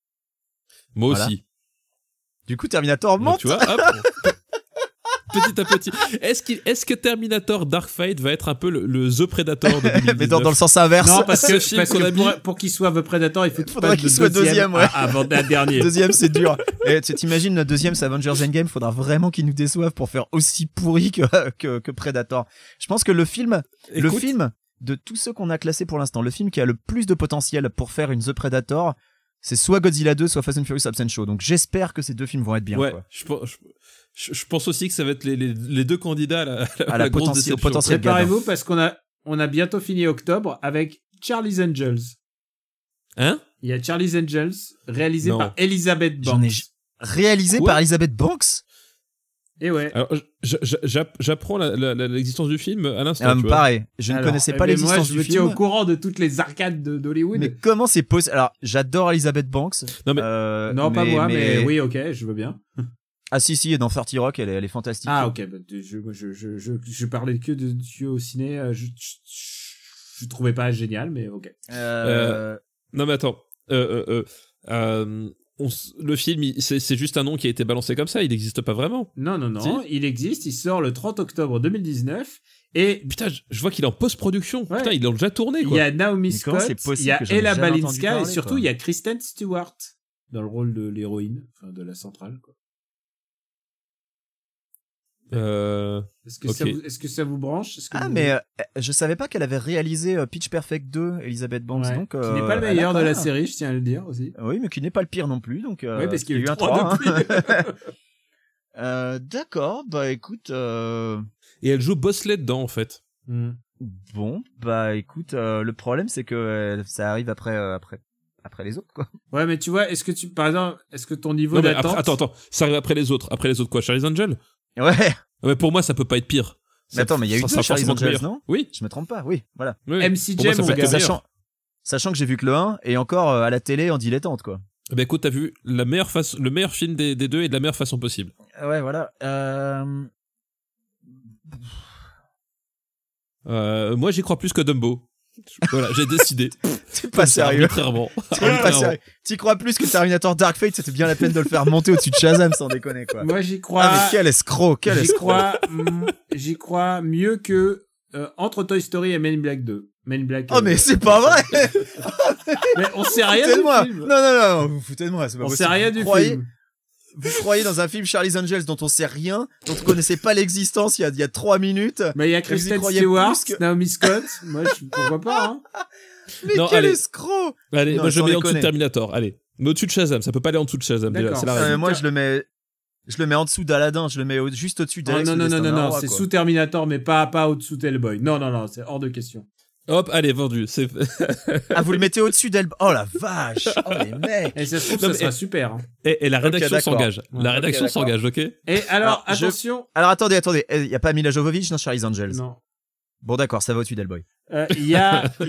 Moi Voilà. aussi. Du coup, Terminator Donc, monte. tu vois, hop. Petit à petit. Est-ce que Terminator Dark Fate va être un peu le The Predator de 2019? Mais dans le sens inverse. Non, parce Ce que, film qu'on a pour qu'il soit The Predator, il faut qu'il Faudrait passe qu'il de soit deuxième, ouais. avant d'un dernier. Deuxième, c'est dur. Et tu t'imagines, le deuxième, c'est Avengers Endgame. Faudra vraiment qu'ils nous déçoivent pour faire aussi pourri que Predator. Je pense que le film de tous ceux qu'on a classés pour l'instant, le film qui a le plus de potentiel pour faire une The Predator, c'est soit Godzilla 2, soit Fast and Furious Absent Show. Donc j'espère que ces deux films vont être bien. Ouais, Quoi. je pense aussi que ça va être les deux candidats à À la la grosse au déception. potentiel. Préparez-vous parce qu'on a bientôt fini octobre avec Charlie's Angels. Hein? Il y a Charlie's Angels réalisé Non. par Elizabeth J'en ai Banks. réalisé Quoi par Elizabeth Banks. Et ouais. Alors, j'apprends l'existence du film à l'instant. tu vois. Pareil, je ne Alors, connaissais eh pas ben, l'existence moi, du je me tiens film. au courant de toutes les arcades d'Hollywood. Mais comment c'est possible? Alors, j'adore Elizabeth Banks. Non, mais- Non, pas moi, mais oui, ok, je veux bien. Ah si, dans 30 Rock, elle est fantastique. Ah, ok, bah, je parlais que de Dieu au ciné, je trouvais pas génial, mais ok. Non, mais attends. Le film, c'est juste un nom qui a été balancé comme ça, il n'existe pas vraiment. Non, Si. il existe, il sort le 30 octobre 2019, et Putain, je vois qu'il est en post-production. Ouais. Putain, il est déjà tourné, il quoi. y a Naomi Mais comment Scott, c'est possible il y a que j'en ai Ella jamais entendu Balinska, et parler, surtout quoi. il y a Kristen Stewart dans le rôle de l'héroïne, enfin de la centrale, quoi. Est-ce que, Ok. est-ce que ça vous branche? Est-ce que Ah vous- mais je savais pas qu'elle avait réalisé Pitch Perfect 2, Elizabeth Banks. Ouais, Donc qui n'est pas le elle a meilleur de pas- la série, je tiens à le dire aussi. Oui, mais qui n'est pas le pire non plus. Donc Oui, parce qu'il y a eu un 3 3. depuis. D'accord, bah écoute, Et elle joue Bosley dedans, en fait. Hmm. bon, bah écoute, le problème c'est que ça arrive après les autres quoi. Ouais, mais tu vois, par exemple, est-ce que ton niveau Non, mais d'attente... attends, ça arrive après les autres. Après les autres, quoi? Charlie's Angel? Ouais. Ouais, pour moi, ça peut pas être pire. Mais attends, mais il y a eu Ça deux sera Charlie's forcément Angels, meilleur. non? Oui. Je me trompe pas, oui, voilà. Oui. MCJ, Pour moi, ça mon peut être gars. meilleur. Sachant que j'ai vu que le 1 et encore à la télé en dilettante quoi. Eh ben, écoute, t'as vu le meilleur film des deux et de la meilleure façon possible. Ouais, voilà. Moi, j'y crois plus que Dumbo. Voilà, j'ai décidé. T'es pas sérieux. Arbitrairement. T'es pas sérieux. T'y crois plus que Terminator Dark Fate, c'était bien la peine de le faire monter au-dessus de Shazam sans déconner quoi. Moi, j'y crois... Ah mais quel escroc, quel J'y escroc. j'y crois mieux que entre Toy Story et Men in Black 2. Men in Black. Oh mais c'est pas vrai. Mais on sait rien Foutez de du moi. film. Non, vous vous foutez de moi, c'est pas On possible. sait rien Vous du croyez- film. Vous croyez dans un film Charlie's Angels dont on sait rien, dont on connaissait pas l'existence il y a 3 minutes. Mais il y a Kristen Stewart, Naomi Scott. Moi, pourquoi pas, hein. Mais Non, quel allez. escroc! Allez, Non, moi je sans le mets en dessous de déconner. Terminator. Allez. Mais au-dessus de Shazam, ça peut pas aller en dessous de Shazam déjà, D'accord. c'est la règle. Moi, je le mets en dessous d'Aladin, je le mets juste au-dessus Oh, d'Alex. non, le non, non, Destin non, d'un non, roi, c'est quoi. sous Terminator, mais pas au-dessous d'Hellboy. Non, non, non, c'est hors de question. Hop, allez, vendu. C'est Ah, vous le mettez au-dessus d'Hellboy. Oh la vache! Oh les mecs! Et ça se trouve, Non, ça mais- sera super. Hein. et la rédaction d'accord. s'engage. Ouais, La ok, rédaction d'accord. s'engage, OK? Et alors, Alors, attention. Alors attendez, il y a pas Mila Jovovich dans Charlie's Angels. Non. Bon d'accord, ça va au-dessus d'Hellboy. Il y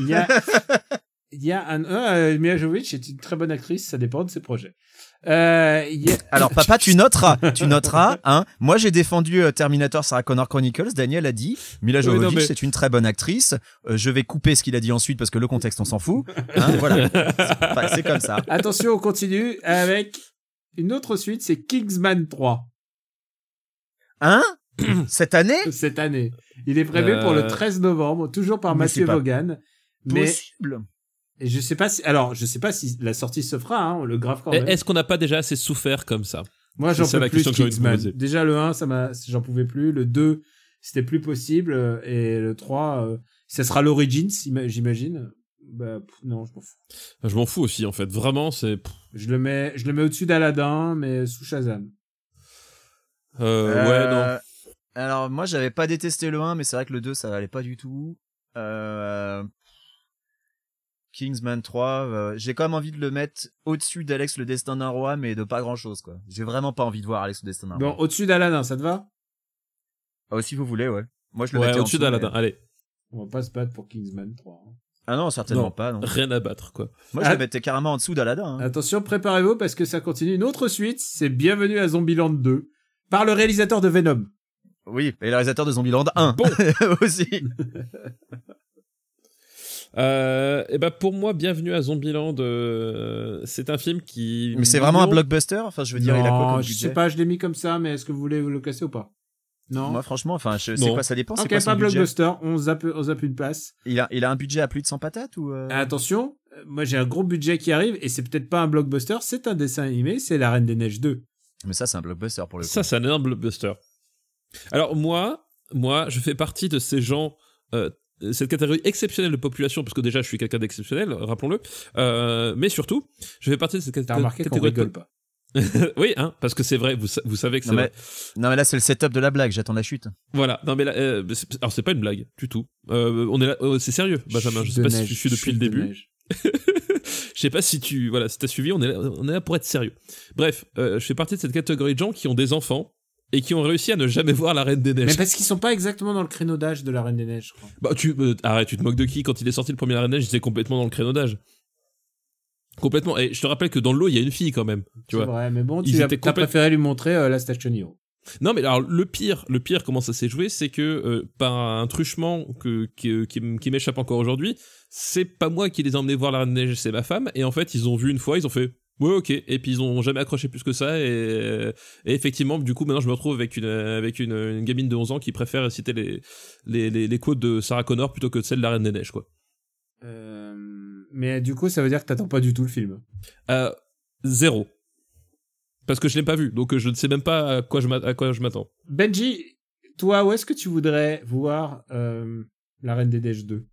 a Mila Jovovich est une très bonne actrice, ça dépend de ses projets. Il y a... Alors papa, tu noteras, hein. Moi j'ai défendu Terminator Sarah Connor Chronicles. Daniel a dit Mila Oui, Jovovich non, mais- c'est une très bonne actrice. Je vais couper ce qu'il a dit ensuite parce que le contexte on s'en fout. Hein, voilà, c'est comme ça. Attention, on continue avec une autre suite, c'est Kingsman 3, Hein? Cette année? cette année. Il est prévu pour le 13 novembre, toujours par Mais Matthew c'est pas Vaughan. Mais Possible. et je sais pas si la sortie se fera, hein, le grave quand même. Est-ce qu'on n'a pas déjà assez souffert comme ça? Moi, j'en c'est ça peux la plus question que j'ai envie de Kingsman. poser. Déjà, le 1, j'en pouvais plus. Le 2, c'était plus possible. Et le 3, ça sera l'Origins, j'imagine. Bah, non, je m'en fous. Je m'en fous aussi, en fait. Vraiment, c'est... Je le mets au-dessus d'Aladin, mais sous Shazam. Ouais, non. Alors moi j'avais pas détesté le 1 mais c'est vrai que le 2 ça allait pas du tout. Kingsman 3, j'ai quand même envie de le mettre au-dessus d'Alex le Destin d'un roi mais de pas grand-chose quoi. J'ai vraiment pas envie de voir Alex le Destin d'un Bon, roi. au-dessus d'Aladin, ça te va? Ah, si vous voulez, ouais. Moi je le Ouais, mettais au-dessus en dessous, d'Aladin. mais- Allez. On va pas se battre pour Kingsman 3. hein. Ah non, certainement Non. pas non. Rien à battre, quoi. Moi je Ah. le mettais carrément en dessous d'Aladin. Hein. Attention, préparez-vous parce que ça continue. Une autre suite, c'est Bienvenue à Zombieland 2 par le réalisateur de Venom. Oui, et le réalisateur de Zombieland 1 Bon. aussi. Et ben pour moi, Bienvenue à Zombieland, c'est un film qui... Mais c'est vraiment un blockbuster, enfin je veux dire il a quoi Non, comme je budget? sais pas, je l'ai mis comme ça, mais est-ce que vous voulez le casser ou pas? Non. Moi franchement, enfin je Non. sais quoi ça dépend, c'est Ok, quoi pas son budget? blockbuster, on zappe une place. Il a un budget à plus de 100 patates ou Attention, moi j'ai un gros budget qui arrive et c'est peut-être pas un blockbuster, c'est un dessin animé, c'est La Reine des Neiges 2. Mais ça c'est un blockbuster pour le coup. Ça, c'est un énorme blockbuster. Alors moi, je fais partie de ces gens... cette catégorie exceptionnelle de population, parce que déjà je suis quelqu'un d'exceptionnel, rappelons-le, mais surtout, je fais partie de cette T'as remarqué qu'on catégorie... rigole pas. Oui, hein, parce que c'est vrai, vous savez que c'est Non vrai. mais, non mais là c'est le setup de la blague, j'attends la chute. Voilà, non mais là, alors c'est pas une blague du tout. On est là, c'est sérieux, Benjamin. Je sais pas si tu suis depuis le début. Je sais pas si t'as suivi. On est là pour être sérieux. Bref, je fais partie de cette catégorie de gens qui ont des enfants et qui ont réussi à ne jamais voir La Reine des Neiges. Mais parce qu'ils sont pas exactement dans le créneau d'âge de La Reine des Neiges, je crois. Bah arrête, tu te moques de qui? Quand il est sorti le premier La Reine des Neiges, il était complètement dans le créneau d'âge. Complètement. Et je te rappelle que dans l'eau, il y a une fille quand même. Tu C'est vois. vrai, mais bon, Ils t'as étaient préféré lui montrer la Station Hero. Non, mais alors le pire, comment ça s'est joué, c'est que par un truchement qui m'échappe encore aujourd'hui, c'est pas moi qui les ai emmenés voir La Reine des Neiges, c'est ma femme. Et en fait, ils ont vu une fois, ils ont fait ouais, ok, et puis ils ont jamais accroché plus que ça. Et effectivement, du coup, maintenant, je me retrouve avec une gamine de 11 ans qui préfère citer les quotes de Sarah Connor plutôt que celles de La Reine des Neiges, quoi. Mais du coup, ça veut dire que t'attends pas du tout le film. Zéro. Parce que je l'ai pas vu, donc je ne sais même pas à quoi je m'attends. Benji, toi, où est-ce que tu voudrais voir La Reine des Neiges 2?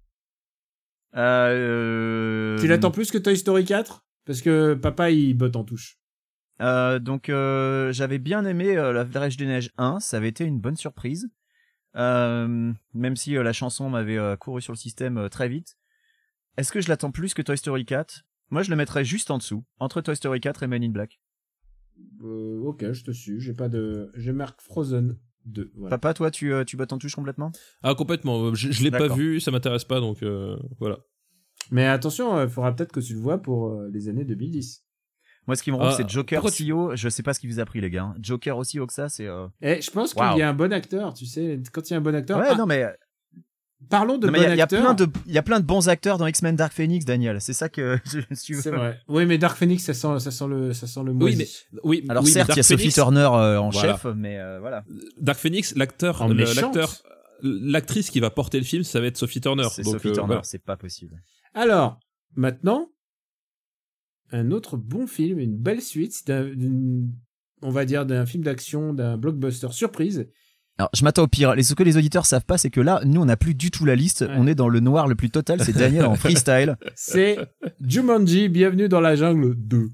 Tu l'attends plus que Toy Story 4? Parce que papa, il botte en touche. Donc j'avais bien aimé La Reine des Neiges 1, ça avait été une bonne surprise. Même si la chanson m'avait couru sur le système très vite. Est-ce que je l'attends plus que Toy Story 4? Moi je le mettrais juste en dessous, entre Toy Story 4 et Men in Black. Ok, je te suis, je marque Frozen 2. Voilà. Papa, toi tu bottes en touche complètement? Ah, complètement. Je l'ai pas D'accord. vu, ça m'intéresse pas, donc voilà. Mais attention, il faudra peut-être que tu le vois pour les années 2010. Moi ce qui me rend c'est Joker pourquoi si haut, je sais pas ce qui vous a pris les gars. Hein. Joker aussi haut que ça, c'est Et je pense Wow. qu'il y a un bon acteur, tu sais, quand il y a un bon acteur. Ouais, non mais Parlons de non, bon mais il y a acteur. il y a plein de bons acteurs dans X-Men Dark Phoenix, Daniel. C'est ça que si tu veux. C'est vrai. Oui, mais Dark Phoenix, ça sent le moisi. Oui, mais oui. Alors oui, mais certes, il y a Dark Sophie Phoenix- Turner en Voilà. chef, mais voilà. Dark Phoenix, En méchante. l'actrice qui va porter le film, ça va être Sophie Turner. C'est donc, Sophie Turner, voilà. c'est pas possible. Alors, maintenant, un autre bon film, une belle suite, c'est on va dire, d'un film d'action, d'un blockbuster surprise. Alors, je m'attends au pire. Ce que les auditeurs savent pas, c'est que là, nous, on n'a plus du tout la liste. Ouais. On est dans le noir le plus total. C'est Daniel en freestyle. C'est Jumanji, Bienvenue dans la jungle 2.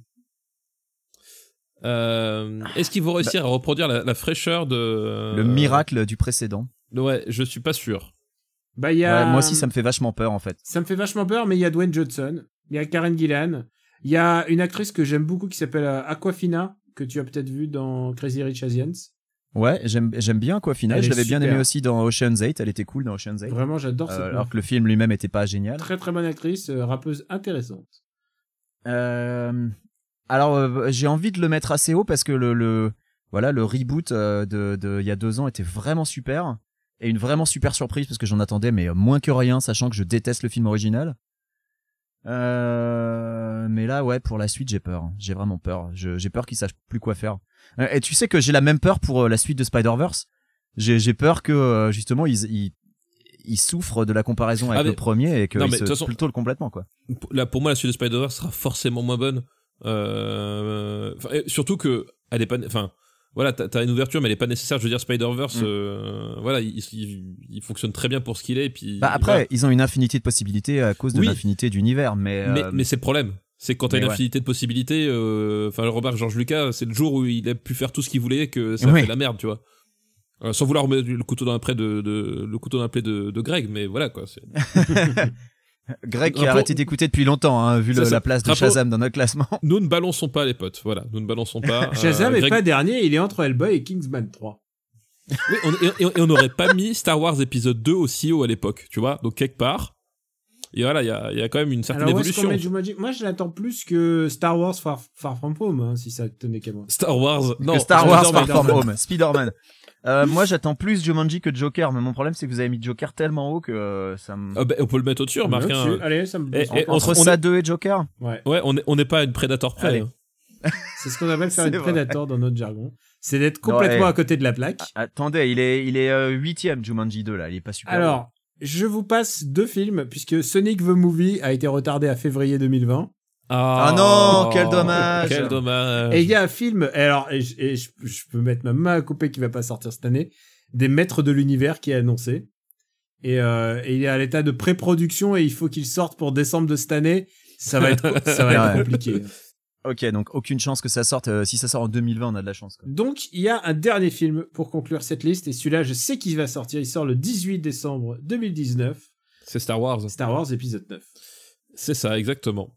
Est-ce qu'ils vont réussir à reproduire la fraîcheur de... Le miracle du précédent. Ouais, je suis pas sûr. Bah, il y a... Ouais, moi aussi, ça me fait vachement peur, en fait. Ça me fait vachement peur, mais il y a Dwayne Johnson, il y a Karen Gillan, il y a une actrice que j'aime beaucoup qui s'appelle Awkwafina, que tu as peut-être vu dans Crazy Rich Asians. Ouais, j'aime bien Aquafina. Elle Je est l'avais bien super. aimé aussi dans Ocean's 8. Elle était cool dans Ocean's 8. Vraiment, j'adore cette Alors meuf. que le film lui-même était pas génial. Très très bonne actrice, rappeuse intéressante. Alors, j'ai envie de le mettre assez haut parce que le reboot de il y a 2 ans était vraiment super et une vraiment super surprise parce que j'en attendais mais moins que rien, sachant que je déteste le film original. Mais là, ouais, pour la suite, j'ai peur. J'ai vraiment peur. J'ai peur qu'ils sachent plus quoi faire. Et tu sais que j'ai la même peur pour la suite de Spider-Verse. J'ai peur que justement ils souffrent de la comparaison avec le premier et qu'ils se plutôt le complètement quoi. Là, pour moi, la suite de Spider-Verse sera forcément moins bonne. Surtout que elle est pas, enfin, voilà, t'as une ouverture, mais elle est pas nécessaire. Je veux dire, Spider-Verse, voilà, il fonctionne très bien pour ce qu'il est. Et puis, après, voilà. ils ont une infinité de possibilités à cause de l'infinité d'univers, mais c'est le problème. C'est que quand t'as une infinité de possibilités, enfin, remarque George Lucas, c'est le jour où il a pu faire tout ce qu'il voulait que ça fait la merde, tu vois. Sans vouloir remettre le couteau dans la plaie de Greg, mais voilà, quoi. Greg qui a arrêté d'écouter depuis longtemps, hein, vu la place de Shazam dans notre classement. Nous ne balançons pas les potes, voilà, nous ne balançons pas. Shazam est pas dernier, il est entre Hellboy et Kingsman 3. Oui, et on n'aurait pas mis Star Wars épisode 2 aussi haut à l'époque, tu vois, donc quelque part. Et voilà, il y a quand même une certaine évolution. Moi, je l'attends plus que Star Wars Far From Home, hein, si ça tenait qu'à moi. Star Wars, non. Que Star Wars Far From Home, Spider-Man. Moi, j'attends plus Jumanji que Joker, mais mon problème, c'est que vous avez mis Joker tellement haut que ça me... on peut le mettre au-dessus, remarque. Allez, ça me... Entre ça 2 et Joker? Ouais, on n'est pas à une Predator près. C'est ce qu'on appelle faire une Predator dans notre jargon. C'est d'être complètement à côté de la plaque. Attendez, il est 8ème Jumanji 2, là. Il est pas super. Alors, je vous passe 2 films, puisque Sonic the Movie a été retardé à février 2020. Ah non, quel dommage. Quel dommage. Et il y a un film, alors, je peux mettre ma main à couper qui va pas sortir cette année, des Maîtres de l'Univers qui est annoncé. Et il est à l'état de pré-production et il faut qu'il sorte pour décembre de cette année. Ça va être compliqué. Ok, donc aucune chance que ça sorte. Si ça sort en 2020, on a de la chance, quoi. Donc, il y a un dernier film pour conclure cette liste, et celui-là, je sais qu'il va sortir. Il sort le 18 décembre 2019. C'est Star Wars. Star Wars épisode 9. C'est ça, exactement.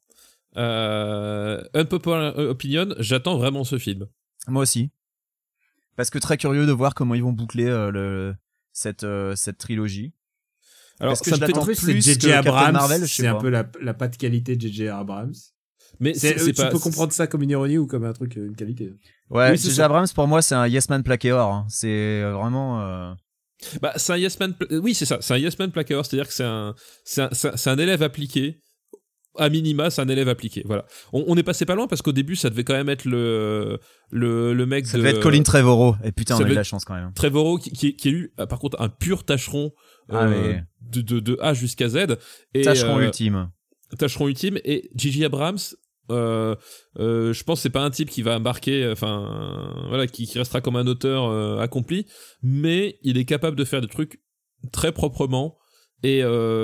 Unpopular Opinion, j'attends vraiment ce film. Moi aussi. Parce que très curieux de voir comment ils vont boucler cette trilogie. Alors, est-ce que j'attends plus c'est que J.J. Abrams, Marvel, c'est un peu la patte qualité de J.J. Abrams. Mais tu peux comprendre ça comme une ironie ou comme un truc, une qualité. Ouais, oui, J.J. Abrams, pour moi, c'est un Yes Man plaqué or. Hein. C'est vraiment... Bah, c'est un Yes Man... Oui, c'est ça. C'est un Yes Man plaqué or. C'est-à-dire que c'est un élève appliqué. À minima, c'est un élève appliqué. Voilà. On est passé pas loin parce qu'au début, ça devait quand même être le mec ça devait être Colin Trevorrow. Et putain, on a eu de la chance quand même. Trevorrow qui est lui, par contre, un pur tâcheron de A jusqu'à Z. Et, tâcheron ultime. Tâcheron ultime. Et J.J. Abrams, je pense que c'est pas un type qui va marquer, enfin, voilà, qui restera comme un auteur accompli, mais il est capable de faire des trucs très proprement. Et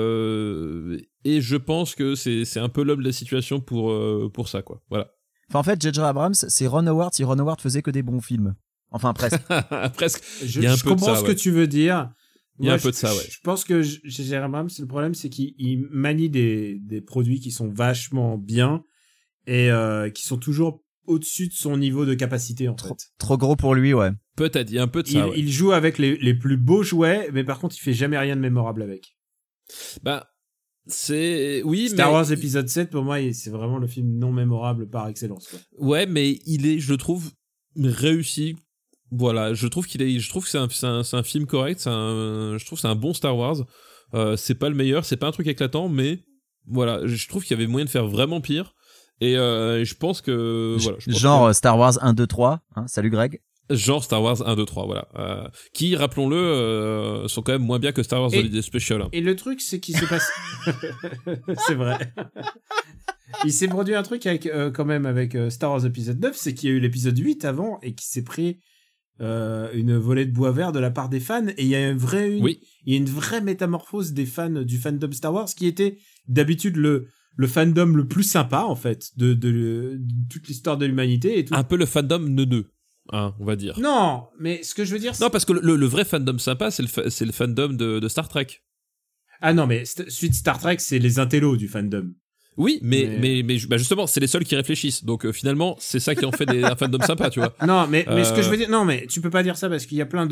je pense que c'est un peu l'homme de la situation pour ça, quoi. Voilà. Enfin, en fait, J.J. Abrams, c'est Ron Howard si Ron Howard faisait que des bons films. Enfin, presque. Presque. Je comprends ce que tu veux dire. Il y a un peu de ça, ouais. Je pense que J.J. Abrams, le problème, c'est qu'il manie des produits qui sont vachement bien et qui sont toujours au-dessus de son niveau de capacité, en fait. Trop gros pour lui, ouais. Peut-être, il y a un peu de ça, ouais. Il joue avec les plus beaux jouets, mais par contre, il fait jamais rien de mémorable avec. Bah, c'est... Oui, Star Wars épisode 7, pour moi, c'est vraiment le film non mémorable par excellence, quoi. Ouais, mais il est, je trouve, réussi. Voilà, je trouve que c'est un film correct, je trouve que c'est un bon Star Wars. C'est pas le meilleur, c'est pas un truc éclatant, mais voilà, je trouve qu'il y avait moyen de faire vraiment pire. Et je pense que... Voilà, Star Wars 1, 2, 3. Hein, salut Greg. Genre Star Wars 1, 2, 3, voilà. Qui, rappelons-le, sont quand même moins bien que Star Wars Holiday Special. Hein. Et le truc, c'est qu'il se passe... c'est vrai. il s'est produit un truc avec, quand même avec Star Wars épisode 9, c'est qu'il y a eu l'épisode 8 avant et qui s'est pris une volée de bois vert de la part des fans, et il y a il y a une vraie métamorphose des fans du fandom Star Wars qui était d'habitude le fandom le plus sympa en fait de toute l'histoire de l'humanité et tout. Un peu le fandom neuneux, hein, on va dire. Non, mais ce que je veux dire, c'est... Non, parce que le vrai fandom sympa, c'est le fandom de Star Trek. Ah non, mais suite Star Trek, c'est les intellos du fandom. Oui, mais bah justement, c'est les seuls qui réfléchissent. Donc finalement, c'est ça qui en fait un fandom sympa, tu vois. Non, mais ce que je veux dire, non, mais tu peux pas dire ça parce qu'il y a plein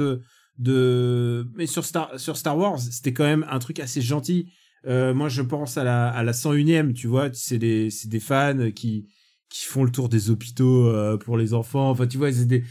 mais sur Star Wars, c'était quand même un truc assez gentil. Moi, je pense à la 101e, tu vois, c'est des fans qui font le tour des hôpitaux pour les enfants. Enfin, tu vois,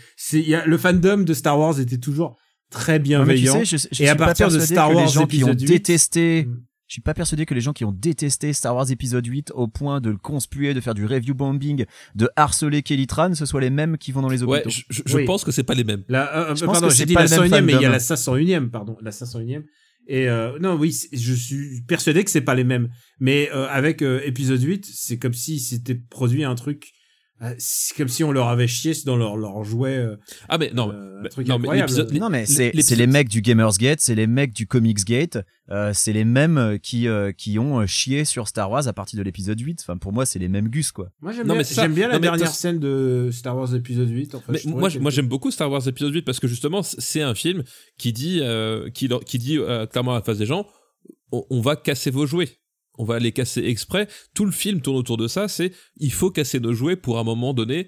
le fandom de Star Wars était toujours très bienveillant. Tu sais, je et à suis pas partir de persuadé Star que Wars les gens qui ont épisode 8, détesté, je suis pas persuadé que les gens qui ont détesté Star Wars épisode 8 au point de le conspuer, de faire du review bombing, de harceler Kelly Tran, ce soit les mêmes qui vont dans les hôpitaux. Ouais, je pense que c'est pas les mêmes. Pardon, j'ai dit la 101e, mais il y a la 501e, pardon, la 501e. Et non, oui, je suis persuadé que c'est pas les mêmes. Mais avec épisode 8, c'est comme si c'était produit un truc... c'est comme si on leur avait chié dans leur jouet. Ah mais non, un truc incroyable. Non mais c'est les mecs du Gamersgate, c'est les mecs du Comicsgate, c'est les mêmes qui ont chié sur Star Wars à partir de l'épisode 8. Enfin pour moi c'est les mêmes gus quoi. Moi j'aime bien la dernière scène de Star Wars épisode 8. En fait, mais moi j'aime beaucoup Star Wars épisode 8 parce que justement c'est un film qui dit clairement à la face des gens, on va casser vos jouets. On va les casser exprès. Tout le film tourne autour de ça. C'est il faut casser nos jouets pour à un moment donné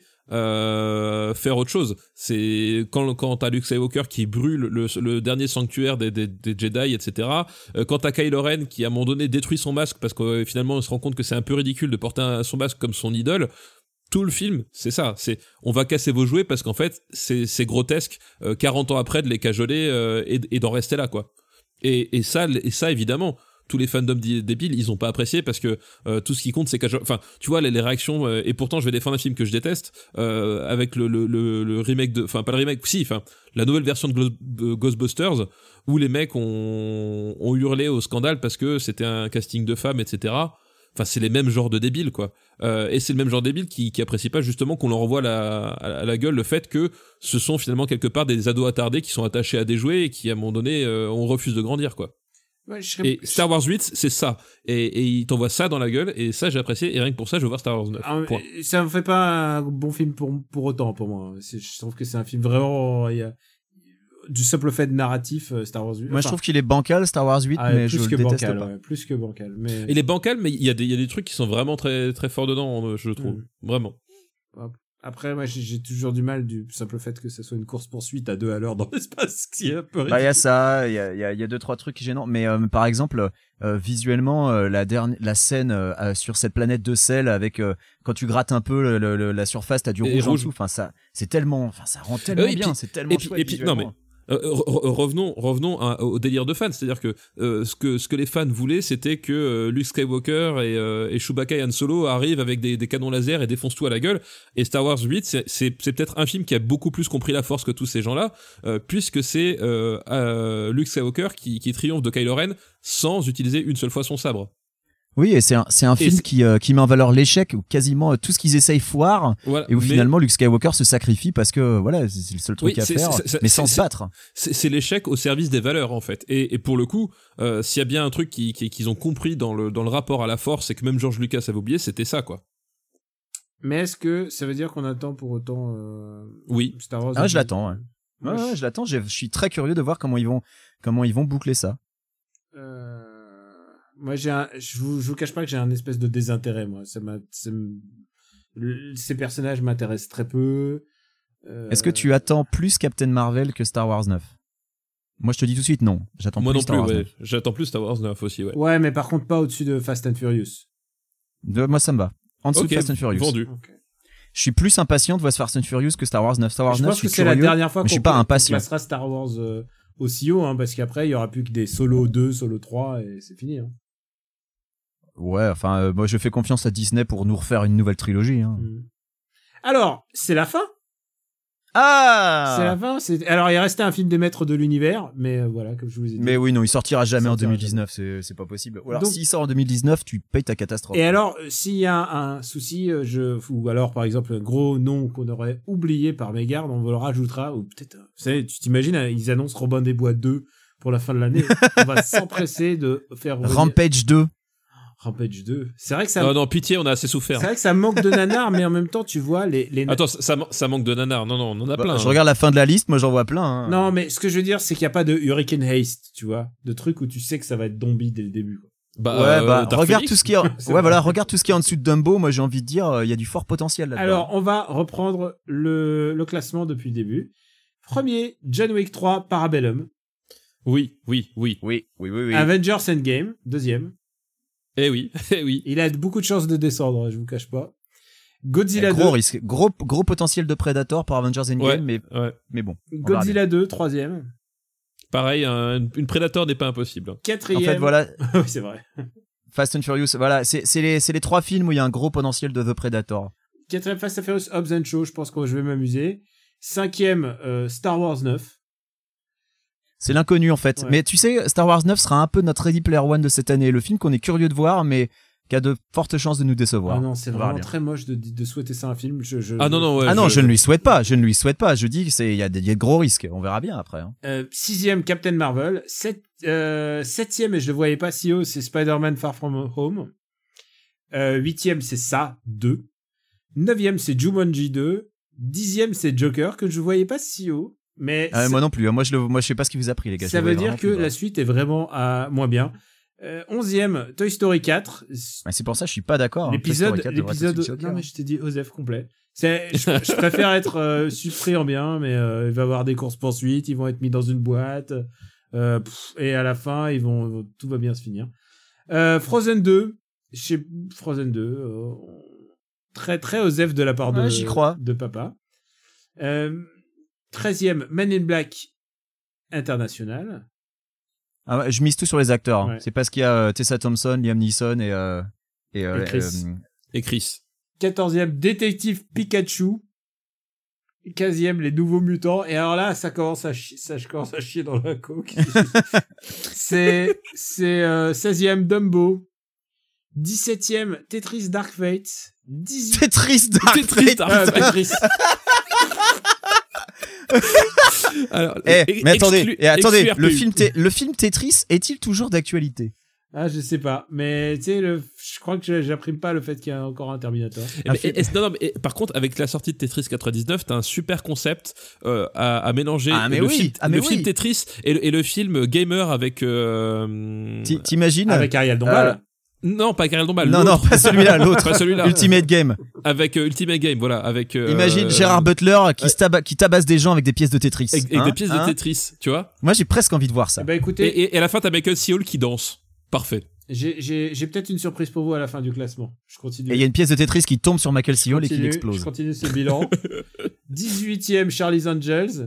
faire autre chose. C'est quand t'as Luke Skywalker qui brûle le dernier sanctuaire des Jedi, etc. Quand t'as Kylo Ren qui à un moment donné détruit son masque parce que finalement on se rend compte que c'est un peu ridicule de porter son masque comme son idole. Tout le film, c'est ça. C'est on va casser vos jouets parce qu'en fait c'est grotesque 40 ans après de les cajoler et d'en rester là quoi. Et ça évidemment. Tous les fandoms débiles, ils ont pas apprécié parce que tout ce qui compte c'est enfin tu vois les réactions et pourtant je vais défendre un film que je déteste avec le remake enfin pas le remake la nouvelle version de Ghostbusters où les mecs ont hurlé au scandale parce que c'était un casting de femmes etc. Enfin c'est les mêmes genres de débiles quoi et c'est le même genre de débiles qui apprécient pas justement qu'on leur envoie à la gueule le fait que ce sont finalement quelque part des ados attardés qui sont attachés à des jouets et qui à un moment donné on refuse de grandir quoi. Ouais, et Star Wars 8 c'est ça et il t'envoie ça dans la gueule et ça j'ai apprécié et rien que pour ça je veux voir Star Wars 9 ça me fait pas un bon film pour autant pour moi. Je trouve que c'est un film vraiment du simple fait de narratif Star Wars 8 moi je trouve qu'il est bancal Star Wars 8 mais je le déteste pas plus que bancal mais il est bancal mais il y a des trucs qui sont vraiment très très forts dedans je trouve vraiment. Après, moi, j'ai toujours du mal du simple fait que ça soit une course-poursuite à 2 à l'heure dans l'espace, qui est un peu ridicule. Bah, il y a ça, il y a 2-3 trucs gênants. Mais, par exemple, visuellement, la scène, sur cette planète de sel avec, quand tu grattes un peu la surface, t'as du rouge en dessous. Enfin, ça, c'est tellement, enfin, ça rend tellement bien, c'est tellement chouette. Et puis, non, mais, revenons au délire de fans, c'est-à-dire que ce que les fans voulaient, c'était que Luke Skywalker et Chewbacca et Han Solo arrivent avec des canons laser et défoncent tout à la gueule. Et Star Wars 8, c'est peut-être un film qui a beaucoup plus compris la force que tous ces gens-là, puisque c'est Luke Skywalker qui triomphe de Kylo Ren sans utiliser une seule fois son sabre. Oui, et c'est un film qui met en valeur l'échec, où quasiment tout ce qu'ils essayent foire, voilà, et où finalement Luke Skywalker se sacrifie parce que voilà, c'est le seul truc à faire, mais sans se battre. C'est l'échec au service des valeurs en fait. Et pour le coup, s'il y a bien un truc qu'ils ont compris dans le rapport à la force, et que même George Lucas avait oublié, c'était ça quoi. Mais est-ce que ça veut dire qu'on attend pour autant oui. Star Wars? Ah, je l'attends. Ouais, je l'attends. Je suis très curieux de voir comment ils vont boucler ça. Moi, je vous cache pas que j'ai un espèce de désintérêt, moi. Ces personnages m'intéressent très peu. Est-ce que tu attends plus Captain Marvel que Star Wars 9? Moi, je te dis tout de suite non. J'attends moi plus non Star Wars plus, 9. Ouais. J'attends plus Star Wars 9 aussi, ouais. Ouais, mais par contre, pas au-dessus de Fast and Furious. Moi, ça me va. En dessous de Fast and Furious. Vendu. Okay. Je suis plus impatient de voir Fast and Furious que Star Wars 9. Star Wars 9, je pense que c'est la dernière fois qu'on classera Star Wars aussi haut, hein, parce qu'après, il y aura plus que des Solo 2, Solo 3, et c'est fini, hein. Ouais, enfin, moi je fais confiance à Disney pour nous refaire une nouvelle trilogie. Hein. Alors, c'est la fin. Ah. C'est la fin. Alors, il restait un film des maîtres de l'univers, mais voilà, comme je vous ai dit. Mais oui, non, il sortira jamais en sortira 2019, c'est pas possible. Ou alors, Donc- s'il sort en 2019, tu payes ta catastrophe. Et alors, s'il y a un souci, ou alors, par exemple, un gros nom qu'on aurait oublié par mégarde, on le rajoutera, ou peut-être, vous savez, tu t'imagines, ils annoncent Robin des Bois 2 pour la fin de l'année. On va s'empresser de faire revenir- Rampage 2. Rampage 2. C'est vrai que ça, Non, pitié, on a assez souffert. c'est vrai que ça manque de nanar, mais en même temps, tu vois, les Attends, ça manque de nanar. Non, on en a plein. Je hein. regarde la fin de la liste, moi j'en vois plein. Hein. Non, mais ce que je veux dire, c'est qu'il n'y a pas de Hurricane Haste, tu vois, de trucs où tu sais que ça va être zombie dès le début. Quoi. Dark regarde Phoenix. tout ce qui est, C'est ouais, vrai. voilà, regarde tout ce qui est en dessous de Dumbo. Moi, j'ai envie de dire, il y a du fort potentiel là-dedans. Alors, on va reprendre le classement depuis le début. Premier, John Wick 3, Parabellum. Oui. oui. Avengers Endgame, deuxième. Eh oui. Il a beaucoup de chances de descendre, je vous cache pas. Godzilla Gros 2. risque, gros potentiel de Predator par Avengers Endgame, Ouais. mais bon. on verra Godzilla 2, troisième. Pareil, une Predator n'est pas impossible. bien. En Quatrième. fait, voilà, oui, c'est vrai. Fast and Furious, voilà, c'est les trois films où il y a un gros potentiel de The Predator. Quatrième, Fast and Furious, Hobbs and Shaw, je pense que je vais m'amuser. Cinquième, Star Wars 9. C'est l'inconnu en fait. Ouais. Mais tu sais, Star Wars 9 sera un peu notre Ready Player One de cette année, le film qu'on est curieux de voir, mais qui a de fortes chances de nous décevoir. Ah non, c'est On verra vraiment bien. très moche de souhaiter ça à un film. Ah non, ouais. Ah non, je ne lui souhaite pas. Je dis qu'il y a de gros risques. On verra bien après. Hein. Sixième, Captain Marvel. Septième, et je le voyais pas si haut, c'est Spider-Man Far From Home. Huitième, c'est ça, 2. Neuvième, c'est Jumanji 2. Dixième, c'est Joker, que je voyais pas si haut. Mais Moi non plus. Moi je sais pas ce qui vous a pris les gars. ça veut dire que la suite est vraiment moins bien. 11e, Toy Story 4. C'est pour ça que je suis pas d'accord. L'épisode, Toy Story 4 devrait être l'épisode. Joker. Non mais je t'ai dit Osef complet. Je préfère être surpris en bien, mais il va y avoir des courses poursuites, ils vont être mis dans une boîte, et à la fin tout va bien se finir. Frozen 2, Frozen 2, très très Osef de la part de j'y crois. de papa. 13e, Men in Black International. Ah ouais, je mise tout sur les acteurs. Ouais. C'est parce qu'il y a Tessa Thompson, Liam Neeson et Chris. Et Chris. 14e, Détective Pikachu. 15e, Les Nouveaux Mutants. Et alors là, ça commence à chier dans la coque. c'est 16e, Dumbo. 17e, Tetris Dark Fate. 18e, Tetris Dark Tetris Fate. Dark Tetris. Alors, Mais attendez, exclu le RPU. film Tetris est-il toujours d'actualité? Ah, je sais pas. Mais, tu sais, je crois que j'imprime pas le fait qu'il y a encore un Terminator. Non, mais par contre, avec la sortie de Tetris 99, t'as un super concept à mélanger le film Tetris et le film Gamer avec... T'imagines? Avec Ariel Dombal. Non, pas Karel Dombal. Non, pas celui-là, l'autre. Pas celui-là. Ultimate Game. Avec Ultimate Game, voilà. Avec, Imagine Gérard Butler qui tabasse des gens avec des pièces de Tetris. avec des pièces de Tetris, tu vois. Moi, j'ai presque envie de voir ça. Eh ben, écoutez, Et à la fin, t'as Michael C. Hall qui danse. Parfait. j'ai peut-être une surprise pour vous à la fin du classement. Je continue. Et il y a une pièce de Tetris qui tombe sur Michael C. Hall et qui Je l'explose. continue ce bilan. 18e, Charlie's Angels.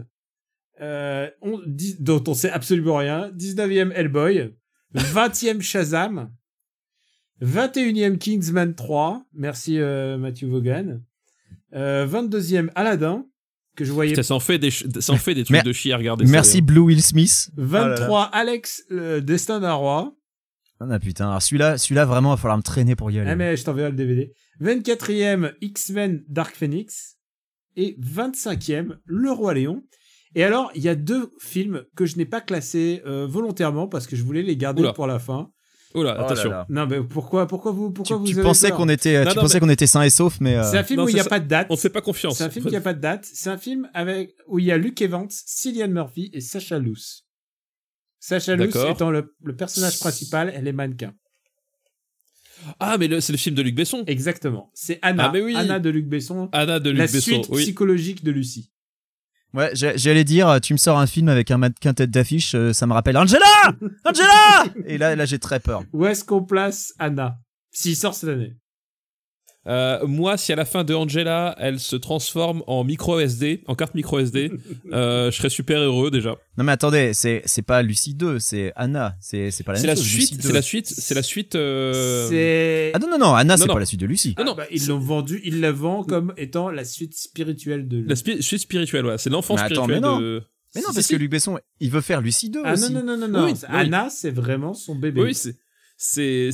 Dont on sait absolument rien. 19e, Hellboy. 20e, Shazam. 21e, Kingsman 3. Merci, Matthew Vaughan. 22e, Aladdin. Que je voyais. Putain, ça en fait des trucs Mais- de chier à regarder. Merci Blue Will Smith. 23, Alex, Destin d'un roi. Ah putain, alors celui-là vraiment, il va falloir me traîner pour y aller. Ah, mais je t'enverrai le DVD. 24e, X-Men Dark Phoenix. Et 25e, Le Roi Lion. Et alors, il y a 2 films que je n'ai pas classés volontairement parce que je voulais les garder Oula. pour la fin. Oh là, attention. Non, mais pourquoi vous Tu avez pensais peur qu'on était, qu'on était sains et saufs, mais C'est un film Non, où il n'y a c'est pas de date. On te fait pas confiance. C'est un film qui n'a pas de date. C'est un film où il y a Luke Evans, Cillian Murphy et Sacha Luce. Sacha Luce D'accord. étant le personnage principal, elle est mannequin. Ah, mais c'est le film de Luc Besson. Exactement. C'est Anna. Ah, mais oui. Anna de Luc Besson. Anna de La Luc Besson. suite Oui. psychologique de Lucie. ouais, j'allais dire, tu me sors un film avec un mannequin tête d'affiche, ça me rappelle Angela! Et là, j'ai très peur. Où est-ce qu'on place Anna s'il sort cette année? Moi, si à la fin de Angela, elle se transforme en micro SD, en carte micro SD, je serais super heureux déjà. Non mais attendez, c'est pas Lucie 2, c'est Anna, c'est pas la même chose. C'est la suite. C'est... Ah non, Anna, c'est non. pas la suite de Lucie. Non, Ils la vendent comme étant la suite spirituelle de... La suite spirituelle, ouais, c'est l'enfant Mais attends, spirituel mais non. de... Mais non, parce que Luc Besson, il veut faire Lucie 2 aussi. Non. Oui, Anna, c'est vraiment son bébé. Oui, c'est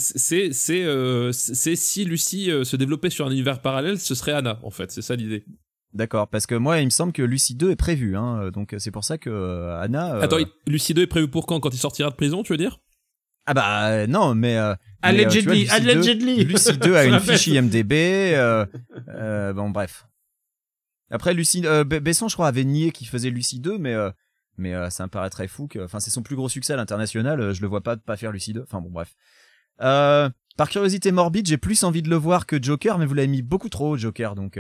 si Lucie se développait sur un univers parallèle, ce serait Anna, en fait, c'est ça l'idée. D'accord, parce que moi, il me semble que Lucie 2 est prévu, hein, donc c'est pour ça que Anna... Attends, Lucie 2 est prévu pour quand il sortira de prison, tu veux dire? Ah bah non, mais... Allegedly. Lucie 2 a une fiche IMDb, bon bref. Après, Besson, je crois, avait nié qu'il faisait Lucie 2, mais ça me paraît très fou que... Enfin, c'est son plus gros succès à l'international, je le vois pas faire Lucie 2, enfin bon bref. Par curiosité morbide, j'ai plus envie de le voir que Joker, mais vous l'avez mis beaucoup trop haut, Joker, donc...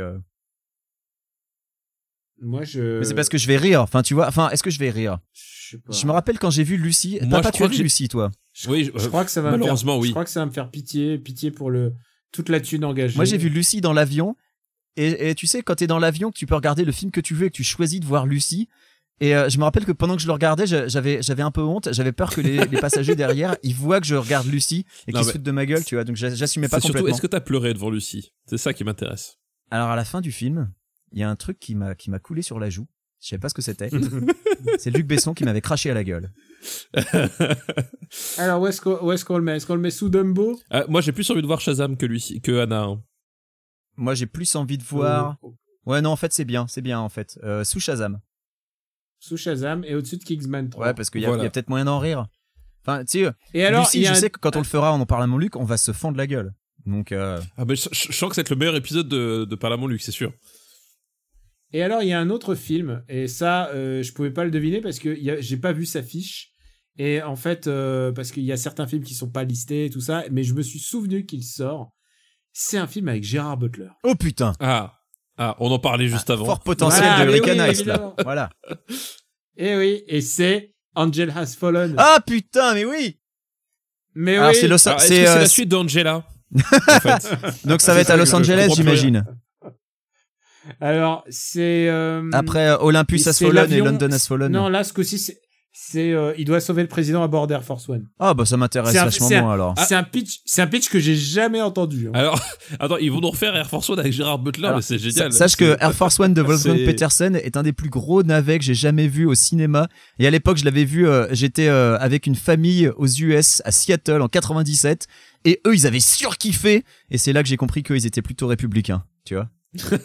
Moi, Mais c'est parce que je vais rire, enfin tu vois, est-ce que je vais rire? Je sais pas. Je me rappelle quand j'ai vu Lucie... Moi, Papa, je tu crois as que vu Lucie, toi? Oui, Je crois que ça va malheureusement, oui. Je crois que ça va me faire pitié pour toute la thune engagée. Moi, j'ai vu Lucie dans l'avion, et tu sais, quand t'es dans l'avion, que tu peux regarder le film que tu veux et que tu choisis de voir Lucie, et je me rappelle que pendant que je le regardais, j'avais un peu honte, j'avais peur que les passagers derrière, ils voient que je regarde Lucie et qu'ils se foutent de ma gueule, tu vois, donc j'assumais pas C'est surtout, complètement. est-ce que t'as pleuré devant Lucie? C'est ça qui m'intéresse. Alors à la fin du film, il y a un truc qui m'a coulé sur la joue. Je savais pas ce que c'était. C'est Luc Besson qui m'avait craché à la gueule. Alors où est-ce qu'on le met? Est-ce qu'on le met sous Dumbo? Moi, j'ai plus envie de voir Shazam que Anna. Hein. Moi, j'ai plus envie de voir... Ouais, non, en fait, c'est bien en fait. Sous Shazam. Sous Shazam et au-dessus de Kingsman 3. Ouais, parce qu'il y a peut-être moyen d'en rire. Enfin, tu sais, et alors, Lucie, je sais que quand on le fera, on en parle à mon Luc, on va se fendre la gueule. Donc... Ah ben, je sens que c'est le meilleur épisode de Parle à mon Luc, c'est sûr. Et alors, il y a un autre film, et ça, je pouvais pas le deviner parce que j'ai pas vu sa fiche. Et en fait, parce qu'il y a certains films qui sont pas listés et tout ça, mais je me suis souvenu qu'il sort. C'est un film avec Gérard Butler. Oh putain! Ah, on en parlait juste avant. Fort potentiel de Rick and Ice, là. Voilà. Et oui, et c'est Angel Has Fallen. Ah putain, mais oui! Mais alors, oui! c'est est-ce que c'est la suite d'Angela? En fait. Donc ça va être à Los Angeles, j'imagine. Alors, c'est... Après Olympus Has Fallen et London Has Fallen. Non, là, ce coup-ci, c'est il doit sauver le président à bord d'Air Force One. Ah bah ça m'intéresse vachement moins alors. C'est un pitch que j'ai jamais entendu. Hein. Alors, attends, ils vont nous refaire Air Force One avec Gérard Butler, alors, mais c'est génial. Sache que Air Force One de Wolfgang Petersen est un des plus gros navets que j'ai jamais vu au cinéma. Et à l'époque, je l'avais vu, j'étais avec une famille aux US, à Seattle, en 97. Et eux, ils avaient surkiffé. Et c'est là que j'ai compris qu'ils étaient plutôt républicains, tu vois.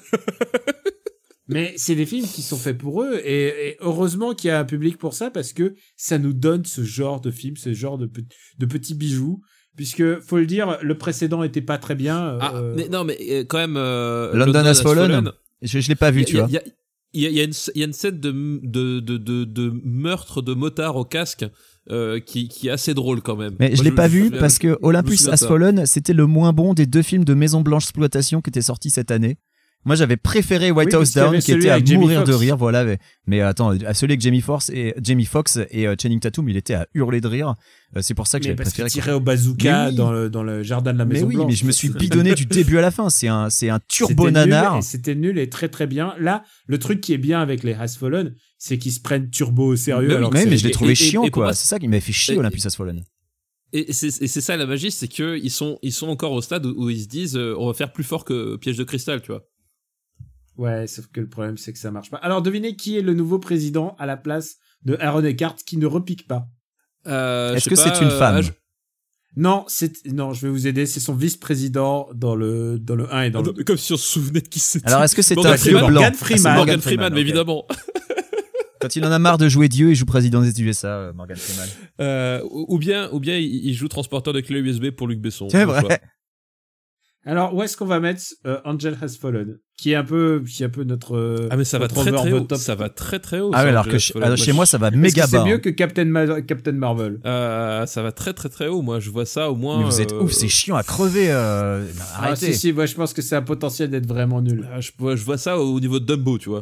Mais c'est des films qui sont faits pour eux et heureusement qu'il y a un public pour ça parce que ça nous donne ce genre de film, ce genre de petits bijoux. Puisque, faut le dire, le précédent était pas très bien. Mais non, mais quand même... London Has Fallen, je l'ai pas vu, tu vois. Il y a une scène de meurtre de motard au casque qui est assez drôle quand même. Mais je l'ai pas vu parce que Olympus Has Fallen, c'était le moins bon des deux films de Maison Blanche Exploitation qui étaient sortis cette année. Moi, j'avais préféré White House Down, qui était à mourir de rire, voilà. Mais attends, celui avec Jamie Foxx et Channing Tatum, il était à hurler de rire. C'est pour ça que j'avais préféré. Tiré au bazooka dans le jardin de la Maison Blanche. Mais je me suis bidonné du début à la fin. C'est un turbo nanar. C'était nul et très très bien. Là, le truc qui est bien avec les Has Fallen, c'est qu'ils se prennent turbo au sérieux. Mais je l'ai trouvé chiant, quoi. C'est ça qui m'avait fait chier, Olympus Has Fallen. Et c'est ça la magie, c'est que ils sont encore au stade où ils se disent on va faire plus fort que Piège de cristal, tu vois. Ouais, sauf que le problème, c'est que ça marche pas. Alors, devinez qui est le nouveau président à la place de Aaron Eckhart qui ne repique pas. Est-ce que c'est une femme? Non, je vais vous aider. C'est son vice-président dans le 1 et dans le 2. Comme si on se souvenait de qui c'était. Alors, est-ce que c'est un vieux blanc? Morgan Freeman, mais évidemment. Quand il en a marre de jouer Dieu, il joue président des USA, Morgan Freeman. Ou bien il joue transporteur de clés USB pour Luc Besson. C'est vrai. Alors, où est-ce qu'on va mettre Angel Has Fallen, qui est un peu notre mais ça va très très haut. Ça va très très haut. Ah ouais, alors que chez moi ça va méga bas. C'est mieux que Captain Marvel. Ça va très très très haut. Moi, je vois ça au moins. Mais vous êtes ouf, c'est chiant à crever. Arrêtez. Si, moi je pense que c'est un potentiel d'être vraiment nul. Je vois ça au niveau de Dumbo, tu vois.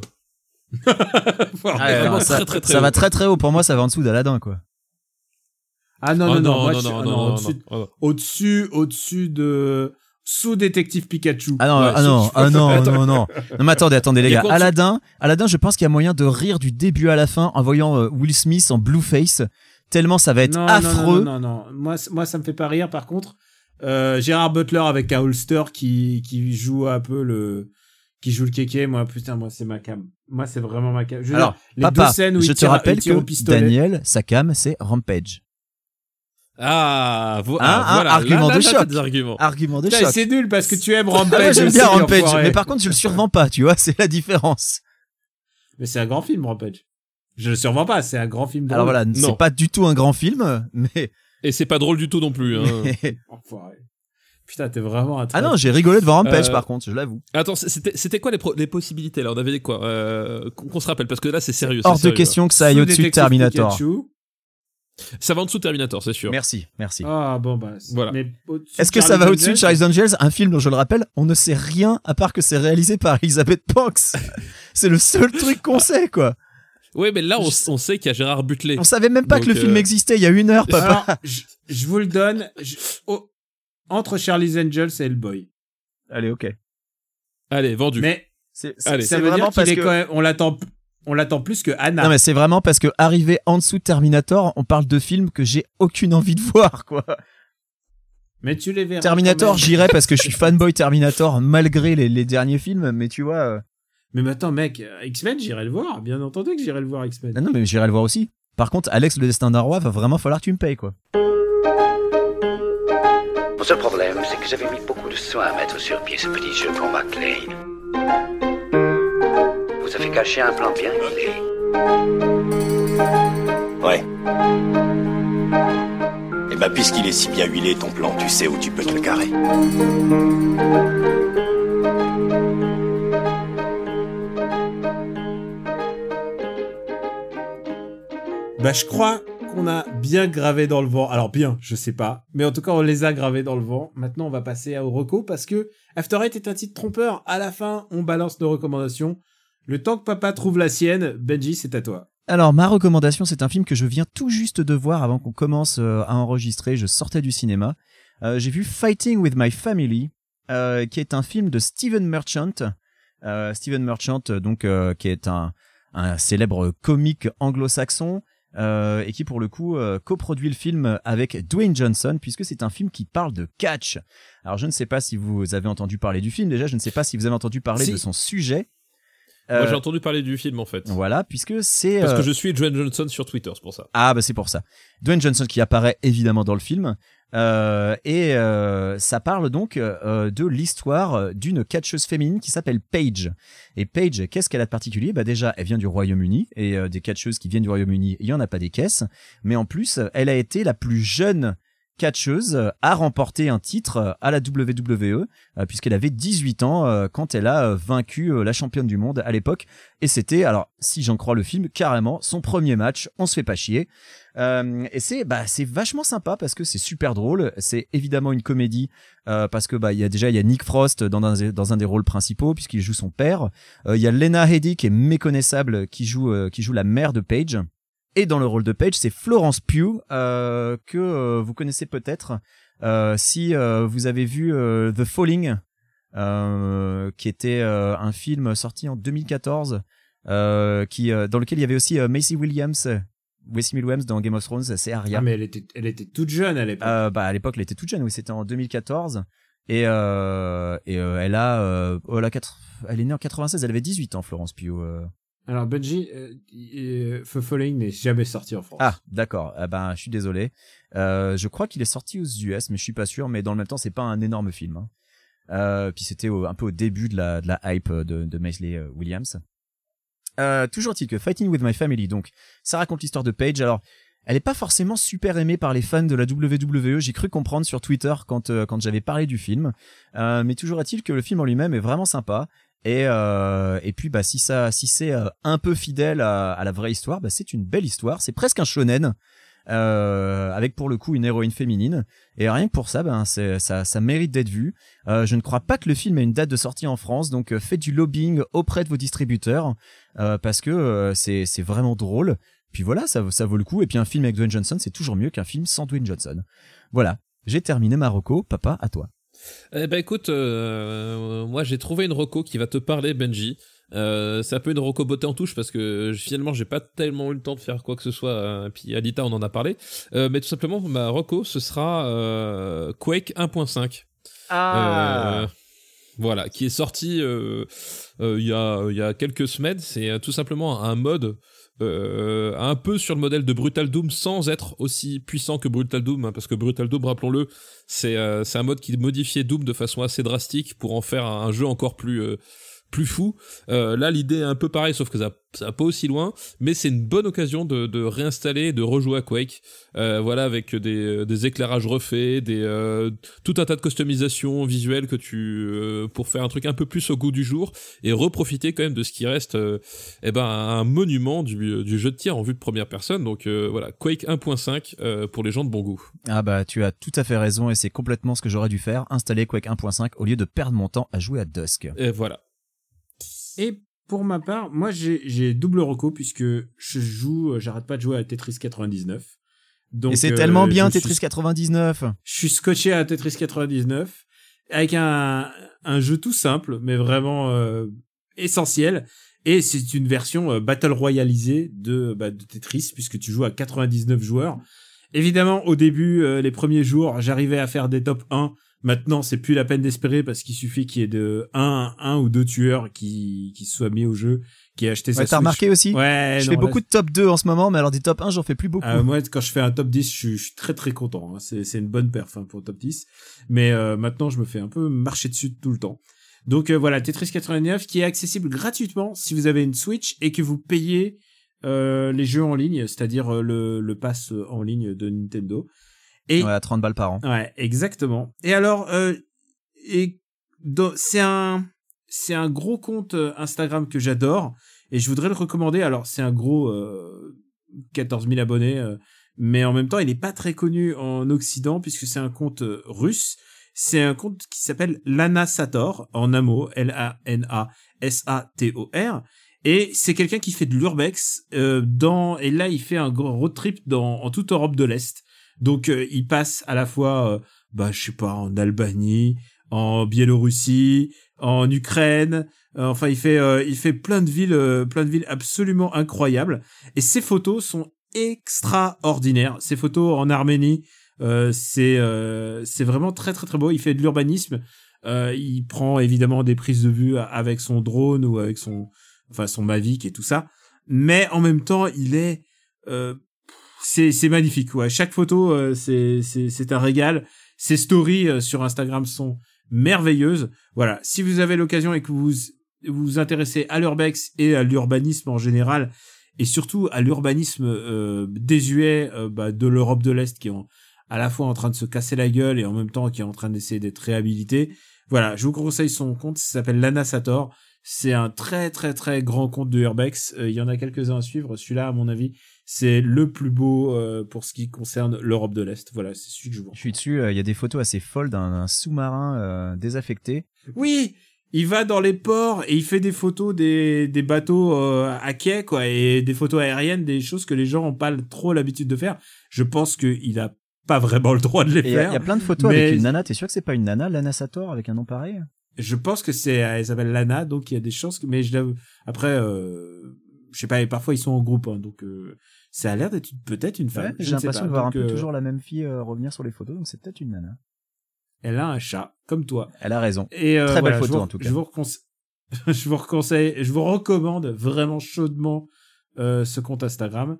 Ça va très très haut. Pour moi, ça va en dessous d'Aladin, quoi. Ah non, au-dessus de sous Détective Pikachu. Ah non, Ouais, non. Non, mais attendez, les Il y a gars. quoi, Aladdin, je pense qu'il y a moyen de rire du début à la fin en voyant Will Smith en blueface. Tellement ça va être affreux. Non. Moi, ça me fait pas rire. Par contre, Gérard Butler avec un holster qui joue un peu qui joue le kéké. Moi, putain, moi, c'est ma cam. Moi, c'est vraiment ma cam. Alors, les papa, deux scènes où je il te rappelle tire au que pistolet. Daniel, sa cam, c'est Rampage. voilà. Argument Là, de t'as choc. des arguments. Argument de Putain, choc. c'est nul parce que tu aimes Ah, Rampage. moi, j'aime aussi, bien Rampage, l'enfoiré. mais par contre, je le survends pas, tu vois, c'est la différence. Mais c'est un grand film, Rampage. Je le survends pas, c'est un grand film. Alors voilà, Non. c'est pas du tout un grand film, mais... Et c'est pas drôle du tout non plus. Hein. Enfoiré. Putain, t'es vraiment un Ah non, j'ai rigolé devant Rampage, Euh, par contre, je l'avoue. Attends, c'était quoi les possibilités là? On avait dit quoi qu'on se rappelle parce que là c'est sérieux. Hors c'est sérieux, de question que ça aille Sous au-dessus de Détective Terminator. Pikachu. là. Ça va en dessous de Terminator, c'est sûr. Merci. Ah bon bah. Voilà. Mais au-dessus Est-ce de que ça va Charlie's au-dessus de Angels, Charlie's Angels, un film dont je le rappelle, on ne sait rien à part que c'est réalisé par Elizabeth Banks. C'est le seul truc qu'on sait, quoi. Oui, mais là on sait qu'il y a Gérard Butler. On savait même pas Donc, que le film existait il y a 1 heure, papa. Alors, je vous le donne. Entre Charlie's Angels et Hellboy. Allez, ok. Allez, vendu. Mais Allez, ça veut dire qu'il est quand même. On l'attend plus que Anna. Non mais c'est vraiment parce que arrivé en dessous de Terminator, on parle de films que j'ai aucune envie de voir, quoi. Mais tu les verras. Terminator, quand même. j'irai parce que je suis fanboy Terminator malgré les derniers films, mais tu vois... Mais attends, mec, X-Men, j'irai le voir. Bien entendu que j'irai le voir, X-Men. Non mais j'irai le voir aussi. Par contre, Alex, le destin d'un roi, va vraiment falloir que tu me payes, quoi. Mon seul problème, c'est que j'avais mis beaucoup de soin à mettre sur pied ce petit jeu pour McLean. Vous avez caché un plan bien huilé. Ouais. Et bah, puisqu'il est si bien huilé, ton plan, tu sais où tu peux te le carrer. Bah, je crois qu'on a bien gravé dans le vent. Alors bien, je sais pas. Mais en tout cas, on les a gravés dans le vent. Maintenant, on va passer au reco parce que After Eight est un titre trompeur. À la fin, on balance nos recommandations. Le temps que papa trouve la sienne, Benji, c'est à toi. Alors, ma recommandation, c'est un film que je viens tout juste de voir avant qu'on commence à enregistrer. Je sortais du cinéma. J'ai vu Fighting with My Family, qui est un film de Stephen Merchant. Stephen Merchant, donc, qui est un célèbre comique anglo-saxon, et qui, pour le coup, coproduit le film avec Dwayne Johnson, puisque c'est un film qui parle de catch. Alors, je ne sais pas si vous avez entendu parler du film. Déjà, je ne sais pas si vous avez entendu parler de son sujet. Moi, j'ai entendu parler du film en fait. Voilà, puisque c'est... Parce que je suis Dwayne Johnson sur Twitter, c'est pour ça. Ah bah c'est pour ça. Dwayne Johnson qui apparaît évidemment dans le film. Ça parle donc de l'histoire d'une catcheuse féminine qui s'appelle Paige. Et Paige, qu'est-ce qu'elle a de particulier? Bah déjà, elle vient du Royaume-Uni, et des catcheuses qui viennent du Royaume-Uni, il y en a pas des caisses. Mais en plus, elle a été la plus jeune catcheuse à remporter un titre à la WWE, puisqu'elle avait 18 ans quand elle a vaincu la championne du monde à l'époque. Et c'était, alors si j'en crois le film, carrément son premier match. On se fait pas chier. Et c'est vachement sympa parce que c'est super drôle. C'est évidemment une comédie parce que il y a Nick Frost dans un des rôles principaux puisqu'il joue son père. Il y a Lena Headey qui est méconnaissable qui joue la mère de Paige. Et dans le rôle de Paige, c'est Florence Pugh que vous connaissez peut-être si vous avez vu The Falling, qui était un film sorti en 2014, dans lequel il y avait aussi Maisie Williams dans Game of Thrones, c'est Arya. Ah, mais elle était toute jeune à l'époque. À l'époque, elle était toute jeune, oui, c'était en 2014. Et elle est née en 96, elle avait 18 ans, Florence Pugh. Alors Benji, The Falling n'est jamais sorti en France. Ah, d'accord. Je suis désolé. Je crois qu'il est sorti aux US, mais je suis pas sûr. Mais dans le même temps, c'est pas un énorme film. Hein. Puis c'était un peu au début de la hype de Maisie Williams. Toujours est-il que Fighting with My Family, donc, ça raconte l'histoire de Paige. Alors, elle est pas forcément super aimée par les fans de la WWE. J'ai cru comprendre sur Twitter quand j'avais parlé du film. Mais toujours est-il que le film en lui-même est vraiment sympa. Et puis si c'est un peu fidèle à la vraie histoire, c'est une belle histoire. C'est presque un shonen avec pour le coup une héroïne féminine. Et rien que pour ça, ça mérite d'être vu. Je ne crois pas que le film ait une date de sortie en France, donc faites du lobbying auprès de vos distributeurs parce que c'est vraiment drôle. Puis voilà, ça vaut le coup. Et puis un film avec Dwayne Johnson, c'est toujours mieux qu'un film sans Dwayne Johnson. Voilà, j'ai terminé ma reco. Papa, à toi. Eh ben écoute, moi j'ai trouvé une reco qui va te parler, Benji. C'est un peu une reco beauté en touche parce que finalement j'ai pas tellement eu le temps de faire quoi que ce soit. Puis Alita on en a parlé, mais tout simplement ma reco ce sera Quake 1.5. Voilà, qui est sorti il y a quelques semaines. C'est tout simplement un mode un peu sur le modèle de Brutal Doom sans être aussi puissant que Brutal Doom, hein, parce que Brutal Doom, rappelons-le, c'est un mode qui modifiait Doom de façon assez drastique pour en faire un jeu encore plus fou. Là, l'idée est un peu pareille, sauf que ça va pas aussi loin, mais c'est une bonne occasion de réinstaller, de rejouer à Quake, voilà, avec des éclairages refaits, tout un tas de customisations visuelles que pour faire un truc un peu plus au goût du jour, et reprofiter quand même de ce qui reste, un monument du jeu de tir en vue de première personne. Donc voilà, Quake 1.5 pour les gens de bon goût. Ah bah tu as tout à fait raison et c'est complètement ce que j'aurais dû faire, installer Quake 1.5 au lieu de perdre mon temps à jouer à Dusk. Et voilà. Et pour ma part, moi j'ai double reco puisque j'arrête pas de jouer à Tetris 99. Donc, et c'est tellement bien Tetris 99. Je suis scotché à Tetris 99 avec un jeu tout simple mais vraiment essentiel, et c'est une version battle royalisée de Tetris puisque tu joues à 99 joueurs. Évidemment au début les premiers jours, j'arrivais à faire des top 1. Maintenant, c'est plus la peine d'espérer parce qu'il suffit qu'il y ait de un ou deux tueurs qui se soient mis au jeu, qui aient acheté sa Switch. T'as remarqué aussi? Ouais. Je fais beaucoup de top 2 en ce moment, mais alors des top 1, j'en fais plus beaucoup. Moi, quand je fais un top 10, je suis très très content. Hein. C'est une bonne perf pour le top 10. Mais maintenant, je me fais un peu marcher dessus tout le temps. Donc voilà, Tetris 99 qui est accessible gratuitement si vous avez une Switch et que vous payez les jeux en ligne, c'est-à-dire le pass en ligne de Nintendo. Et ouais, à 30 balles par an. Ouais, exactement. Et alors, c'est un gros compte Instagram que j'adore et je voudrais le recommander. Alors, c'est un gros 14 000 abonnés, mais en même temps, il est pas très connu en Occident puisque c'est un compte russe. C'est un compte qui s'appelle Lana Sator, en un mot, Lanasator. Et c'est quelqu'un qui fait de l'urbex et là, il fait un gros road trip en toute Europe de l'Est. Donc il passe à la fois je sais pas, en Albanie, en Biélorussie, en Ukraine, enfin il fait plein de villes absolument incroyables, et ses photos sont extraordinaires. Ses photos en Arménie, c'est vraiment très très très beau. Il fait de l'urbanisme, il prend évidemment des prises de vue avec son drone ou avec son Mavic et tout ça, mais en même temps il est c'est magnifique, ouais. Chaque photo, c'est un régal. Ses stories sur Instagram sont merveilleuses. Voilà. Si vous avez l'occasion et que vous vous intéressez à l'urbex et à l'urbanisme en général, et surtout à l'urbanisme désuet de l'Europe de l'Est qui est à la fois en train de se casser la gueule et en même temps qui est en train d'essayer d'être réhabilité. Voilà. Je vous conseille son compte. Ça s'appelle Lana Sator. C'est un très très très grand compte de urbex. Il y en a quelques-uns à suivre. Celui-là, à mon avis, c'est le plus beau pour ce qui concerne l'Europe de l'Est. Voilà, c'est celui que je vois. Je suis dessus. Il y a des photos assez folles d'un sous-marin désaffecté. Oui, il va dans les ports et il fait des photos des bateaux à quai, quoi, et des photos aériennes, des choses que les gens ont pas trop l'habitude de faire. Je pense qu'il a pas vraiment le droit de les faire. Il y a plein de photos avec une nana. T'es sûr que c'est pas une nana, Lana Sator, avec un nom pareil? Je pense que elle s'appelle Lana, donc il y a des chances mais je l'avoue. Après, je sais pas, et parfois ils sont en groupe, hein, donc ça a l'air d'être peut-être une femme. Ouais, j'ai l'impression de voir un peu toujours la même fille revenir sur les photos, donc c'est peut-être une nana. Elle a un chat, comme toi. Elle a raison. Et très belle photo en tout cas. Je vous recommande vraiment chaudement ce compte Instagram.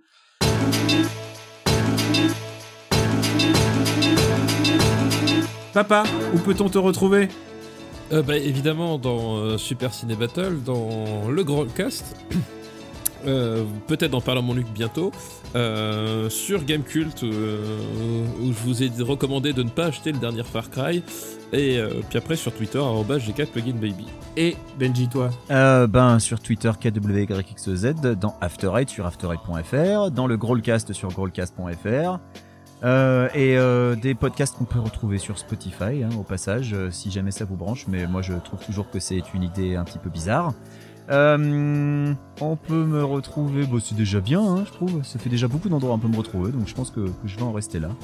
Papa, où peut-on te retrouver ? Évidemment dans Super Ciné Battle, dans le Grandcast, peut-être dans Parle à mon Luc bientôt, sur Gamecult où je vous ai recommandé de ne pas acheter le dernier Far Cry, et puis après sur Twitter @G4PluginBaby. Et Benji, toi? Sur Twitter KWYXZ, dans After Eight sur after8.fr, dans le Growlcast sur growlcast.fr. Des podcasts qu'on peut retrouver sur Spotify, au passage, si jamais ça vous branche, mais moi je trouve toujours que c'est une idée un petit peu bizarre. On peut me retrouver, c'est déjà bien, je trouve, ça fait déjà beaucoup d'endroits où on peut me retrouver, donc je pense que je vais en rester là.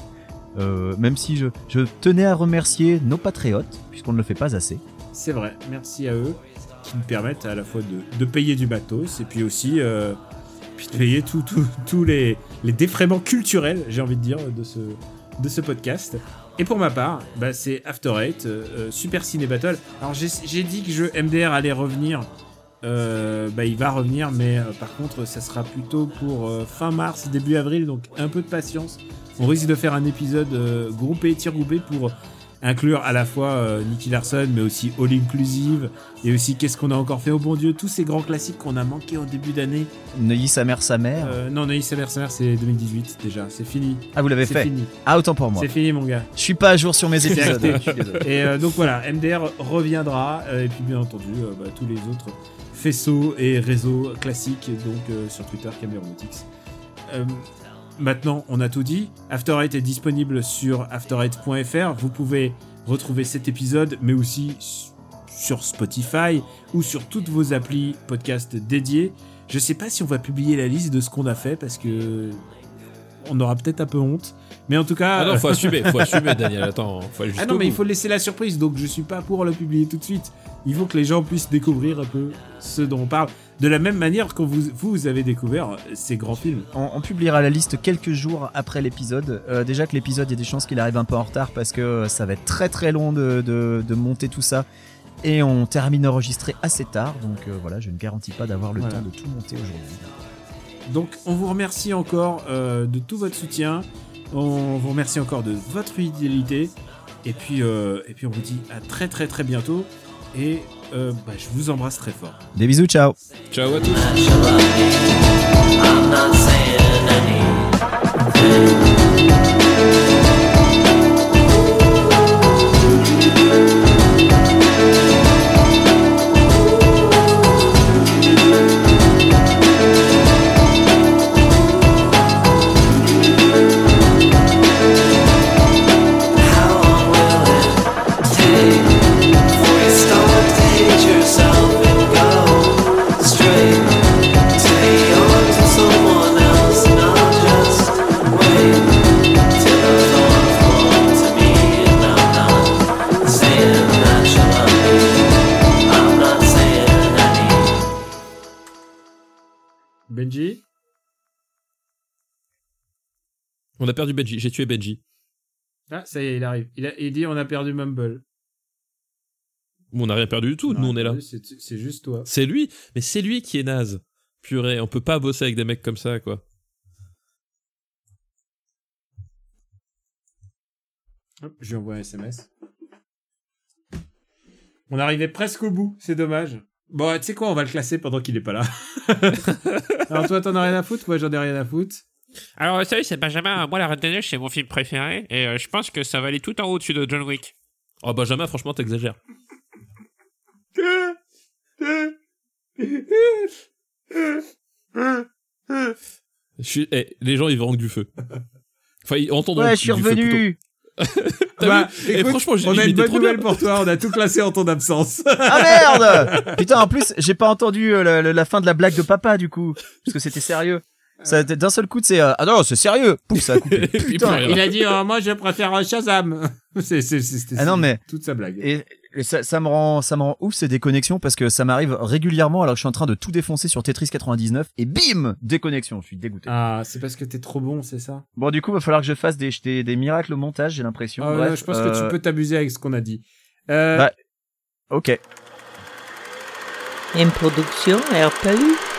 Même si je tenais à remercier nos patriotes, puisqu'on ne le fait pas assez. C'est vrai, merci à eux qui nous permettent à la fois de payer du matos et puis aussi puis de payer tous les défraiements culturels, j'ai envie de dire, de ce podcast. Et pour ma part, bah, c'est After Eight, Super Ciné Battle. Alors j'ai dit que MDR allait revenir. Bah, il va revenir, mais par contre, ça sera plutôt pour fin mars, début avril, donc un peu de patience. On risque de faire un épisode tir groupé pour inclure à la fois Nicky Larson, mais aussi All Inclusive, et aussi Qu'est-ce qu'on a encore fait, oh bon Dieu, tous ces grands classiques qu'on a manqué en début d'année. Neuilly sa mère, non, Neuilly sa mère, c'est 2018 déjà, c'est fini. Ah, vous l'avez fait fini. Ah, autant pour moi. C'est fini, mon gars. Je suis pas à jour sur mes épisodes. Je suis désolé. Et donc voilà, MDR reviendra, et puis bien entendu, bah, tous les autres faisceaux et réseaux classiques, donc sur Twitter, Cameronotix. Maintenant, on a tout dit. After Eight est disponible sur after8.fr. Vous pouvez retrouver cet épisode, mais aussi sur Spotify ou sur toutes vos applis podcast dédiées. Je sais pas si on va publier la liste de ce qu'on a fait parce que on aura peut-être un peu honte. Mais en tout cas... Ah non, faut assumer, Daniel. Attends, faut aller mais il faut laisser la surprise, donc je suis pas pour le publier tout de suite. Il faut que les gens puissent découvrir un peu ce dont on parle. De la même manière que vous avez découvert ces grands films. On publiera la liste quelques jours après l'épisode. Déjà que l'épisode, il y a des chances qu'il arrive un peu en retard parce que ça va être très très long de monter tout ça. Et on termine d'enregistrer assez tard. Donc voilà, je ne garantis pas d'avoir le temps de tout monter aujourd'hui. Donc on vous remercie encore de tout votre soutien. On vous remercie encore de votre fidélité. Et puis on vous dit à très très très bientôt. Et je vous embrasse très fort. Des bisous, ciao. Ciao à tous. Benji ? On a perdu Benji, j'ai tué Benji. Ah, ça y est, il arrive. Il dit on a perdu Mumble. On n'a rien perdu du tout, nous on est là. C'est juste toi. C'est lui, mais c'est lui qui est naze. Purée, on peut pas bosser avec des mecs comme ça, quoi. Hop, je lui envoie un SMS. On arrivait presque au bout, c'est dommage. Bon, tu sais quoi, on va le classer pendant qu'il est pas là. Alors toi, t'en as rien à foutre? Moi, j'en ai rien à foutre. Alors, salut, c'est Benjamin. Moi, La Reine des Neiges, c'est mon film préféré. Et je pense que ça va aller tout en haut au-dessus de John Wick. Oh, Benjamin, franchement, t'exagères. Les gens, ils vendent du feu. Enfin, ils entendront je suis revenu. Écoute, franchement, on a une bonne nouvelle pour toi, on a tout classé en ton absence. Ah merde. Putain, en plus, j'ai pas entendu la fin de la blague de papa, du coup. Parce que c'était sérieux. Ça, d'un seul coup, c'est ah non, c'est sérieux. Pouf, ça a coupé. Putain, il a dit moi je préfère Shazam. C'était non, mais toute sa blague. Et ça me rend ouf ces déconnexions parce que ça m'arrive régulièrement alors que je suis en train de tout défoncer sur Tetris 99 et bim, déconnexion. Je suis dégoûté. Ah, c'est parce que t'es trop bon, c'est ça. Bon, du coup, va falloir que je fasse des miracles au montage, j'ai l'impression. Bref, non, je pense que tu peux t'amuser avec ce qu'on a dit. Ok. Une production RPU.